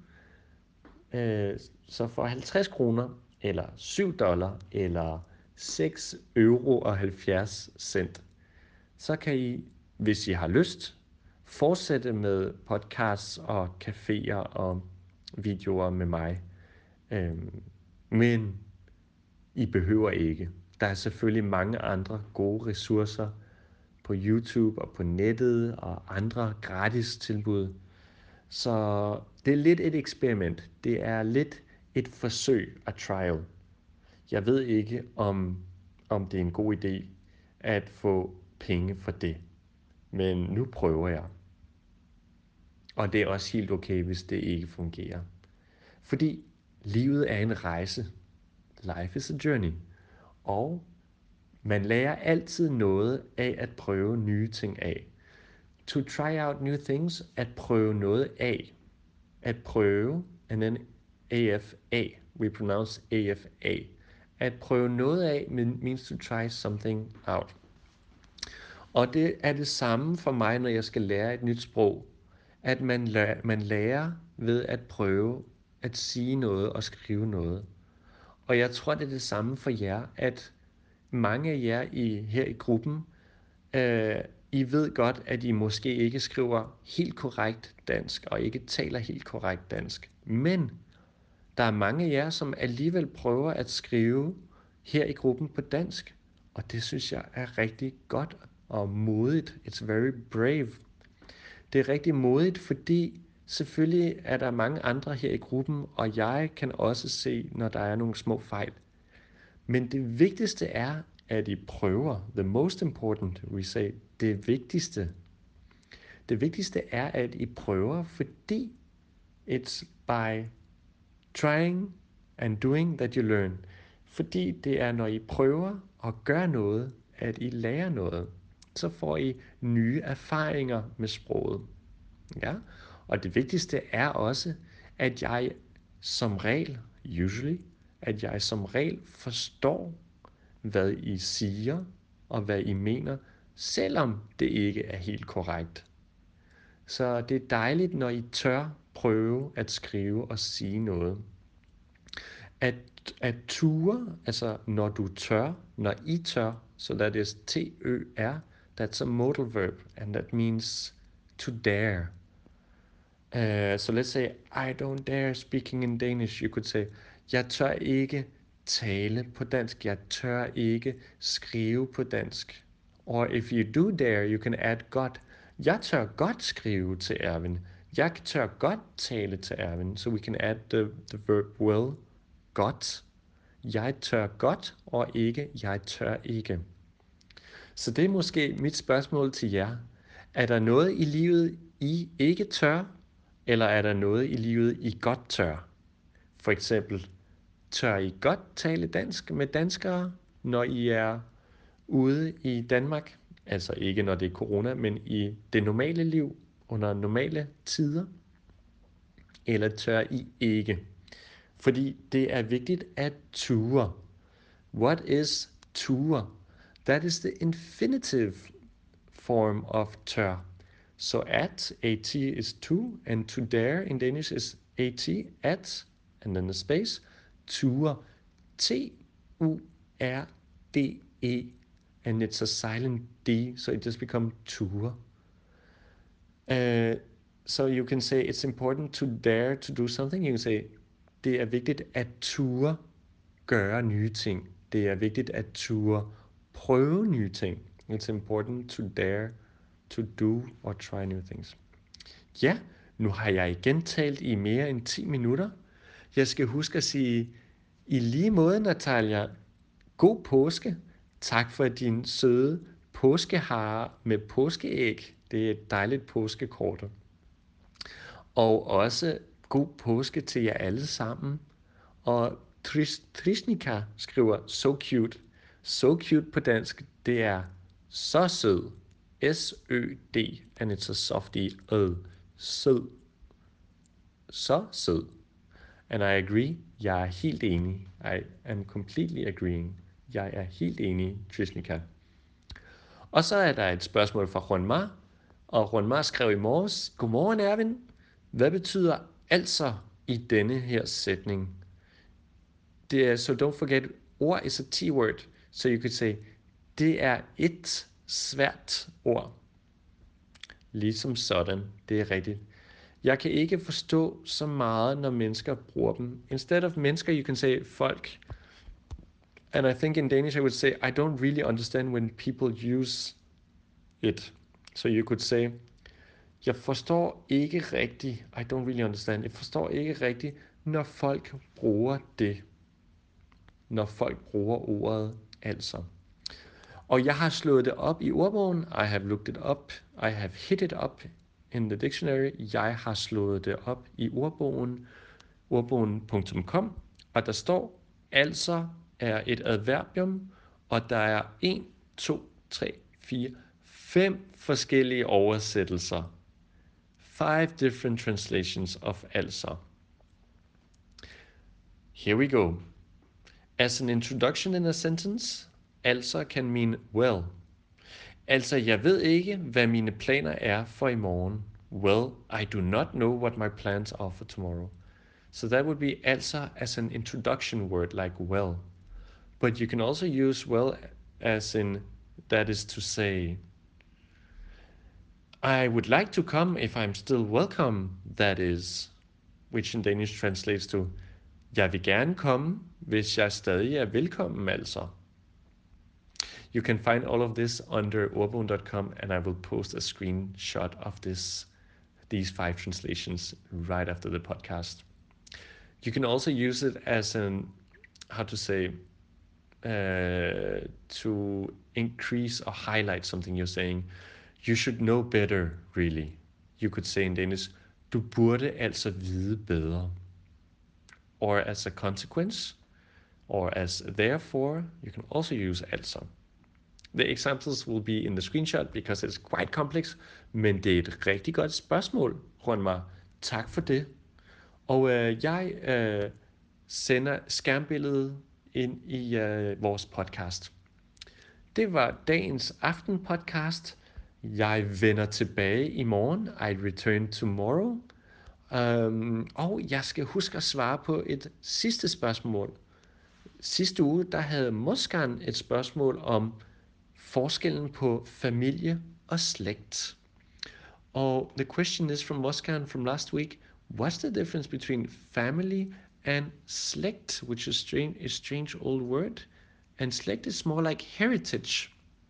Så for 50 kroner, eller $7, eller 6 euro og 70 cent, så kan I, hvis I har lyst, fortsætte med podcasts og caféer og videoer med mig. Men I behøver ikke. Der er selvfølgelig mange andre gode ressourcer på YouTube og på nettet og andre gratis tilbud. Så det er lidt et eksperiment. Det er lidt et forsøg, a trial. Jeg ved ikke, om det er en god idé at få penge for det. Men nu prøver jeg. Og det er også helt okay, hvis det ikke fungerer. Fordi livet er en rejse. Life is a journey. Og man lærer altid noget af at prøve nye ting af. To try out new things, at prøve noget af. At prøve, and then AFA, we pronounce AFA. At prøve noget af means to try something out. Og det er det samme for mig, når jeg skal lære et nyt sprog. At man lærer ved at prøve at sige noget og skrive noget. Og jeg tror, det er det samme for jer, at mange af jer her i gruppen, I ved godt, at I måske ikke skriver helt korrekt dansk, og ikke taler helt korrekt dansk. Men der er mange af jer, som alligevel prøver at skrive her i gruppen på dansk. Og det synes jeg er rigtig godt og modigt. It's very brave. Det er rigtig modigt, fordi selvfølgelig er der mange andre her i gruppen, og jeg kan også se, når der er nogle små fejl. Men det vigtigste er, at I prøver. The most important, we say, det vigtigste. Det vigtigste er, at I prøver, fordi it's by trying and doing that you learn. Fordi det er, når I prøver at gøre noget, at I lærer noget. Så får I nye erfaringer med sproget. Ja? Og det vigtigste er også, at jeg som regel, at jeg som regel forstår, hvad I siger og hvad I mener, selvom det ikke er helt korrekt. Så det er dejligt, når I tør prøve at skrive og sige noget. At ture, altså når du tør, når I tør, so that is T-Ø-R, that's a modal verb, and that means to dare. So let's say, I don't dare speaking in Danish. You could say, jeg tør ikke tale på dansk. Jeg tør ikke skrive på dansk. Or if you do dare, you can add godt. Jeg tør godt skrive til Erwin. Jeg tør godt tale til Erwin. So we can add the verb will. Godt. Jeg tør godt, og ikke jeg tør ikke. Så det er måske mit spørgsmål til jer. Er der noget i livet, I ikke tør? Eller er der noget i livet, I godt tør? For eksempel, tør I godt tale dansk med danskere, når I er ude i Danmark? Altså ikke når det er corona, men i det normale liv, under normale tider? Eller tør I ikke? Fordi det er vigtigt at ture. What is ture? That is the infinitive form of tør. So at is to, and to dare in Danish is at, and then a space, ture, T-U-R-D-E, and it's a silent D, so it just becomes ture. So you can say it's important to dare to do something. You can say, det er vigtigt at ture gøre nye ting. Det er vigtigt at ture prøve nye ting. It's important to dare to do or try new things. Ja, nu har jeg igen talt i mere end 10 minutter. Jeg skal huske at sige, i lige måde, Natalia, god påske. Tak for din søde påskehare med påskeæg. Det er et dejligt påskekort. Og også god påske til jer alle sammen. Og Trishnika skriver so cute. So cute på dansk, det er så sød. S-Ø-D, and it's a softie. Sød. Så sød. And I agree. Jeg er helt enig. I am completely agreeing. Jeg er helt enig, Trishnika. Og så er der et spørgsmål fra Ronmar. Og Ronmar skrev i morges: Godmorgen, Erwin. Hvad betyder altså i denne her sætning? Det er, so don't forget, ord is a T-word. So you could say, det er et svært ord. Ligesom sådan. Det er rigtigt. Jeg kan ikke forstå så meget, når mennesker bruger dem. Instead of mennesker, you can say folk. And I think in Danish, I would say, I don't really understand when people use it. So you could say, jeg forstår ikke rigtigt, I don't really understand, jeg forstår ikke rigtigt, når folk bruger det. Når folk bruger ordet altså. Og jeg har slået det op i ordbogen, I have looked it up, I have hit it up in the dictionary, jeg har slået det op i ordbogen, ordbogen.com, og der står, altså er et adverbium, og der er 1, 2, 3, 4, 5 forskellige oversættelser. 5 different translations of altså. Here we go. As an introduction in a sentence, altså can mean well. Altså, jeg ved ikke, hvad mine planer er for i morgen. Well, I do not know what my plans are for tomorrow. So that would be altså as an introduction word, like well. But you can also use well as in, that is to say, I would like to come if I'm still welcome, that is, which in Danish translates to, jeg vil gerne komme, hvis jeg stadig er velkommen, altså. You can find all of this under ordbogen.com, and I will post a screenshot of these 5 translations right after the podcast. You can also use it as an, how to say, to increase or highlight something you're saying. You should know better, really. You could say in Danish, du burde altså vide bedre. Or as a consequence, or as therefore, you can also use altså. The examples will be in the screenshot because it's quite complex, men det er et rigtig godt spørgsmål, Ronmar. Tak for det. Og jeg sender skærmbilledet ind i vores podcast. Det var dagens aftenpodcast. Jeg vender tilbage i morgen. I return tomorrow. Og jeg skal huske at svare på et sidste spørgsmål. Sidste uge, der havde Moskan et spørgsmål om forskellen på familie og slægt. Og the question is from Moskan from last week, what's the difference between family and slægt, which is a strange old word, and slægt is more like heritage,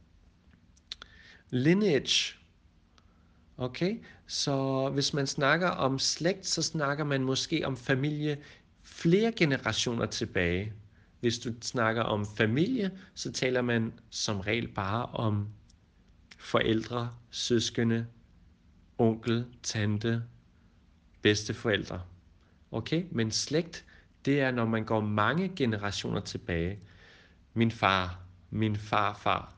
lineage. Okay, så hvis man snakker om slægt, så snakker man måske om familie flere generationer tilbage. Hvis du snakker om familie, så taler man som regel bare om forældre, søskende, onkel, tante, bedsteforældre. Okay, men slægt, det er når man går mange generationer tilbage. Min far, min farfar,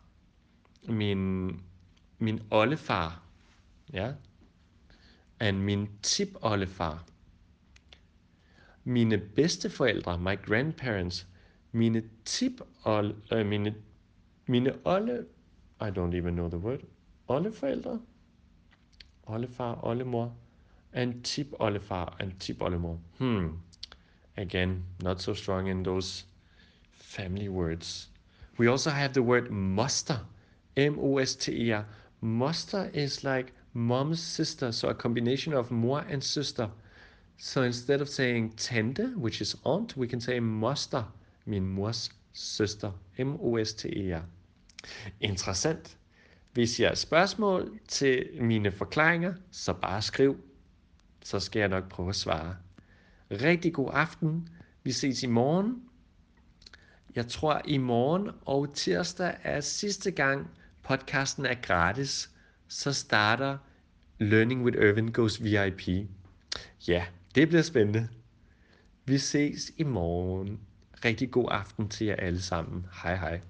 min oldefar, ja, and min tipoldefar. Mine bedsteforældre, my grandparents, mine olde, I don't even know the word, oldeforældre, oldefar, oldemor, and tipoldefar and tipoldemor. Again, not so strong in those family words. We also have the word moster, M-O-S-T-E-R. Moster is like mom's sister, so a combination of mor and sister. So instead of saying tante, which is aunt, we can say moster, min mors søster, M-O-S-T-E-R. Interessant. Hvis I har spørgsmål til mine forklaringer, så bare skriv. Så skal jeg nok prøve at svare. Rigtig god aften. Vi ses i morgen. Jeg tror i morgen og tirsdag er sidste gang podcasten er gratis. Så starter Learning with Erwin Goes VIP. Ja, det bliver spændende. Vi ses i morgen. Rigtig god aften til jer alle sammen. Hej hej.